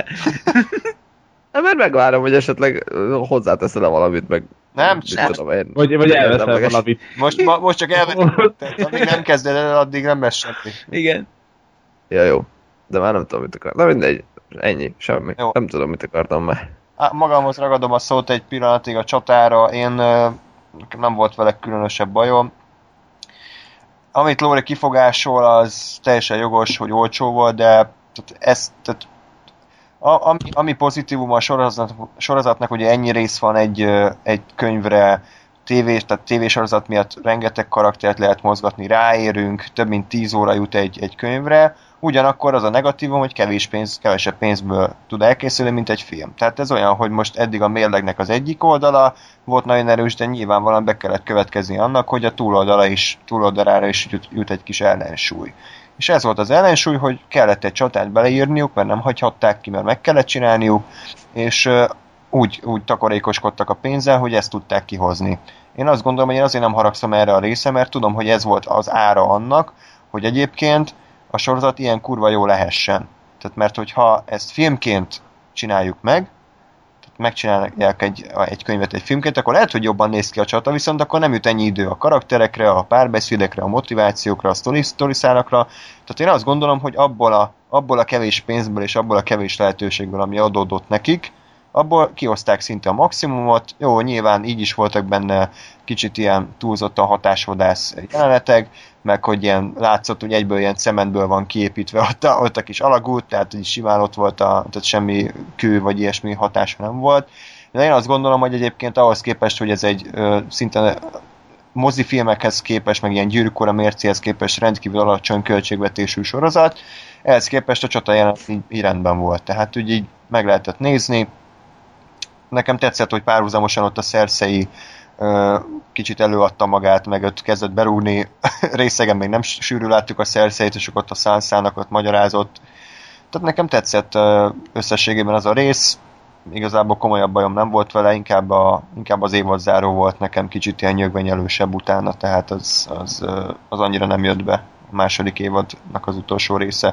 Hát mert megvárom, hogy esetleg hozzáteszel-e valamit, meg... Nem, nem. Tudom, én Vagy, vagy elveszel valamit. Most, ma, most csak elvettem. Amíg nem kezded el, addig nem lesz semmi. Igen. Ja, jó. De már nem tudom, mit akartam. Na mindegy. Ennyi. Semmi. Jó. Nem tudom, mit akartam már. Á, magamhoz ragadom a szót egy pillanatig a csatára. Én nekem nem volt vele különösebb bajom. Amit Lóri kifogásol, az teljesen jogos, hogy olcsó volt, de tehát ez, tehát, a, ami, ami pozitívum a sorozat, sorozatnak, hogy ennyi rész van egy, egy könyvre, tévés, tehát tévésorozat miatt rengeteg karaktert lehet mozgatni, ráérünk, több mint tíz óra jut egy, egy könyvre, ugyanakkor az a negatívum, hogy kevés pénz, kevesebb pénzből tud elkészülni, mint egy film. Tehát ez olyan, hogy most eddig a mérlegnek az egyik oldala volt nagyon erős, de nyilvánvalóan be kellett következni annak, hogy a túloldala is, túloldalára is jut, jut egy kis ellensúly. És ez volt az ellensúly, hogy kellett egy csatát beleírniuk, mert nem hagyhatták ki, mert meg kellett csinálniuk, és uh, úgy, úgy takarékoskodtak a pénzzel, hogy ezt tudták kihozni. Én azt gondolom, hogy én azért nem haragszom erre a része, mert tudom, hogy ez volt az ára annak, hogy egyébként a sorozat ilyen kurva jó lehessen. Tehát mert hogyha ezt filmként csináljuk meg, tehát megcsinálják egy, egy könyvet egy filmként, akkor lehet, hogy jobban néz ki a csata, viszont akkor nem jut ennyi idő a karakterekre, a párbeszédekre, a motivációkra, a sztoriszálakra. Tehát én azt gondolom, hogy abból a, abból a kevés pénzből és abból a kevés lehetőségből, ami adódott nekik, abból kihozták szinte a maximumot. Jó, nyilván így is voltak benne kicsit ilyen túlzottan hatásvadász jelenetek, meg hogy ilyen látszott, hogy egyből ilyen cementből van kiépítve ott a, ott a kis alagút, tehát hogy simán ott volt, a, tehát semmi kő vagy ilyesmi hatása nem volt. De én azt gondolom, hogy egyébként ahhoz képest, hogy ez egy ö, szinte mozifilmekhez képest, meg ilyen Gyűrűk Ura mércéhez képest rendkívül alacsony költségvetésű sorozat, ehhez képest a csata jelenet így, így rendben volt. Tehát úgy így meg lehetett nézni. Nekem tetszett, hogy párhuzamosan ott a Cersei ö, kicsit előadta magát, meg ott kezdett berúgni. Részegen még nem sűrű láttuk a Cerseit, és ott a Sansának ott magyarázott. Tehát nekem tetszett ö, összességében az a rész. Igazából komolyabb bajom nem volt vele, inkább, a, inkább az évadzáró volt nekem kicsit ilyen nyögvenyelősebb utána, tehát az, az, az annyira nem jött be a második évadnak az utolsó része.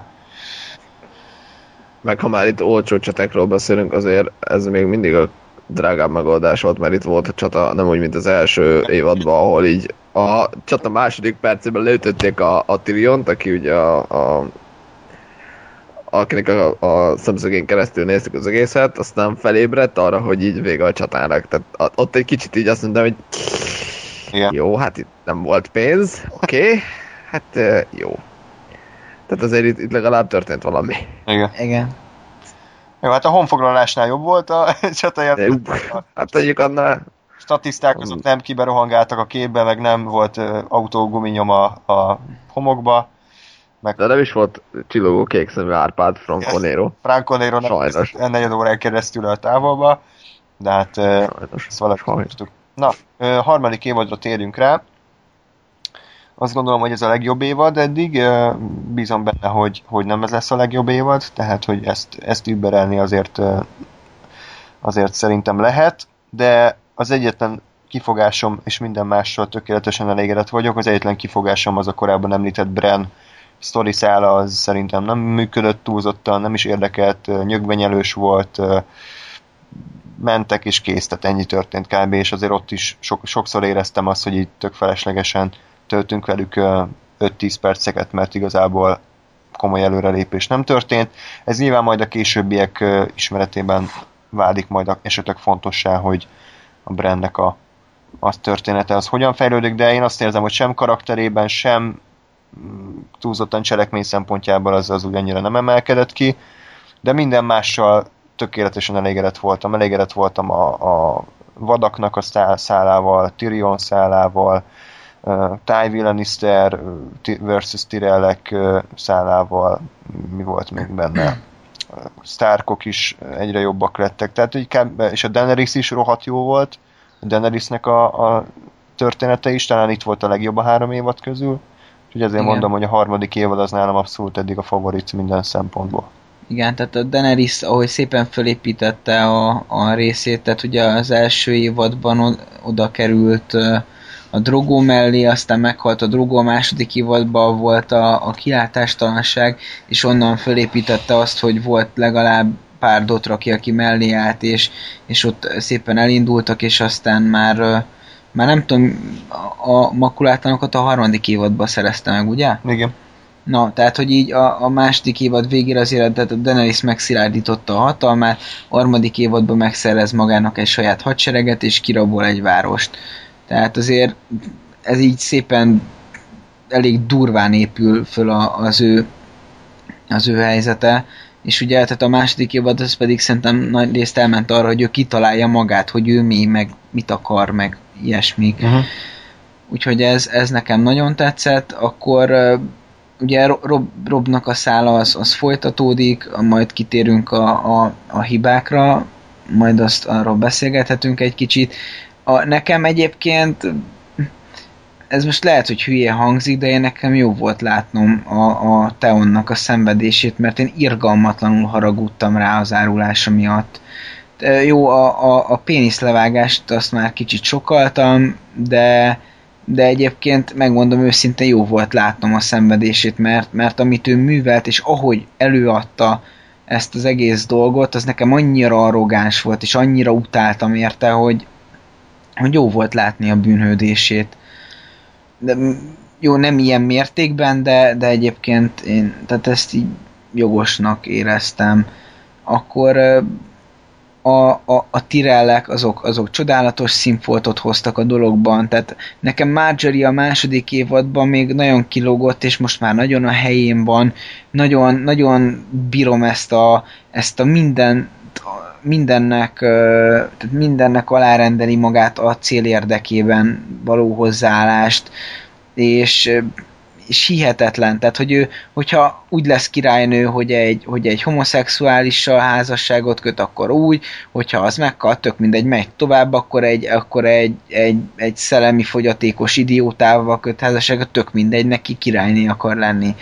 Meg ha már itt olcsó csatákról beszélünk, azért ez még mindig a drágább megoldás volt, mert itt volt a csata, nem úgy, mint az első évadban, ahol így a csata második percében leütötték a, a Tyriont, aki ugye a, a akinek a, a szemszögén keresztül néztük az egészet, aztán felébredt arra, hogy így vége a csatának. Tehát ott egy kicsit így azt mondtam, hogy igen. Jó, hát itt nem volt pénz, oké, okay. Hát jó. Tehát azért itt, itt legalább történt valami. Igen. Igen. Jó, hát a honfoglalásnál jobb volt a csatajelent. Hát tegyük annál. Statiszták azok nem kiberohangáltak a képbe, meg nem volt uh, autóguminyom a, a homokba. Meg... De nem is volt csillogó kék szemű Árpád Franco Nero. Franco Nero nem negyed órán keresztül a távolba, de hát uh, ezt valahogy tudtuk. Na, uh, harmadik évadra térjünk rá. Azt gondolom, hogy ez a legjobb évad eddig, bízom benne, hogy, hogy nem ez lesz a legjobb évad, tehát hogy ezt, ezt überelni azért, azért szerintem lehet, de az egyetlen kifogásom, és minden mással tökéletesen elégedett vagyok, az egyetlen kifogásom az a korábban említett Bran sztori szála, az szerintem nem működött túlzottan, nem is érdekelt, nyögvenyelős volt, mentek és kész, tehát ennyi történt kb. És azért ott is so- sokszor éreztem azt, hogy itt tök feleslegesen töltünk velük öt-tíz perceket, mert igazából komoly előrelépés nem történt. Ez nyilván majd a későbbiek ismeretében válik majd esetleg fontossá, hogy a Brannek a, a története az hogyan fejlődik, de én azt érzem, hogy sem karakterében, sem túlzottan cselekmény szempontjából az, az úgy annyira nem emelkedett ki, de minden mással tökéletesen elégedett voltam. Elégedett voltam a, a vadaknak a szálával, Tyrion szálával, uh, Tywin Lannister versus Tyrellek uh, szálával, mi volt még benne? Starkok is egyre jobbak lettek, tehát így kb, és a Daenerys is rohadt jó volt, a Daenerysnek a, a története is, talán itt volt a legjobb a három évad közül, úgyhogy ezért igen. Mondom, hogy a harmadik évad az nálam abszolút eddig a favorit minden szempontból. Igen, tehát a Daenerys, ahogy szépen fölépítette a, a részét, tehát ugye az első évadban oda került a Drogo mellé, aztán meghalt a Drogo, a második évadban volt a, a kilátástalanság, és onnan fölépítette azt, hogy volt legalább pár Dothraki, aki mellé állt, és, és ott szépen elindultak, és aztán már, már nem tudom, a makulátlanokat a harmadik évadban szerezte meg, ugye? Igen. Na, tehát, hogy így a, a második évad végére azért tehát a Daenerys megszilárdította a hatalmát, a harmadik évadban megszerez magának egy saját hadsereget, és kirabol egy várost. Tehát azért ez így szépen elég durván épül föl a, az, ő, az ő helyzete, és ugye tehát a második évad az pedig szerintem nagy részt elment arra, hogy ő kitalálja magát, hogy ő mi, meg mit akar, meg ilyesmik. Uh-huh. Úgyhogy ez, ez nekem nagyon tetszett, akkor ugye Rob, Robnak a szála az, az folytatódik, majd kitérünk a, a, a hibákra, majd azt arról beszélgethetünk egy kicsit. A, nekem egyébként ez most lehet, hogy hülye hangzik, de én nekem jó volt látnom a, a Theonnak a szenvedését, mert én irgalmatlanul haragudtam rá az árulása miatt. De jó, a, a, a péniszlevágást azt már kicsit sokaltam, de de egyébként megmondom őszintén jó volt látnom a szenvedését, mert, mert amit ő művelt, és ahogy előadta ezt az egész dolgot, az nekem annyira arrogáns volt, és annyira utáltam érte, hogy, hogy jó volt látni a bűnhődését. De, jó, nem ilyen mértékben, de, de egyébként én tehát ezt így jogosnak éreztem. Akkor A, a, a Tyrellek azok, azok csodálatos színfoltot hoztak a dologban, tehát nekem Marjorie a második évadban még nagyon kilógott, és most már nagyon a helyén van, nagyon, nagyon bírom ezt a, ezt a minden, mindennek, tehát mindennek alárendeli magát a cél érdekében való hozzáállást, és és hihetetlen, tehát hogy ő, hogyha úgy lesz királynő, hogy egy, hogy egy homoszexuálissal házasságot köt, akkor úgy, hogyha az meghal, tök mindegy, megy tovább, akkor egy, akkor egy, egy, egy szellemi fogyatékos idiótával köt házasságot, tök mindegy, neki királyné akar lenni.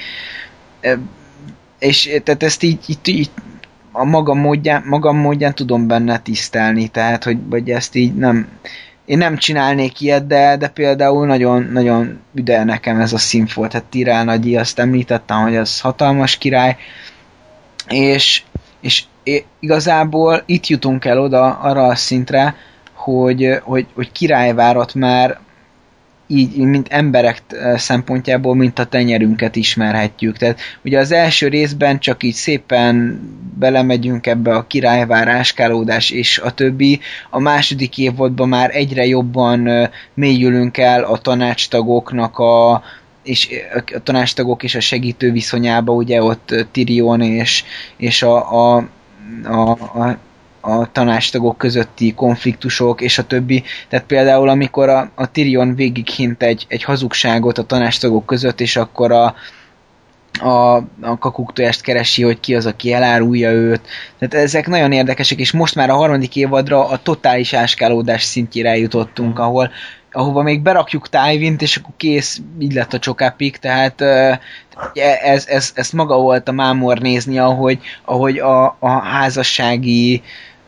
És tehát ezt így, így, így a magam módján, magam módján tudom benne tisztelni, tehát hogy vagy ezt így nem én nem csinálnék ilyet, de, de például nagyon, nagyon üde nekem ez a színfolt. Hát Tyrell nagyi, azt említettem, hogy az hatalmas király, és, és igazából itt jutunk el oda arra a szintre, hogy, hogy, hogy királyvárat már így, mint emberek szempontjából, mint a tenyerünket ismerhetjük. Tehát ugye az első részben csak így szépen belemegyünk ebbe a királyvár, áskálódás és a többi. A második évadban már egyre jobban mélyülünk el a tanácstagoknak a és a tanácstagok és a segítő viszonyába, ugye ott Tyrion és, és a, a, a, a a tanácstagok közötti konfliktusok, és a többi. Tehát például, amikor a, a Tyrion végighint egy, egy hazugságot a tanácstagok között, és akkor a, a, a kakuktojást keresi, hogy ki az, aki elárulja őt. Tehát ezek nagyon érdekesek, és most már a harmadik évadra a totális áskálódás szintjére eljutottunk, ahol ahova még berakjuk Tywint, és akkor kész, így lett a Chocapic, tehát ez, ez, ez maga volt a mámor nézni, ahogy, ahogy a, a házassági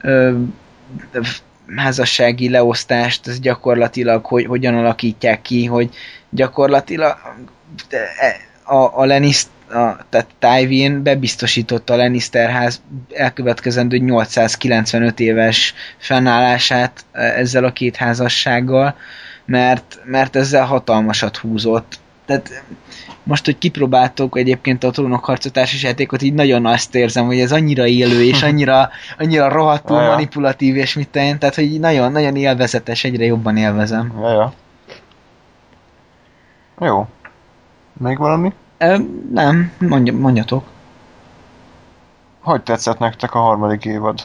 házassági leosztást, ez gyakorlatilag hogy, hogyan alakítják ki, hogy gyakorlatilag a, a Lannister, a, tehát Tywin bebiztosította a Lannister ház elkövetkezendő nyolcszázkilencvenöt éves fennállását ezzel a két házassággal, mert, mert ezzel hatalmasat húzott. Tehát most, hogy kipróbáltok egyébként a Trónokharca társasjátékot, így nagyon azt érzem, hogy ez annyira élő, és annyira, annyira rohadtul ja, ja. manipulatív, és mit tenni, tehát hogy nagyon, nagyon élvezetes, egyre jobban élvezem. Ja, ja. Jó. Még valami? E, nem, mondja, mondjatok. Hogy tetszett nektek a harmadik évad?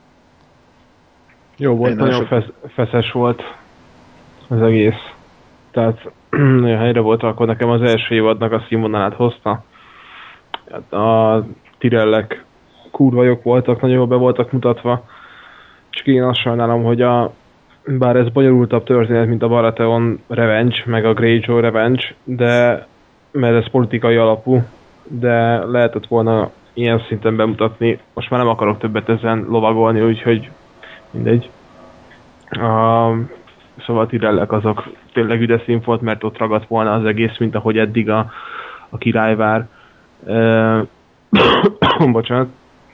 Jó volt, Én nagyon sok... fesz, feszes volt az egész. Tehát nagyon helyre volt, akkor nekem az első évadnak a színvonalát hozta. A Tyrellek kurva jók voltak, nagyon jól be voltak mutatva. Csak én azt sajnálom, hogy a, bár ez bonyolultabb történet, mint a Baratheon Revenge, meg a Greyjoy Revenge, de mert ez politikai alapú, de lehetett volna ilyen szinten bemutatni. Most már nem akarok többet ezen lovagolni, úgyhogy mindegy. A, szóval a Tyrellek azok tényleg üde szín volt, mert ott ragadt volna az egész, mint ahogy eddig a, a királyvár. E, bocsánat.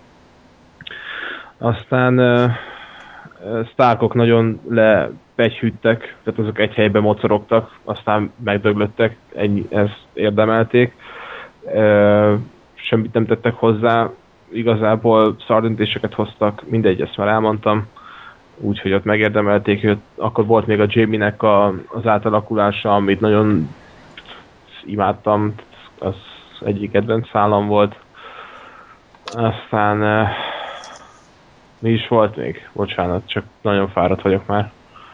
Aztán e, Starkok nagyon lepegyhűttek, tehát azok egy helyben mocorogtak, aztán megdöglöttek, ennyi, ezt érdemelték. E, semmit nem tettek hozzá, igazából szardöntéseket hoztak, mindegy, ezt már elmondtam, úgyhogy ott megérdemelték, hogy akkor volt még a Jaime-nek a, az átalakulása, amit nagyon imádtam, az egyik kedvenc szállam volt. Aztán eh, mi is volt még? Bocsánat, csak nagyon fáradt vagyok már.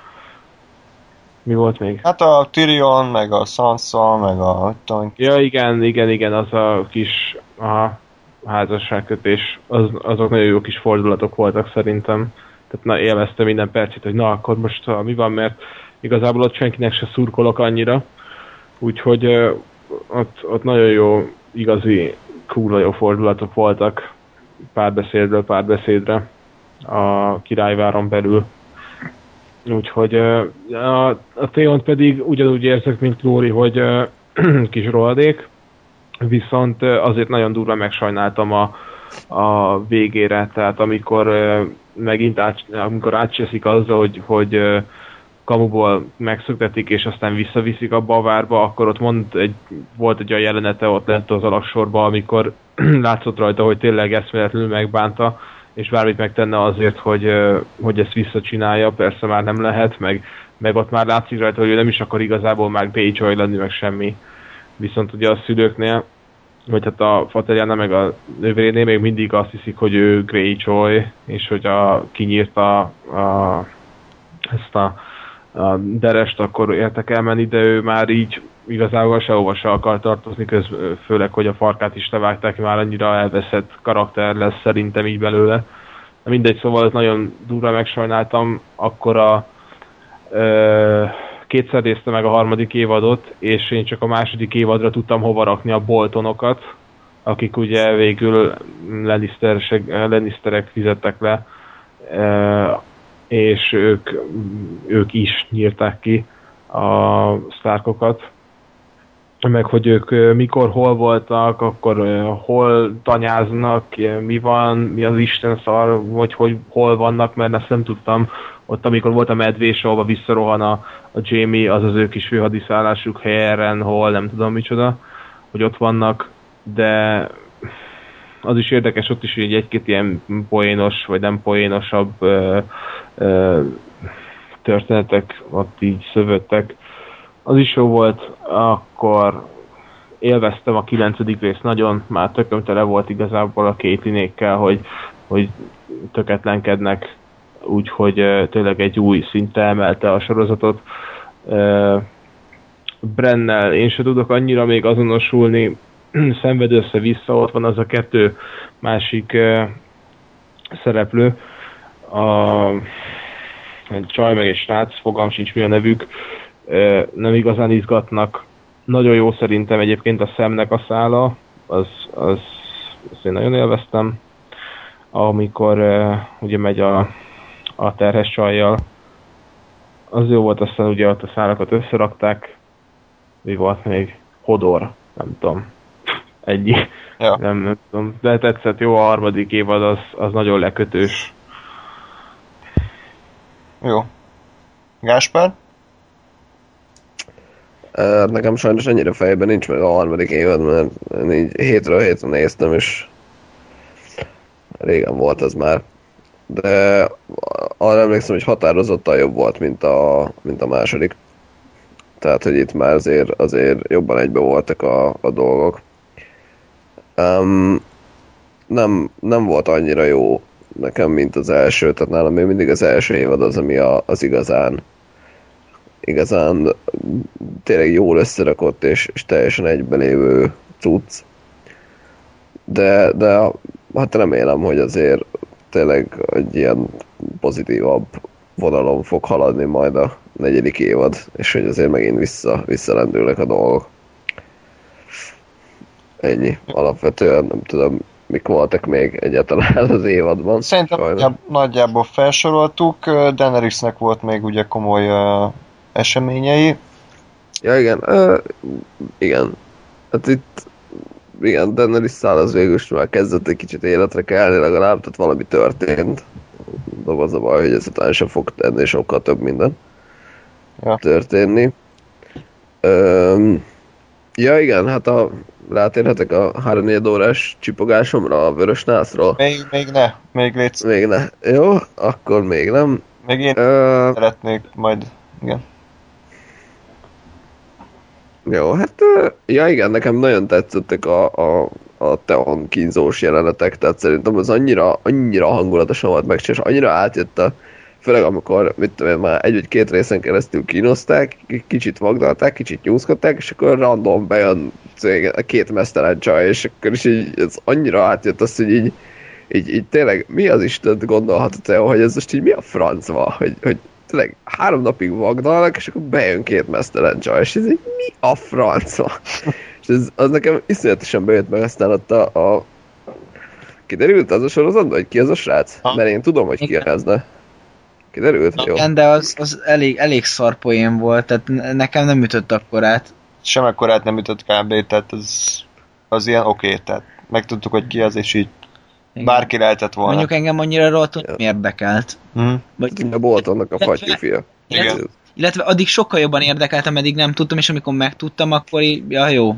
Mi volt még? Hát a Tyrion, meg a Sansa, meg a... Tudom, ja, igen, igen, igen, az a kis aha, házasságkötés, az, azok nagyon jó kis fordulatok voltak szerintem. Tehát na, élveztem minden percét, hogy na, akkor most uh, mi van, mert igazából ott senkinek se szurkolok annyira. Úgyhogy uh, ott, ott nagyon jó, igazi, kurva jó fordulatok voltak párbeszédről párbeszédre a királyváron belül. Úgyhogy uh, a, a Theont pedig ugyanúgy érzek, mint Lóri, hogy uh, kis rohadék, viszont uh, azért nagyon durva megsajnáltam a, a végére, tehát amikor uh, megint át, amikor átcseszik azzal, hogy, hogy uh, kamuból megszöktetik, és aztán visszaviszik abba a várba, akkor ott mond egy, volt egy olyan jelenete ott lent az alaksorban, amikor látszott rajta, hogy tényleg eszméletlenül megbánta, és bármit megtenne azért, hogy, hogy ezt visszacsinálja, persze már nem lehet, meg, meg ott már látszik rajta, hogy ő nem is akar igazából már Greyjoy lenni, meg semmi. Viszont ugye a szülőknél, vagy hát a Fateriana meg a nővérénél még mindig azt hiszik, hogy ő Greyjoy, és hogy a, kinyírta a, ezt a, a derest, akkor értek elmenni, de ő már így igazából sehova se akar tartozni, közben, főleg, hogy a farkát is levágták, már annyira elveszett karakter lesz szerintem így belőle. Mindegy, szóval ez nagyon durva megsajnáltam, akkor a ö, kétszer néztem meg a harmadik évadot, és én csak a második évadra tudtam hova rakni a Boltonokat, akik ugye végül Lannisterek fizettek le, ö, és ők, ők is nyírták ki a Starkokat, meg hogy ők mikor, hol voltak, akkor hol tanyáznak, mi van, mi az Isten szar, vagy hogy hol vannak, mert ezt nem tudtam. Ott, amikor volt a medvés, ahova visszarohan a, a Jaime, az az ő kis főhadiszállásuk helyen, hol, nem tudom micsoda, hogy ott vannak, de az is érdekes, ott is hogy egy-két ilyen poénos, vagy nem poénosabb ö, ö, történetek ott így szövöttek. Az is jó volt, akkor élveztem a kilencedik részt nagyon, már tököm tele volt igazából a Caitlyn-ékkel, hogy, hogy töketlenkednek, úgyhogy uh, tényleg egy új szintre emelte a sorozatot. Uh, Brennel én se tudok annyira még azonosulni, szenved össze-vissza, ott van az a kettő másik uh, szereplő, a egy csaj meg egy srác, fogalm sincs mi a nevük, nem igazán izgatnak. Nagyon jó szerintem egyébként a Szemnek a szála, az, az, azt én nagyon élveztem. Amikor ugye megy a, a terhes csajjal, az jó volt, aztán ugye ott a szálakat összerakták. Mi volt még? Hodor, nem tudom. Ennyi. Ja. Nem, nem tudom. De tetszett, jó, a harmadik évad az, az nagyon lekötős. Jó. Gáspár? Uh, nekem sajnos ennyire fejben nincs meg a harmadik évad, mert így hétről hétre néztem, és régen volt az már. De arra emlékszem, hogy határozottan jobb volt, mint a, mint a második. Tehát, hogy itt már azért, azért jobban egybe voltak a, a dolgok. Um, nem, nem volt annyira jó nekem, mint az első, tehát nálam még mindig az első évad az, ami a, az igazán igazán tényleg jól összerakott és, és teljesen egybelévő cucc. De, de hát remélem, hogy azért tényleg egy ilyen pozitívabb vonalon fog haladni majd a negyedik évad, és hogy azért megint vissza, visszalendülnek a dolgok. Ennyi. Alapvetően nem tudom, mik voltak még egyáltalán az évadban. Szerintem nagyjából, nagyjából felsoroltuk. Daenerysnek volt még ugye komoly uh, eseményei. Ja, igen. Uh, igen. Hát itt igen, Daenerys szál az végül már kezdett egy kicsit életre kelni legalább, tehát valami történt. De az a baj, hogy ezután sem fog tenni sokkal több minden ja. történni. Um, ja igen, hát a rátérhetek a három-négy órás csipogásomra a vörös nászról. Még, még ne, még létsz. Még ne. Jó, akkor még nem. Még én uh, szeretnék majd, igen. Jó, hát uh, ja igen, nekem nagyon tetszettek a, a, a Theon kínzós jelenetek, tehát szerintem az annyira, annyira hangulatosan volt megcsinálva, és annyira átjött a, főleg amikor, mit tudom én, már egy vagy két részen keresztül kínozták, kicsit vagdalták, kicsit nyúzkodták, és akkor random bejön a két mesztelen csaj, és akkor is így, ez annyira átjött azt, hogy így, így, így tényleg mi az Istent gondolhatott el, hogy ez most így mi a francba, hogy, hogy tényleg három napig vagdalnak, és akkor bejön két mesztelen csaj, és ez így mi a francba? És ez, az nekem iszonyatosan bejött meg, aztán ott a, a kiderült az a sorozatban, hogy ki az a srác? Ha? Mert én tudom, hogy ki az, de kiderült? Na, jó. Igen, de az, az elég, elég szar poén volt, tehát nekem nem ütött akkorát. Sem akkorát nem ütött kb. Tehát az, az ilyen oké, okay, tehát megtudtuk, hogy ki az, és így igen. Bárki lehetett volna. Mondjuk engem annyira rohadt, hogy nem érdekelt. Mm. Vagy... A Boltonnak a fattyúfia. Illetve, illetve addig sokkal jobban érdekelt, ameddig nem tudtam, és amikor megtudtam, akkor így, ja jó.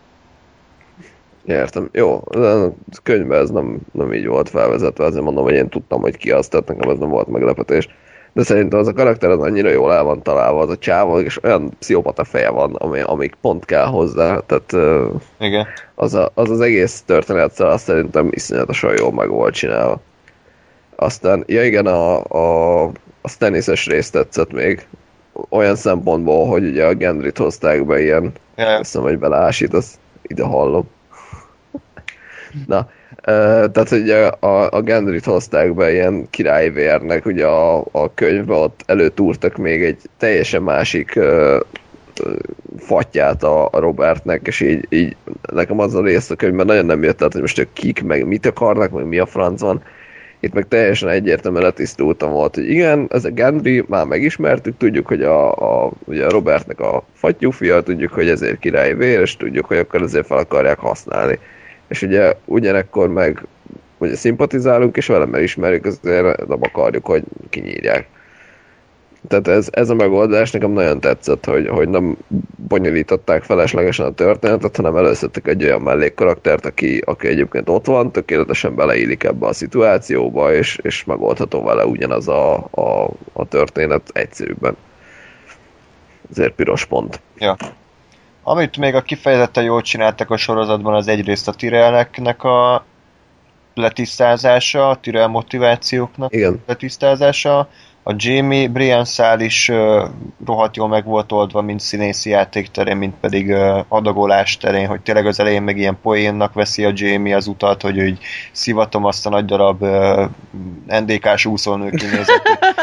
Értem. Jó, a könyvben ez nem, nem így volt felvezetve, azért mondom, hogy én tudtam, hogy ki az, tehát nekem ez nem volt meglepetés. De szerintem az a karakter az annyira jól el van találva, az a csávó, és olyan pszichopata feje van, ami, amik pont kell hozzá, tehát igen. Az, a, az az egész történet azt szerintem iszonyatosan jól meg volt csinálva. Aztán, ja igen, a, a, a Stannis-es részt tetszett még, olyan szempontból, hogy ugye a Gendryt hozták be ilyen, yeah. Azt mondom, hogy beleásítasz, ide hallom. Na, tehát ugye a, a Gendryt hozták be ilyen királyvérnek, ugye a, a könyvben ott előtúrtak még egy teljesen másik uh, fattyát a, a Robertnek, és így, így nekem az a rész a könyvben nagyon nem jött át, hogy most ők kik, meg mit akarnak, meg mi a franc van. Itt meg teljesen egyértelműen letisztultam volt, hogy igen, ez a Gendry, már megismertük, tudjuk, hogy a, a, ugye a Robertnek a fattyúfia, tudjuk, hogy ezért királyvér, és tudjuk, hogy akkor ezért fel akarják használni. És ugye ugyanekkor meg ugye szimpatizálunk, és vele megismerjük, azért nem akarjuk, hogy kinyírják. Tehát ez, ez a megoldás nekem nagyon tetszett, hogy, hogy nem bonyolították feleslegesen a történetet, hanem előszedtek egy olyan mellékkaraktert, aki, aki egyébként ott van, tökéletesen beleillik ebbe a szituációba, és, és megoldható vele ugyanaz a, a, a történet egyszerűbben. Ezért piros pont. Ja. Amit még a kifejezetten jól csináltak a sorozatban, az egyrészt a Tyrellnek a letisztázása, a Tyrell motivációknak igen. letisztázása. A Jaime Brienne szál is uh, rohadt jól meg volt oldva, mint színészi játék terén, mint pedig uh, adagolás terén, hogy tényleg az elején meg ilyen poénnak veszi a Jaime az utat, hogy így szivatom azt a nagy darab uh, en dé ká-s úszónő kinézetét.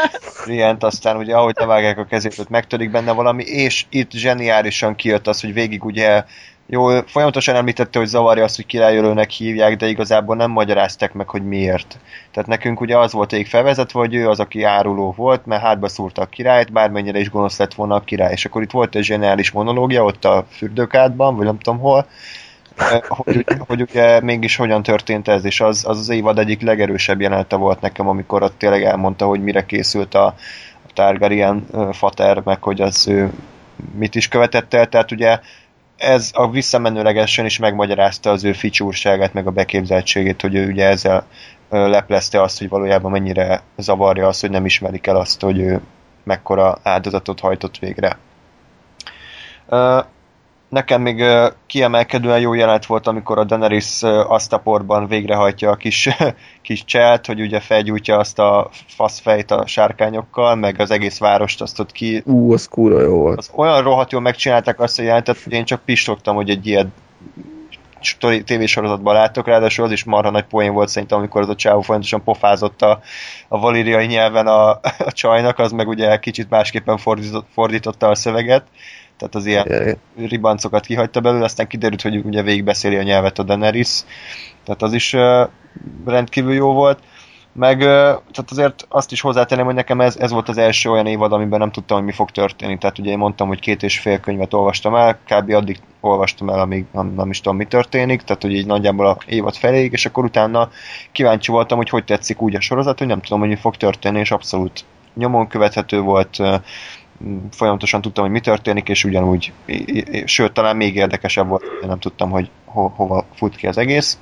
Ilyent, aztán ugye ahogy levágják a kezét, ott megtörik benne valami, és itt zseniálisan kijött az, hogy végig ugye jó, folyamatosan említette, hogy zavarja azt, hogy királyölőnek hívják, de igazából nem magyarázták meg, hogy miért. Tehát nekünk ugye az volt végig felvezetve, hogy ő az, aki áruló volt, mert hátba szúrta a királyt, bármennyire is gonosz lett volna a király. És akkor itt volt egy zseniális monológia ott a fürdőkádban, vagy nem tudom hol, hogy, hogy ugye mégis hogyan történt ez, és az, az az évad egyik legerősebb jelenete volt nekem, amikor ott tényleg elmondta, hogy mire készült a, a Targaryen fater, meg hogy az ő mit is követett el, tehát ugye ez a visszamenőlegesen is megmagyarázta az ő ficsúrságát, meg a beképzeltségét, hogy ő ugye ezzel leplezte azt, hogy valójában mennyire zavarja azt, hogy nem ismerik el azt, hogy ő mekkora áldozatot hajtott végre. Nekem még kiemelkedően jó jelenet volt, amikor a Daenerys Astaportban végrehajtja a kis, kis cselt, hogy ugye felgyújtja azt a faszfejt a sárkányokkal, meg az egész várost azt ott ki... Ú, az kurva jó volt. Az olyan rohadt jól megcsinálták azt a jelentet, hogy én csak pistogtam, hogy egy ilyen tévésorozatban látok, ráadásul az is marha nagy poén volt szerintem, amikor az a csávó folyamatosan pofázott a, a valíriai nyelven a, a csajnak, az meg ugye kicsit másképpen fordított, fordította a szöveget. Tehát az ilyen yeah. ribancokat kihagyta belőle, aztán kiderült, hogy ugye végigbeszéli a nyelvet a Daenerys. Tehát az is uh, rendkívül jó volt. Meg uh, tehát azért azt is hozzátenném, hogy nekem ez, ez volt az első olyan évad, amiben nem tudtam, hogy mi fog történni. Tehát ugye én mondtam, hogy két és fél könyvet olvastam el, kb. Addig olvastam el, amíg nem, nem is tudom, mi történik. Tehát hogy így nagyjából a évad feléig, és akkor utána kíváncsi voltam, hogy hogy tetszik úgy a sorozat, hogy nem tudom, hogy mi fog történni, és abszolút nyomon követhető volt. Uh, folyamatosan tudtam, hogy mi történik, és ugyanúgy, sőt, talán még érdekesebb volt, de nem tudtam, hogy ho- hova fut ki az egész.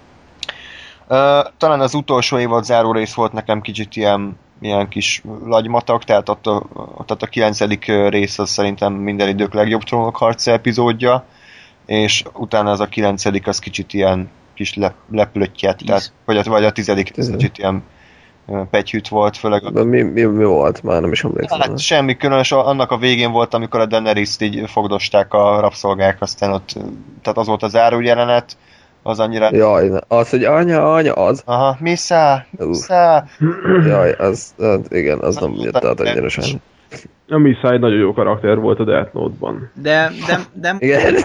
Uh, talán az utolsó évad záró rész volt nekem kicsit ilyen, ilyen kis lagymatag, tehát ott a, ott a kilencedik rész az szerintem minden idők legjobb Trónok harca epizódja, és utána az a kilencedik az kicsit ilyen kis le, leplöttyet, tehát, vagy, a, vagy a tizedik kicsit ilyen pegyhűt volt, főleg... De mi, mi, mi volt? Már nem is emlékszem. Hát semmi különös, annak a végén volt, amikor a Daenerys-t így fogdosták a rabszolgák, aztán ott, tehát az volt a záró jelenet, az annyira... Jaj, az, hogy anya, anya, az... Aha, Misa, Misa... Jaj, az, az, igen, az nem jött át annyira sem. A Misa egy nagyon jó karakter volt a Death Note-ban. De, de, de... Igen.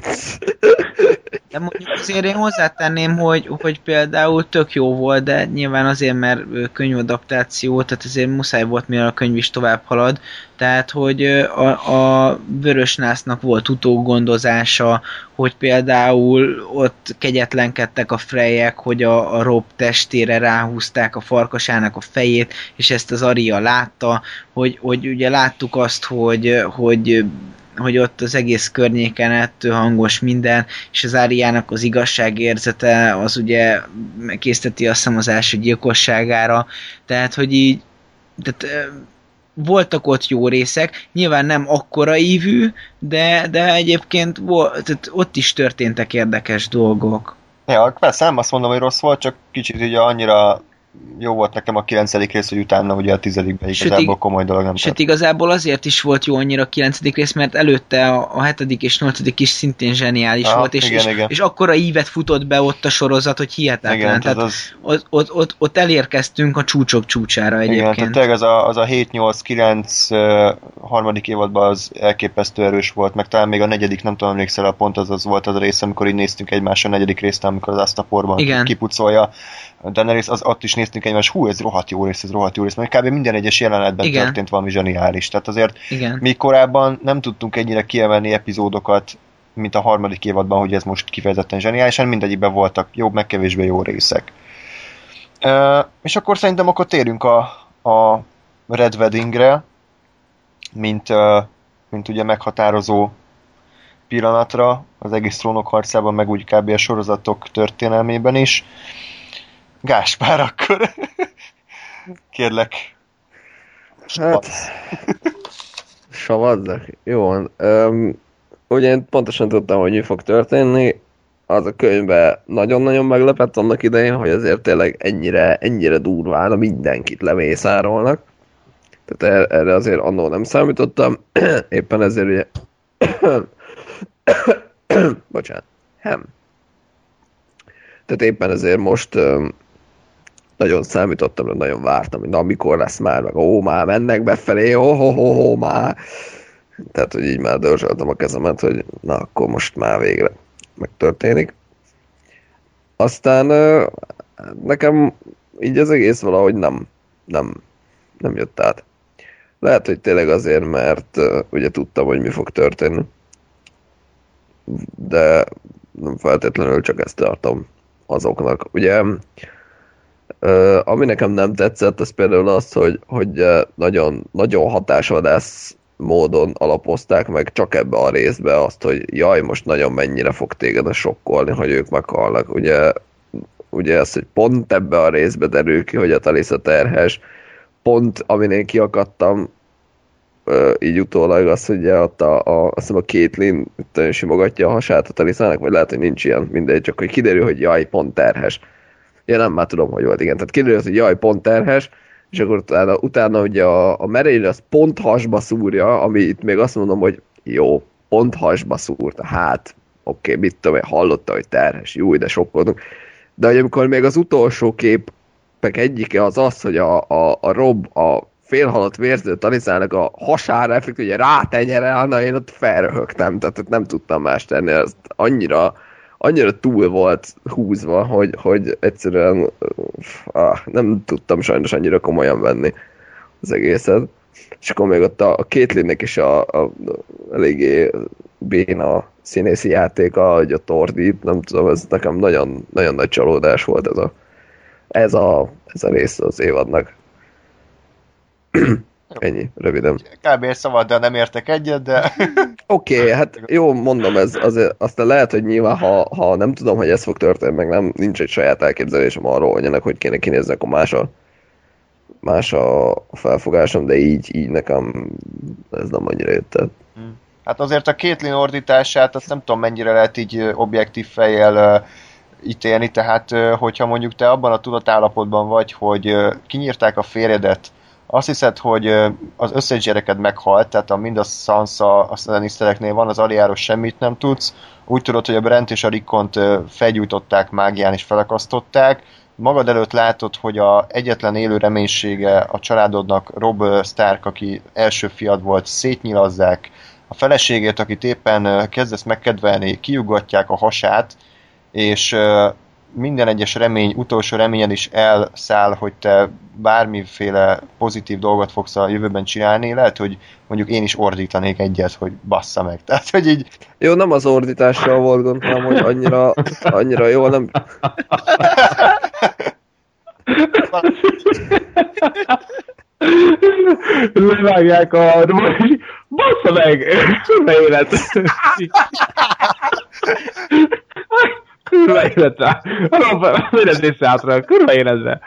De mondjuk azért én hozzátenném, hogy, hogy például tök jó volt, de nyilván azért, mert könyvadaptáció, tehát azért muszáj volt, mivel a könyv is tovább halad, tehát hogy a, a Vörösnásznak volt utógondozása, hogy például ott kegyetlenkedtek a Freyek, hogy a, a Robb testére ráhúzták a farkasának a fejét, és ezt az Arya látta, hogy, hogy ugye láttuk azt, hogy, hogy hogy ott az egész környéken ettől hangos minden, és az Áriának az igazságérzete az ugye készteti a szamozás gyilkosságára, tehát hogy így tehát, voltak ott jó részek, nyilván nem akkora ívű, de, de egyébként volt, tehát ott is történtek érdekes dolgok. Ja, persze nem azt mondom, hogy rossz volt, csak kicsit ugye annyira jó volt nekem a kilencedik rész, hogy utána ugye a tizedikben igazából komoly dolog nem Sőt, tart. igazából azért is volt jó annyira a kilencedik rész, mert előtte a, a hetedik és nyolcadik is szintén zseniális ah, volt, és, igen, és, igen. és akkora ívet futott be ott a sorozat, hogy hihetetlen. Igen, tehát az... ott, ott, ott, ott elérkeztünk a csúcsok csúcsára egyébként. Igen, tehát az a, az a hét nyolc kilenc uh, harmadik évadban az elképesztő erős volt, meg talán még a negyedik, nem tudom, emlékszel, a pont az, az volt az a rész, amikor így néztünk egymásra a negyedik részt, amikor az Astaportban kipucolja Daenerys, az ott is néztünk egymás, hú, ez rohadt jó rész, ez rohadt jó rész, mert kb. Minden egyes jelenetben igen. történt valami zseniális. Tehát azért igen. mi korábban nem tudtunk ennyire kiemelni epizódokat, mint a harmadik évadban, hogy ez most kifejezetten zseniális, hanem mindegyikben voltak jobb, meg kevésbé jó részek. Uh, és akkor szerintem akkor térjünk a, a Red Weddingre, mint, uh, mint ugye meghatározó pillanatra az egész Trónok harcában, meg úgy kb. A sorozatok történelmében is. Gáspár, akkor kérlek. Hát, savadzak. Jó van. Um, ugye én pontosan tudtam, hogy mi fog történni. Az a könyvben nagyon-nagyon meglepett annak idején, hogy azért tényleg ennyire, ennyire durván mindenkit lemészárolnak. Tehát erre azért annól nem számítottam. Éppen ezért ugye... Bocsánat. Hem. Tehát éppen ezért most um, nagyon számítottam, nagyon vártam, hogy na, mikor lesz már, meg ó, már mennek befelé, ó, ho, ho, ho, már. Tehát, hogy így már dörzsöltem a kezemet, hogy na, akkor most már végre megtörténik. Aztán nekem így az egész valahogy nem, nem, nem jött át. Lehet, hogy tényleg azért, mert ugye tudtam, hogy mi fog történni. De nem feltétlenül csak ezt tartom azoknak. Ugye, ami nekem nem tetszett, az például az, hogy, hogy nagyon, nagyon hatásvadász módon alapozták meg csak ebbe a részbe azt, hogy jaj, most nagyon mennyire fog téged a sokkolni, hogy ők meghalnak. Ugye, ugye ez, hogy pont ebbe a részbe derül ki, hogy a Talisa terhes, pont amin én kiakadtam, így utólag az, hogy ott a, a, azt hiszem a Caitlyn simogatja a hasát a Talisának, vagy lehet, hogy nincs ilyen, mindegy, csak hogy kiderül, hogy jaj, pont terhes. Én nem már tudom, hogy volt, igen. Tehát kiderül, hogy jaj, pont terhes, és akkor utána, utána ugye a, a Meryl az pont hasba szúrja, ami itt még azt mondom, hogy jó, pont hasba szúrta, hát, oké, okay, mit tudom én, hallotta, hogy terhes, jó, de sokkoltunk. De hogy amikor még az utolsó képek egyike az az, hogy a, a, a Rob a félhalott vérző Talisának a hasára effektív, ugye rátenyere, na én ott felröhögtem, tehát nem tudtam más tenni, azt annyira, annyira túl volt húzva, hogy, hogy egyszerűen ah, nem tudtam sajnos annyira komolyan venni az egészet. És akkor még ott a, a Caitlynnek is a, a eléggé béna színészi játéka, hogy a tordít, nem tudom, ez nekem nagyon, nagyon nagy csalódás volt ez a, ez a, ez a rész az évadnak. Ennyi, röviden. Kb. Egy szavaddal nem értek egyet, de... Oké, okay, hát jó, mondom, ez azért, aztán lehet, hogy nyilván, ha, ha nem tudom, hogy ez fog történni, meg nem, nincs egy saját elképzelésem arról, hogy ennek hogy kéne kinézni, akkor más a, más a felfogásom, de így, így nekem ez nem annyira jött el. Hát azért a Caitlyn ordítását, azt nem tudom, mennyire lehet így objektív fejjel uh, ítélni, tehát uh, hogyha mondjuk te abban a tudatállapotban vagy, hogy uh, kinyírták a férjedet, azt hiszed, hogy az összes gyereked meghalt, tehát a mind a Sansa, a Lannistereknél van, az Aryaról semmit nem tudsz. Úgy tudod, hogy a Brent és a Rickont felgyújtották mágián és felakasztották. Magad előtt látod, hogy a egyetlen élő reménysége a családodnak Robb Stark, aki első fiad volt, szétnyilazzák. A feleségét, akit éppen kezdesz megkedvelni, kiugatják a hasát, és minden egyes remény, utolsó reményed is elszáll, hogy te bármiféle pozitív dolgot fogsz a jövőben csinálni, lehet, hogy mondjuk én is ordítanék egyet, hogy bassza meg. Tehát, hogy így... Jó, nem az ordítással volt gondolom, hogy annyira, annyira jól nem... Levágják a dobozt, és bassza meg! Kurva élet! Kurva életre! Mindent nézze hátra! Kurva életre!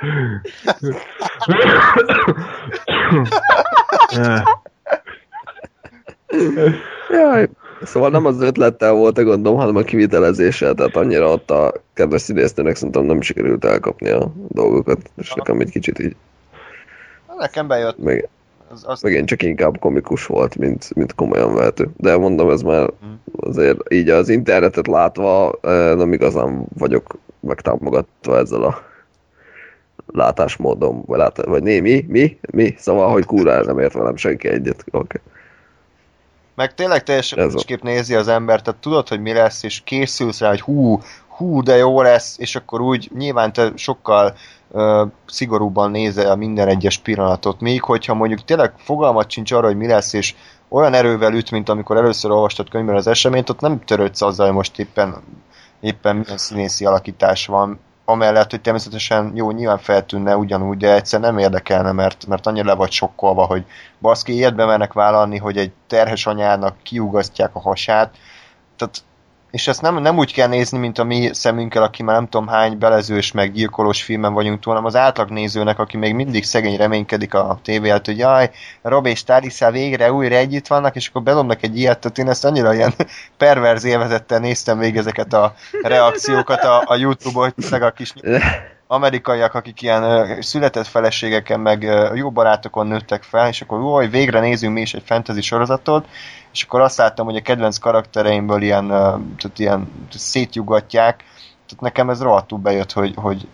Jaj. Szóval nem az ötlettel volt a gondom, hanem a kivitelezéssel, tehát annyira ott a kedves színésznőnek szerintem nem sikerült elkapni a dolgokat, és nekem egy kicsit így... Nekem bejött. Meg, az, az... meg én csak inkább komikus volt, mint, mint komolyan vehető. De mondom, ez már azért így az internetet látva nem igazán vagyok megtámogatva ezzel a látásmódom, vagy, lát, vagy né, mi, mi, mi, szóval, hogy kúrál nem ért velem senki egyet. Okay. Meg tényleg teljesen másképp nézi az ember, tehát tudod, hogy mi lesz, és készülsz rá, hogy hú, hú, de jó lesz, és akkor úgy nyilván te sokkal uh, szigorúbban nézel minden egyes pillanatot, még hogyha mondjuk tényleg fogalmat sincs arra, hogy mi lesz, és olyan erővel üt, mint amikor először olvastad könyvben az eseményt, ott nem törődsz azzal, hogy most éppen, éppen milyen színészi alakítás van, amellett, hogy természetesen jó, nyilván feltűnne ugyanúgy, de egyszer nem érdekelne, mert, mert annyira le vagy sokkolva, hogy baszki, ilyet bemernek vállalni, hogy egy terhes anyának kiugasztják a hasát. Tehát, és ezt nem, nem úgy kell nézni, mint a mi szemünkkel, aki már nem tudom hány belezős, meg gyilkolós filmen vagyunk túl, hanem az átlagnézőnek, aki még mindig szegény reménykedik a tévé előtt, hogy jaj, Rob és Talisa végre újra együtt vannak, és akkor belomnak egy ilyet, tehát én ezt annyira ilyen perverz élvezettel néztem végig ezeket a reakciókat a, a YouTube-on, hogy a kis amerikaiak, akik ilyen uh, született feleségeken, meg uh, jó barátokon nőttek fel, és akkor jó, végre nézzünk mi is egy fantasy sorozatot, és akkor azt láttam, hogy a kedvenc karaktereimből ilyen, uh, tehát ilyen szétjugatják, tehát nekem ez rohadtul bejött, hogy, hogy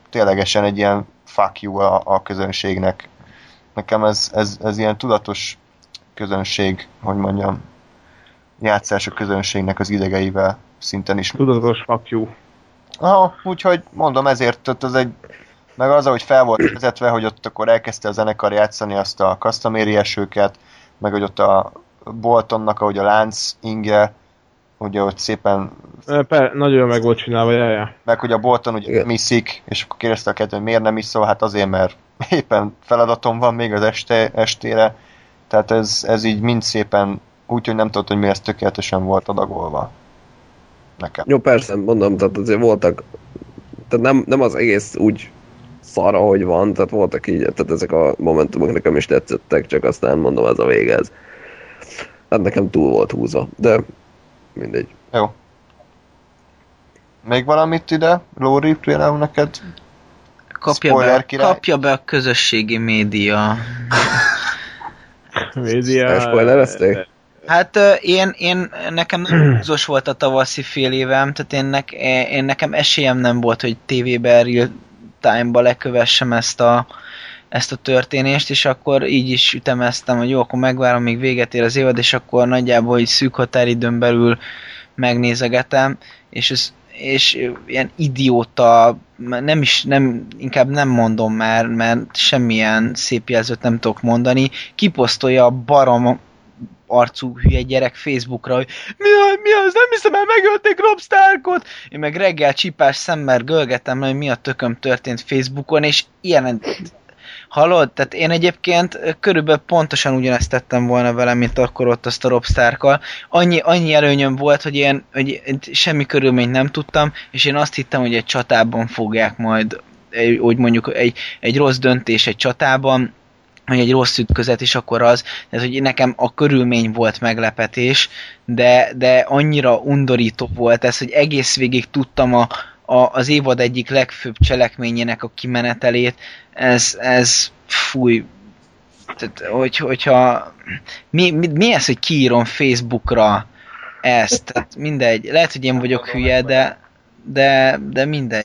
ténylegesen egy ilyen fuck you a, a közönségnek. Nekem ez, ez, ez ilyen tudatos közönség, hogy mondjam, játszás a közönségnek az idegeivel szinten is. Tudatos fuck you. Aha, úgyhogy mondom, ezért ott az egy, meg az, ahogy fel volt vezetve, hogy ott akkor elkezdte a zenekar játszani azt a Customary esőket, meg hogy ott a Boltonnak, ahogy a lánc inge, ugye ott szépen... Per, nagyon meg volt csinálva, jaj. Meg hogy a Bolton ugye nem iszik, és akkor kérdezte a kettő, hogy miért nem iszol, hát azért, mert éppen feladatom van még az este, estére, tehát ez, ez így mind szépen úgy, hogy nem tudod, hogy mi ez tökéletesen volt adagolva. Nekem. Jó, persze, mondom, tehát azért voltak, tehát nem, nem az egész úgy szar, ahogy van, tehát voltak így, tehát ezek a momentumok nekem is tetszettek, csak aztán mondom, ez a vége ez. Hát nekem túl volt húzva, de mindegy. Jó. Még valamit ide? Lóri, például neked? Kapja be, kapja be a közösségi média. Média... Elspoilerezték? Hát én, én, nekem nagyon húzós volt a tavaszi fél évem, tehát én, nek, én nekem esélyem nem volt, hogy tévében real time-ba lekövessem ezt a, ezt a történést, és akkor így is ütemeztem, hogy jó, akkor megvárom, még véget ér az évad, és akkor nagyjából hogy szűk határidőn belül megnézegetem, és ez és ilyen idióta, nem is, nem, inkább nem mondom már, mert semmilyen szép jelzőt nem tudok mondani, kiposztolja a barom arcú hülye gyerek Facebookra, hogy mi az, mi az, nem hiszem el, megölték Robb Starkot! Én meg reggel csipás szemmel gölgetem, hogy mi a tököm történt Facebookon, és ilyen... Hallod? Tehát én egyébként körülbelül pontosan ugyanezt tettem volna vele, mint akkor ott azt a Robb Starkkal. Annyi, annyi előnyöm volt, hogy én hogy semmi körülményt nem tudtam, és én azt hittem, hogy egy csatában fogják majd, hogy mondjuk egy, egy rossz döntés egy csatában, vagy egy rossz ütközet is akkor az, tehát hogy nekem a körülmény volt meglepetés, de, de annyira undorító volt ez, hogy egész végig tudtam a, a, az évad egyik legfőbb cselekményének a kimenetelét, ez, ez fúj, tehát, hogy, hogyha mi, mi, mi ez, hogy kiírom Facebookra ezt, tehát mindegy, lehet, hogy én vagyok hülye, de, de, de mindegy.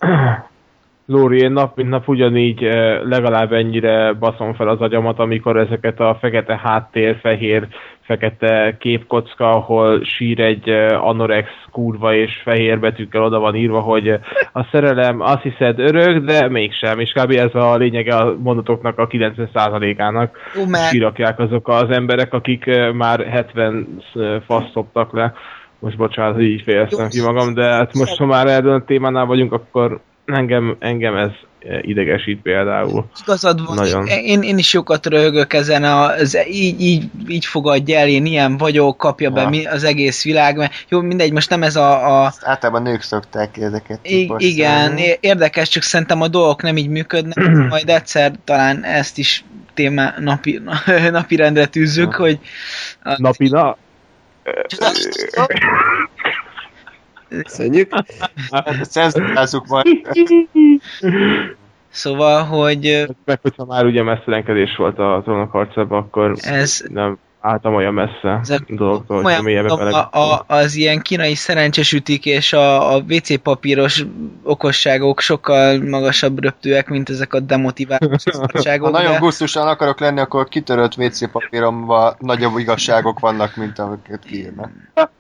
Lóri, én nap mint nap ugyanígy legalább ennyire baszom fel az agyamat, amikor ezeket a fekete háttér, fehér, fekete képkocka, ahol sír egy anorex kurva és fehér betűkkel oda van írva, hogy a szerelem azt hiszed örök, de mégsem, és kb. Ez a lényege a mondatoknak a kilencven százalékának. Sírakják azok az emberek, akik már hetven faszt szoptak le. Most bocsánat, hogy így fejeztem ki magam, de hát most, ha már erről a témánál vagyunk, akkor Engem, engem ez idegesít például. Igazad van, Nagyon. Én, én is jókat röhögök ezen, az, így, így, így fogadja el, én ilyen vagyok, kapja ja. be az egész világ, mert jó, mindegy, most nem ez a... a... Általában nők szokták ezeket. I- igen, érdekes, csak szerintem a dolgok nem így működnek, majd egyszer talán ezt is témá napi, napi rendre tűzzük, ja. hogy... A... Napi, na? Köszönjük. Szenszítázzuk majd. Szóval, hogy... Meg, hogyha már ugye messzelenkedés volt a Trónok harcában, akkor ez... nem álltam olyan messze dolgoktól, hogy mélyebben bele... A, a, az ilyen kínai szerencsésütik és a, a vé cé papíros okosságok sokkal magasabb röptőek, mint ezek a demotiváló szarságok. Ha nagyon de... gusztusan akarok lenni, akkor kitörött vé cé papíromban nagyobb igazságok vannak, mint amiket kiírnak.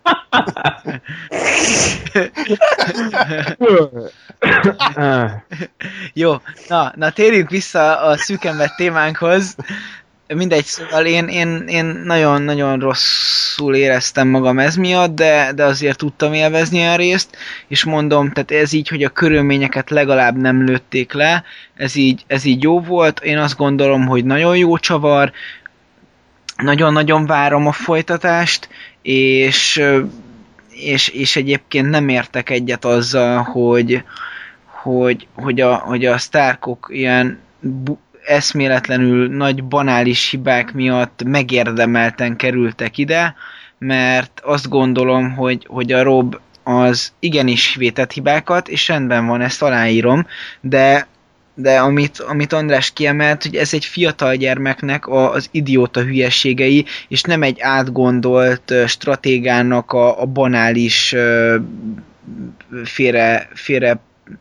Jó, na, na térjünk vissza a szűkember témánkhoz. Mindegy, szóval én, én, én nagyon-nagyon rosszul éreztem magam ez miatt, de, de azért tudtam élvezni a részt, és mondom, tehát ez így, hogy a körülményeket legalább nem lőtték le, ez így, ez így jó volt, én azt gondolom, hogy nagyon jó csavar, nagyon-nagyon várom a folytatást, és, és, és egyébként nem értek egyet azzal, hogy, hogy, hogy, a, hogy a Starkok ilyen bu- eszméletlenül nagy banális hibák miatt megérdemelten kerültek ide, mert azt gondolom, hogy, hogy a Robb az igenis vétett hibákat, és rendben van, ezt aláírom, de, de amit, amit András kiemelt, hogy ez egy fiatal gyermeknek a, az idióta hülyeségei, és nem egy átgondolt stratégának a, a banális félre, félre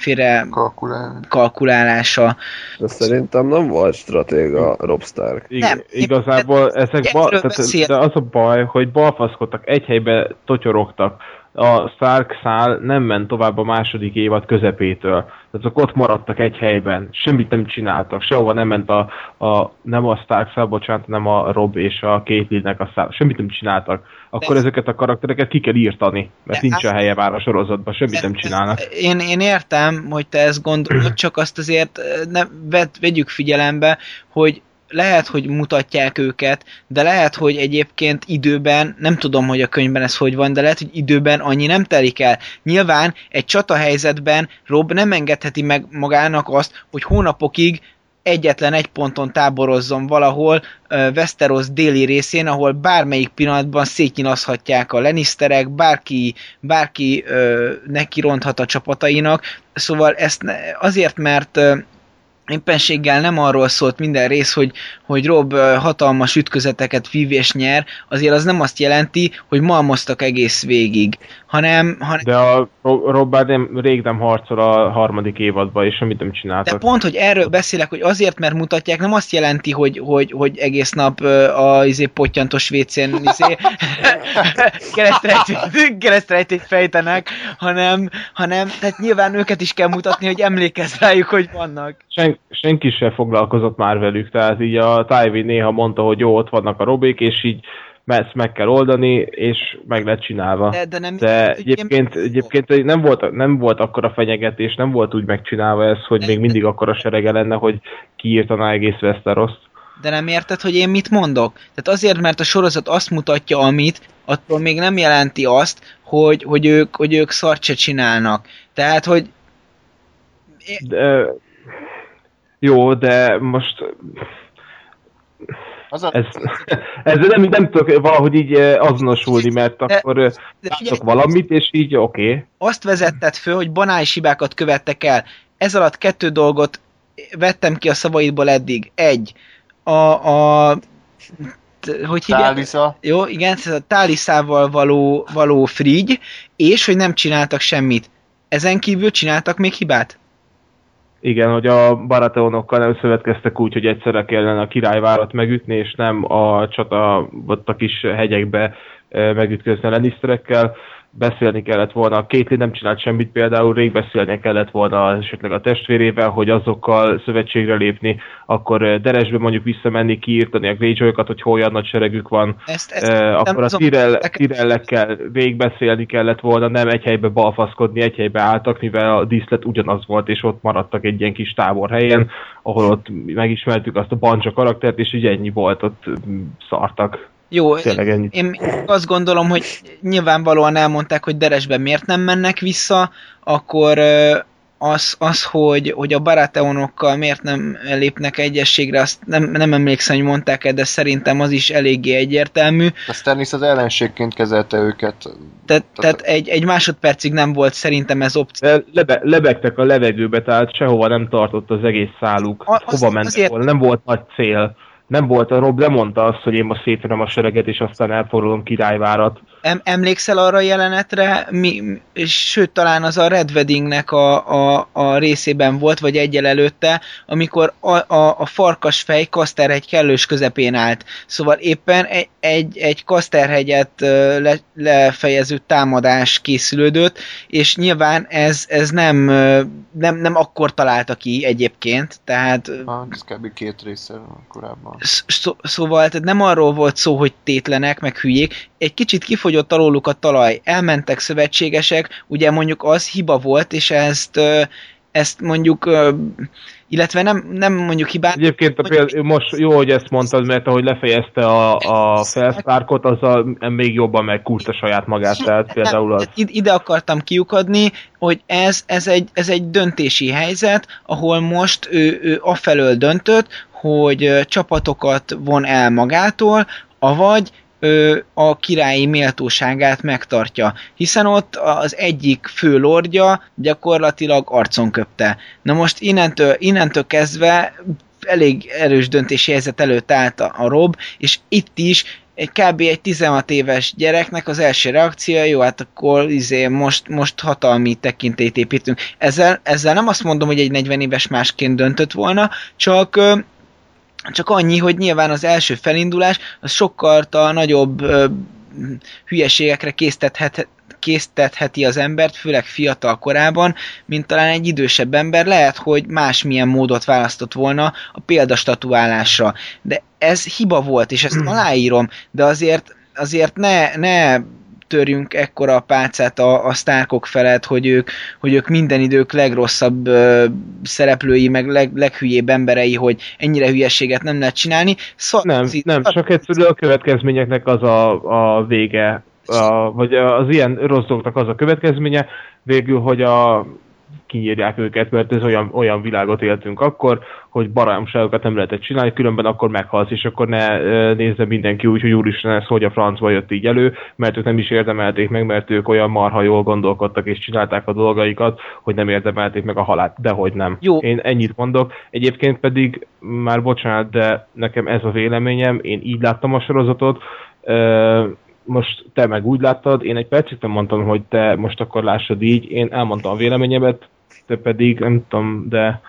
félre Kalkulálni. kalkulálása. De szerintem nem volt stratéga Robb Stark. Ig- Nem, igazából én- ezek én bal, erről tehát, beszél- de az a baj, hogy balfaszkodtak, egy helybe totyorogtak. A Stark szál nem ment tovább a második évad közepétől. Tehát azok ott maradtak egy helyben, semmit nem csináltak, sehova nem ment a, a nem a Stark szál, bocsánat, nem a Robb és a Caitlynnek a szál, semmit nem csináltak. Akkor De- ezeket a karaktereket ki kell írtani, mert De- nincs a helye már a sorozatban, semmit nem csinálnak. Én, én értem, hogy te ezt gondolod, csak azt azért ne, vedd, vegyük figyelembe, hogy lehet, hogy mutatják őket, de lehet, hogy egyébként időben, nem tudom, hogy a könyvben ez hogy van, de lehet, hogy időben annyi nem telik el. Nyilván egy csatahelyzetben Robb nem engedheti meg magának azt, hogy hónapokig egyetlen egy ponton táborozzon valahol uh, Westeros déli részén, ahol bármelyik pillanatban szétnyilazhatják a Lannisterek, bárki, bárki uh, nekironthat a csapatainak. Szóval ezt ne, azért, mert uh, éppenséggel nem arról szólt minden rész, hogy, hogy Robb hatalmas ütközeteket vív és nyer, azért az nem azt jelenti, hogy malmoztak egész végig, hanem... hanem De a Robb nem, rég nem harcol a harmadik évadban, és semmit nem csináltak. de pont, hogy erről beszélek, hogy azért, mert mutatják, nem azt jelenti, hogy, hogy, hogy egész nap a izé, pottyantos vécén izé, keresztrejtét, keresztrejtét fejtenek, hanem, hanem tehát nyilván őket is kell mutatni, hogy emlékezz rájuk, hogy vannak. Sen, senki sem foglalkozott már velük, tehát így a Tywin néha mondta, hogy jó, ott vannak a Robbék, és így ezt meg kell oldani, és meg lett csinálva. De, de, nem, de egyébként, egyébként nem volt, nem volt akkora fenyegetés, nem volt úgy megcsinálva ez, hogy de, még mindig akkora serege lenne, hogy kiírtaná egész Westerost. De nem érted, hogy én mit mondok? Tehát azért, mert a sorozat azt mutatja, amit, attól még nem jelenti azt, hogy, hogy, ők, hogy ők szart se csinálnak. Tehát, hogy... De, jó, de most... Az a... Ez, ez nem, nem tudok valahogy így azonosulni, mert de, akkor de látok valamit, és így oké. Okay. Azt vezetted föl, hogy banális hibákat követtek el. Ez alatt kettő dolgot vettem ki a szavaidból eddig. Egy, a... a hogy hívják? Tálisa. Jó, igen, ez a Táliszával való, való frigy, és hogy nem csináltak semmit. Ezen kívül csináltak még hibát? Igen, hogy a Baratheonokkal nem szövetkeztek úgy, hogy egyszerre kellene a királyvárat megütni, és nem a csata ott a kis hegyekbe megütközni a Lannisterekkel. Beszélni kellett volna, a Caitlyn nem csinált semmit, például rég beszélni kellett volna esetleg a testvérével, hogy azokkal szövetségre lépni, akkor Deresbe mondjuk visszamenni, kiírtani a Greyjoy-okat, hogy hol olyan nagy seregük van, ezt, ezt uh, akkor a Tyrell, Tyrellekkel végigbeszélni kellett volna, nem egy helybe balfaszkodni, egy helybe álltak, mivel a díszlet ugyanaz volt, és ott maradtak egy ilyen kis táborhelyen, ahol ott megismertük azt a Banja karaktert, és így ennyi volt, ott szartak. Jó, én, én azt gondolom, hogy nyilvánvalóan elmondták, hogy Deresben miért nem mennek vissza, akkor az, az hogy, hogy a Baratheonokkal miért nem lépnek egyességre, azt nem, nem emlékszem, hogy mondták-e, de szerintem az is eléggé egyértelmű. A Stannis az ellenségként kezelte őket. Te, tehát egy, egy másodpercig nem volt szerintem ez opció. Lebe, lebegtek a levegőbe, tehát sehova nem tartott az egész száluk. A, Hova mentek azért... volna, nem volt nagy cél. Nem volt, a Robb nem mondta azt, hogy én most szétvenem a sereget, és aztán elforulom királyvárat. Em, emlékszel arra a jelenetre? Mi, és sőt, talán az a Red Weddingnek a, a, a részében volt, vagy egyel előtte, amikor a, a, a farkasfej Kaszterhegy kellős közepén állt. Szóval éppen egy, egy, egy Kaszterhegyet le, lefejező támadás készülődött, és nyilván ez, ez nem, nem, nem akkor találta ki egyébként, tehát... Ah, ez kb. Két része korábban. Szó, szóval tehát nem arról volt szó, hogy tétlenek, meg hülyék, egy kicsit kifogyott alóluk a talaj, elmentek szövetségesek, ugye mondjuk az hiba volt, és ezt, ezt mondjuk, illetve nem, nem mondjuk hibát. Egyébként a mondjuk, például, most jó, hogy ezt mondtad, mert ahogy lefejezte a, a felszpárkot, azzal még jobban megkúrta saját magát, tehát például az... Ide akartam kiukadni, hogy ez, ez, egy, ez egy döntési helyzet, ahol most ő, ő afelől döntött, hogy csapatokat von el magától, avagy ő a királyi méltóságát megtartja, hiszen ott az egyik fő lordja gyakorlatilag arcon köpte. Na most innentől, innentől kezdve elég erős döntési helyzet előtt állt a, a Robb, és itt is egy kb. Egy tizenhat éves gyereknek az első reakciója, jó, hát akkor izé, most, most hatalmi tekintélyt építünk. Ezzel, ezzel nem azt mondom, hogy egy negyven éves másként döntött volna, csak csak annyi, hogy nyilván az első felindulás az sokkal a nagyobb ö, hülyeségekre késztethet, késztetheti az embert, főleg fiatal korában, mint talán egy idősebb ember. Lehet, hogy másmilyen módot választott volna a példastatuálásra. De ez hiba volt, és ezt aláírom, de azért, azért ne, ne törjünk ekkora a pálcát a, a Starkok felett, hogy ők, hogy ők minden idők legrosszabb ö, szereplői, meg leg, leghülyébb emberei, hogy ennyire hülyeséget nem lehet csinálni. Szó, nem, zi- nem, csak egyszerűen a következményeknek az a, a vége, a, vagy az ilyen rossz dolgoknak az a következménye, végül, hogy a kinyírják őket, mert ez olyan, olyan világot éltünk akkor, hogy baromságokat nem lehetett csinálni, különben akkor meghalsz, és akkor ne e, nézze mindenki úgy, hogy úristen, ez hogy a francba jött így elő, mert ők nem is érdemelték meg, mert ők olyan marha jól gondolkodtak és csinálták a dolgaikat, hogy nem érdemelték meg a halált, dehogy nem. Jó. Én ennyit mondok. Egyébként pedig, már bocsánat, de nekem ez a véleményem, én így láttam a sorozatot, e, most te meg úgy láttad, én egy percig nem mondtam, hogy te most akkor lássad így, én elmondtam a véleményemet, te pedig, nem tudom, de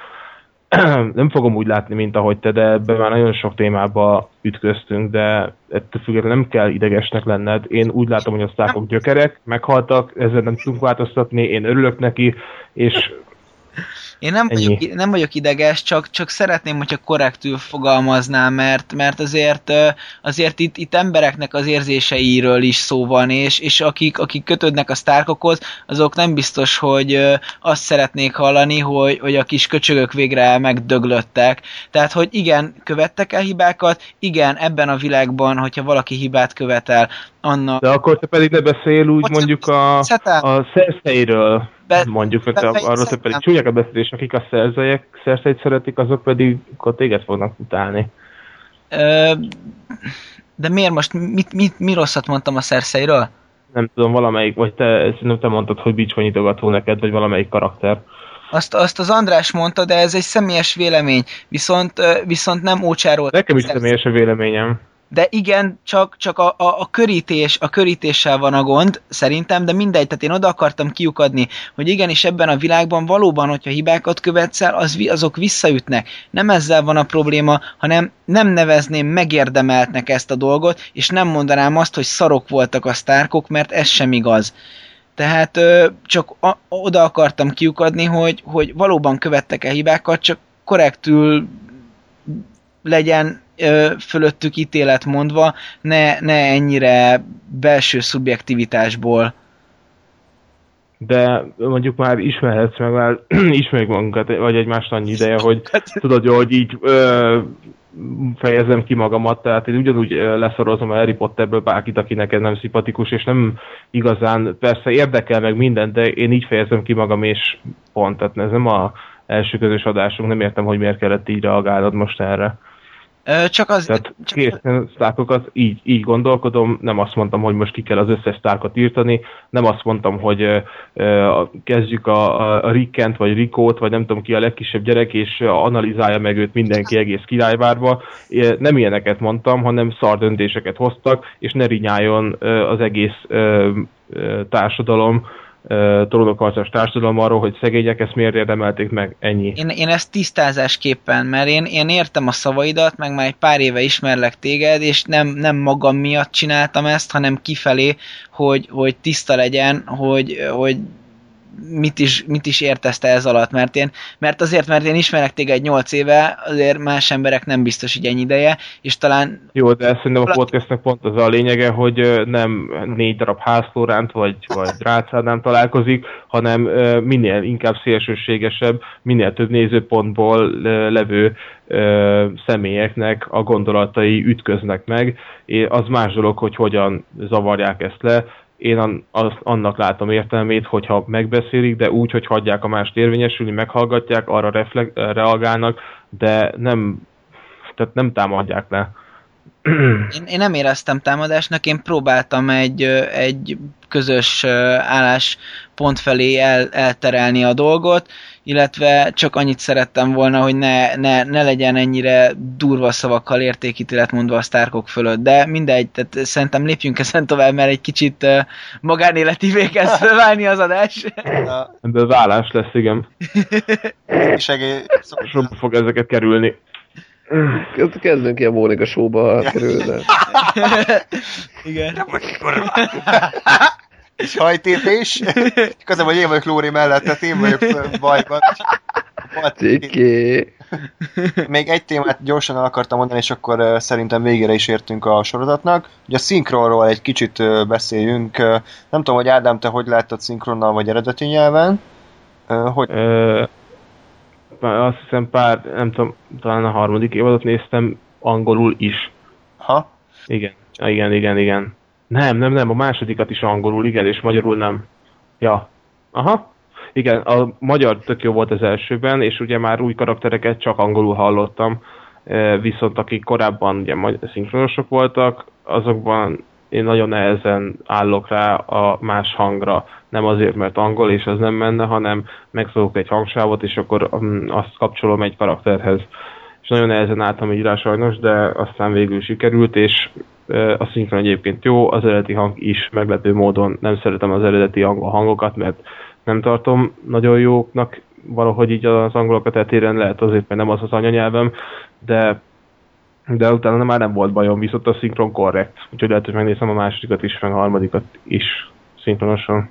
nem fogom úgy látni, mint ahogy te, de ebben már nagyon sok témába ütköztünk, de ettől függetlenül nem kell idegesnek lenned. Én úgy látom, hogy a Starkok gyökerek, meghaltak, ezzel nem tudunk változtatni, én örülök neki, és Én nem vagyok, nem vagyok ideges, csak, csak szeretném, hogyha korrektül fogalmaznám, mert, mert azért, azért itt, itt embereknek az érzéseiről is szó van, és, és akik, akik kötődnek a Starkokhoz, azok nem biztos, hogy azt szeretnék hallani, hogy, hogy a kis köcsögök végre megdöglöttek. Tehát, hogy igen, követtek el hibákat, igen, ebben a világban, hogyha valaki hibát követel, annak... De akkor te pedig ne beszél úgy mondjuk a, a Cerseiről, Be, mondjuk, be, be, arról te pedig csúnyák a beszélés, akik a szerzőjek Cerseit szeretik, azok pedig akkor téged fognak utálni. Ö, de miért most, mit, mit, mi rosszat mondtam a Cerseiről? Nem tudom, valamelyik, vagy te, nem te mondtad, hogy bicsonyitogató neked, vagy valamelyik karakter. Azt, azt az András mondta, de ez egy személyes vélemény, viszont, viszont nem ócsárolt. Nekem is személyes a véleményem. De igen, csak, csak a, a, a körítés, a körítéssel van a gond, szerintem, de mindegy, tehát én oda akartam kiukadni, hogy igenis ebben a világban valóban, hogyha hibákat követsz el, az, azok visszaütnek. Nem ezzel van a probléma, hanem nem nevezném megérdemeltnek ezt a dolgot, és nem mondanám azt, hogy szarok voltak a Starkok, mert ez sem igaz. Tehát ö, csak a, oda akartam kiukadni, hogy, hogy valóban követtek el hibákat, csak korrektül legyen ö, fölöttük ítélet mondva, ne, ne ennyire belső szubjektivitásból. De mondjuk már ismerhetsz meg, már ismerjük magunkat, vagy egymást annyi ideje, hogy tudod, hogy így ö, fejezem ki magamat, tehát én ugyanúgy leszorozom a Harry Potterből bárkit, aki neked nem szimpatikus, és nem igazán, persze érdekel meg mindent, de én így fejezem ki magam, és pont, tehát ez nem az első közös adásunk, nem értem, hogy miért kellett így reagálnod most erre. Ö, csak az... Tehát csak... két Starkokat így, így gondolkodom, nem azt mondtam, hogy most ki kell az összes Starkot írtani, nem azt mondtam, hogy ö, ö, kezdjük a, a, a Rickent, vagy Rickót, vagy nem tudom ki a legkisebb gyerek, és analizálja meg őt mindenki egész királyvárba. Nem ilyeneket mondtam, hanem szar döntéseket hoztak, és ne rinyáljon ö, az egész ö, ö, társadalom, trónokharcos társadalom arról, hogy szegények ezt miért érdemelték meg, ennyi. Én, én ezt tisztázásképpen, mert én, én értem a szavaidat, meg már egy pár éve ismerlek téged, és nem, nem magam miatt csináltam ezt, hanem kifelé, hogy, hogy tiszta legyen, hogy, hogy mit is, mit is értesz te ez alatt, mert én, mert azért, mert én ismerek téged nyolc éve, azért más emberek nem biztos, hogy ennyi ideje, és talán... Jó, de szerintem a podcastnek pont az a lényege, hogy nem négy darab házlóránt, vagy, vagy Rácádán találkozik, hanem minél inkább szélsőségesebb, minél több nézőpontból levő személyeknek a gondolatai ütköznek meg. Az más dolog, hogy hogyan zavarják ezt le. Én az, annak látom értelmét, hogyha megbeszélik, de úgy, hogy hagyják a mást érvényesülni, meghallgatják, arra reflek- reagálnak, de nem, tehát nem támadják le. Én, én nem éreztem támadásnak, én próbáltam egy, egy közös álláspont felé el, elterelni a dolgot, illetve csak annyit szerettem volna, hogy ne, ne, ne legyen ennyire durva szavakkal értékítélet mondva a Starkok fölött, de mindegy, tehát szerintem lépjünk ezen tovább, mert egy kicsit uh, magánéletívé kezd felválni az adás. Ebből vállás lesz, igen. Segély... Sokba fog ezeket kerülni. Kezdünk ilyen Mónika showba kerülni. Igen. És hajtépés. Közben, hogy én vagyok Lóri mellett, tehát én vagyok bajban. Ciki. Még egy témát gyorsan el akartam mondani, és akkor uh, szerintem végére is értünk a sorozatnak. Ugye a szinkronról egy kicsit uh, beszéljünk. Uh, nem tudom, hogy Ádám, te hogy láttad szinkronnal vagy eredeti nyelven? Uh, hogy... Ö, azt hiszem pár, nem tudom, talán a harmadik évadot néztem angolul is. Ha? Igen, igen, igen, igen. Nem, nem, nem, a másodikat is angolul, igen, és magyarul nem. Ja. Aha. Igen, a magyar tök jó volt az elsőben, és ugye már új karaktereket csak angolul hallottam, viszont akik korábban ugye szinkronosok voltak, azokban én nagyon nehezen állok rá a más hangra. Nem azért, mert angol, és az nem menne, hanem megszólok egy hangsávot, és akkor azt kapcsolom egy karakterhez. És nagyon nehezen álltam így rá sajnos, de aztán végül sikerült, és a szinkron egyébként jó, az eredeti hang is meglepő módon. Nem szeretem az eredeti angol hangokat, mert nem tartom nagyon jóknak, valahogy így az angolokat eltéren, lehet azért, mert nem az az anyanyelvem, de, de utána már nem volt bajom, viszont a szinkron korrekt. Úgyhogy lehet, hogy megnézem a másodikat is, meg a harmadikat is szinkronosan.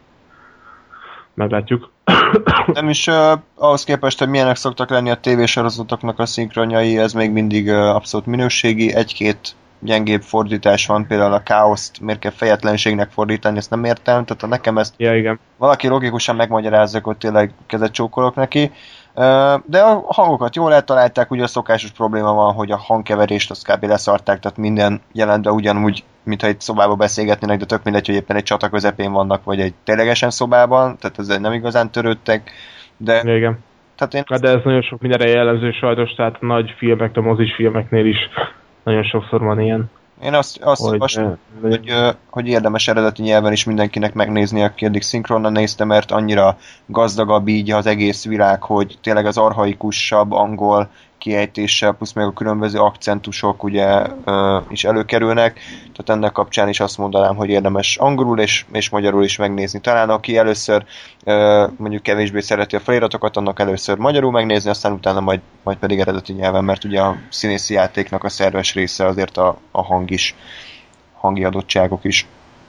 Meglátjuk. Nem is uh, ahhoz képest, hogy milyenek szoktak lenni a tévésorozatoknak a szinkronjai, ez még mindig uh, abszolút minőségi. Egy-két gyengébb fordítás van, például a káoszt miért kell fejetlenségnek fordítani, ezt nem értem, tehát ha nekem ezt ja, igen. valaki logikusan megmagyarázza, akkor tényleg kezet csókolok neki. De a hangokat jól eltalálták, ugye a szokásos probléma van, hogy a hangkeverést azt kb. Leszarták, tehát minden jelentben ugyanúgy, mintha egy szobában beszélgetnének, de tök mindegy, hogy éppen egy csata közepén vannak, vagy egy ténylegesen szobában, tehát ezzel nem igazán törődtek. De, ja, igen. Tehát én... De ez nagyon sok mindenre jellemző sajnos, tehát a nagy filmek, a mozis filmeknél is nagyon sokszor van ilyen. Én azt, azt hogy, javaslom, hogy, hogy érdemes eredeti nyelven is mindenkinek megnézni, aki eddig szinkronnal nézte, mert annyira gazdagabb így az egész világ, hogy tényleg az archaikusabb angol kiejtéssel, plusz még a különböző akcentusok ugye is előkerülnek, tehát ennek kapcsán is azt mondanám, hogy érdemes angolul és, és magyarul is megnézni. Talán aki először mondjuk kevésbé szereti a feliratokat, annak először magyarul megnézni, aztán utána majd, majd pedig eredeti nyelven, mert ugye a színészi játéknak a szerves része azért a, a hang is, hangi adottságok is.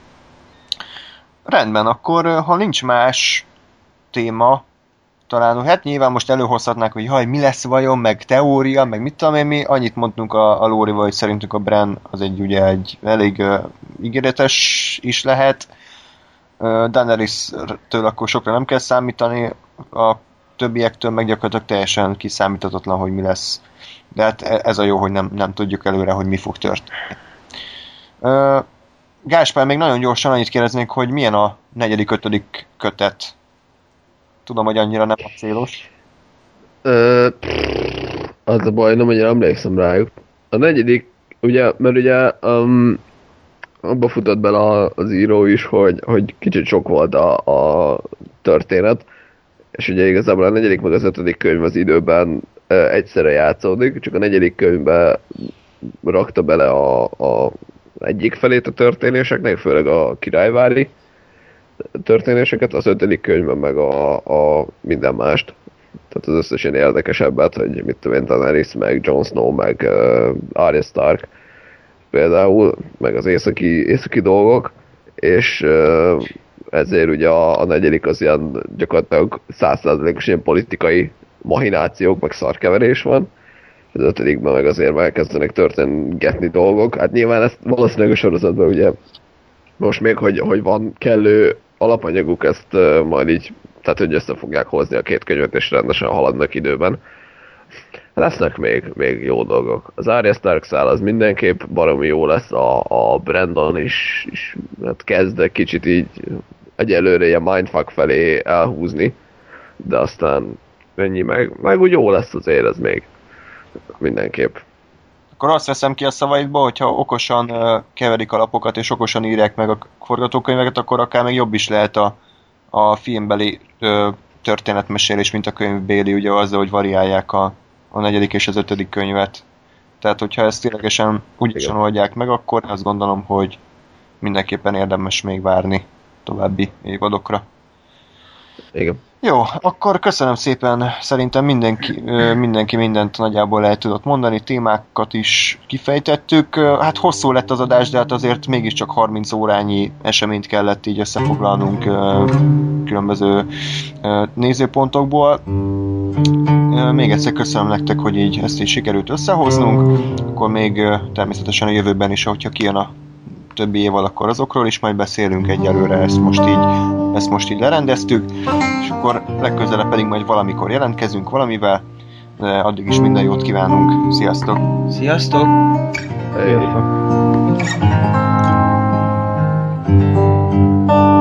Rendben, akkor ha nincs más téma, talán, hát nyilván most előhozhatnák, hogy haj, mi lesz vajon, meg teória, meg mit tudom én mi, annyit mondtunk a, a Lórival, hogy szerintünk a Bran az egy ugye egy elég uh, ígéretes is lehet. Uh, Daenerys-től akkor sokra nem kell számítani, a többiektől meg gyakorlatilag teljesen kiszámíthatatlan, hogy mi lesz. De hát ez a jó, hogy nem, nem tudjuk előre, hogy mi fog történni. Uh, Gáspár, még nagyon gyorsan annyit kérdeznék, hogy milyen a negyedik, ötödik kötet? Tudom, hogy annyira nem a célos. Ö, az a baj, nem annyira emlékszem rájuk. A negyedik, ugye, mert ugye um, abba futott bele az író is, hogy, hogy kicsit sok volt a, a történet, és ugye igazából a negyedik meg az ötödik könyv az időben uh, egyszerre játszódik, csak a negyedik könyvben rakta bele a, a egyik felét a történéseknek, főleg a királyvári történéseket, az ötödik könyvben meg a, a minden mást. Tehát az összes ilyen érdekesebbet, hogy mit tudom én, Daenerys, meg Jon Snow, meg uh, Arya Stark például, meg az északi, északi dolgok, és uh, ezért ugye a, a negyedik az ilyen gyakorlatilag száz százalékos ilyen politikai mahinációk, meg szarkeverés van. Az ötödikben meg azért elkezdenek történgetni dolgok. Hát nyilván ezt valószínűleg a sorozatban ugye most még, hogy, hogy van kellő alapanyaguk, ezt uh, majd így, tehát hogy össze fogják hozni a két könyvet, és rendesen haladnak időben. Lesznek még, még jó dolgok. Az Arya Stark szál az mindenképp baromi jó lesz, a, a Brandon is, is hát kezd kicsit így egyelőre ilyen mindfuck felé elhúzni, de aztán ennyi, meg, meg úgy jó lesz azért ez még mindenképp. Akkor azt veszem ki a szavaidból, hogyha okosan uh, keverik a lapokat és okosan írják meg a forgatókönyveket, akkor akár még jobb is lehet a, a filmbeli uh, történetmesélés, mint a könyvbéli, ugye azzal, hogy variálják a, a negyedik és az ötödik könyvet. Tehát, hogyha ezt ténylegesen ugyanosan oldják meg, akkor azt gondolom, hogy mindenképpen érdemes még várni további évadokra. Igen. Jó, akkor köszönöm szépen, szerintem mindenki, mindenki mindent nagyjából el tudott mondani, témákat is kifejtettük. Hát hosszú lett az adás, de hát azért mégiscsak harminc órányi eseményt kellett így összefoglalnunk különböző nézőpontokból. Még egyszer köszönöm nektek, hogy így ezt is sikerült összehoznunk, akkor még természetesen a jövőben is, ahogyha kijön a többi évad, akkor azokról is majd beszélünk egyelőre, ezt most így, ezt most így lerendeztük, és akkor legközelebb pedig majd valamikor jelentkezünk valamivel, de addig is minden jót kívánunk. Sziasztok! Sziasztok! Sziasztok!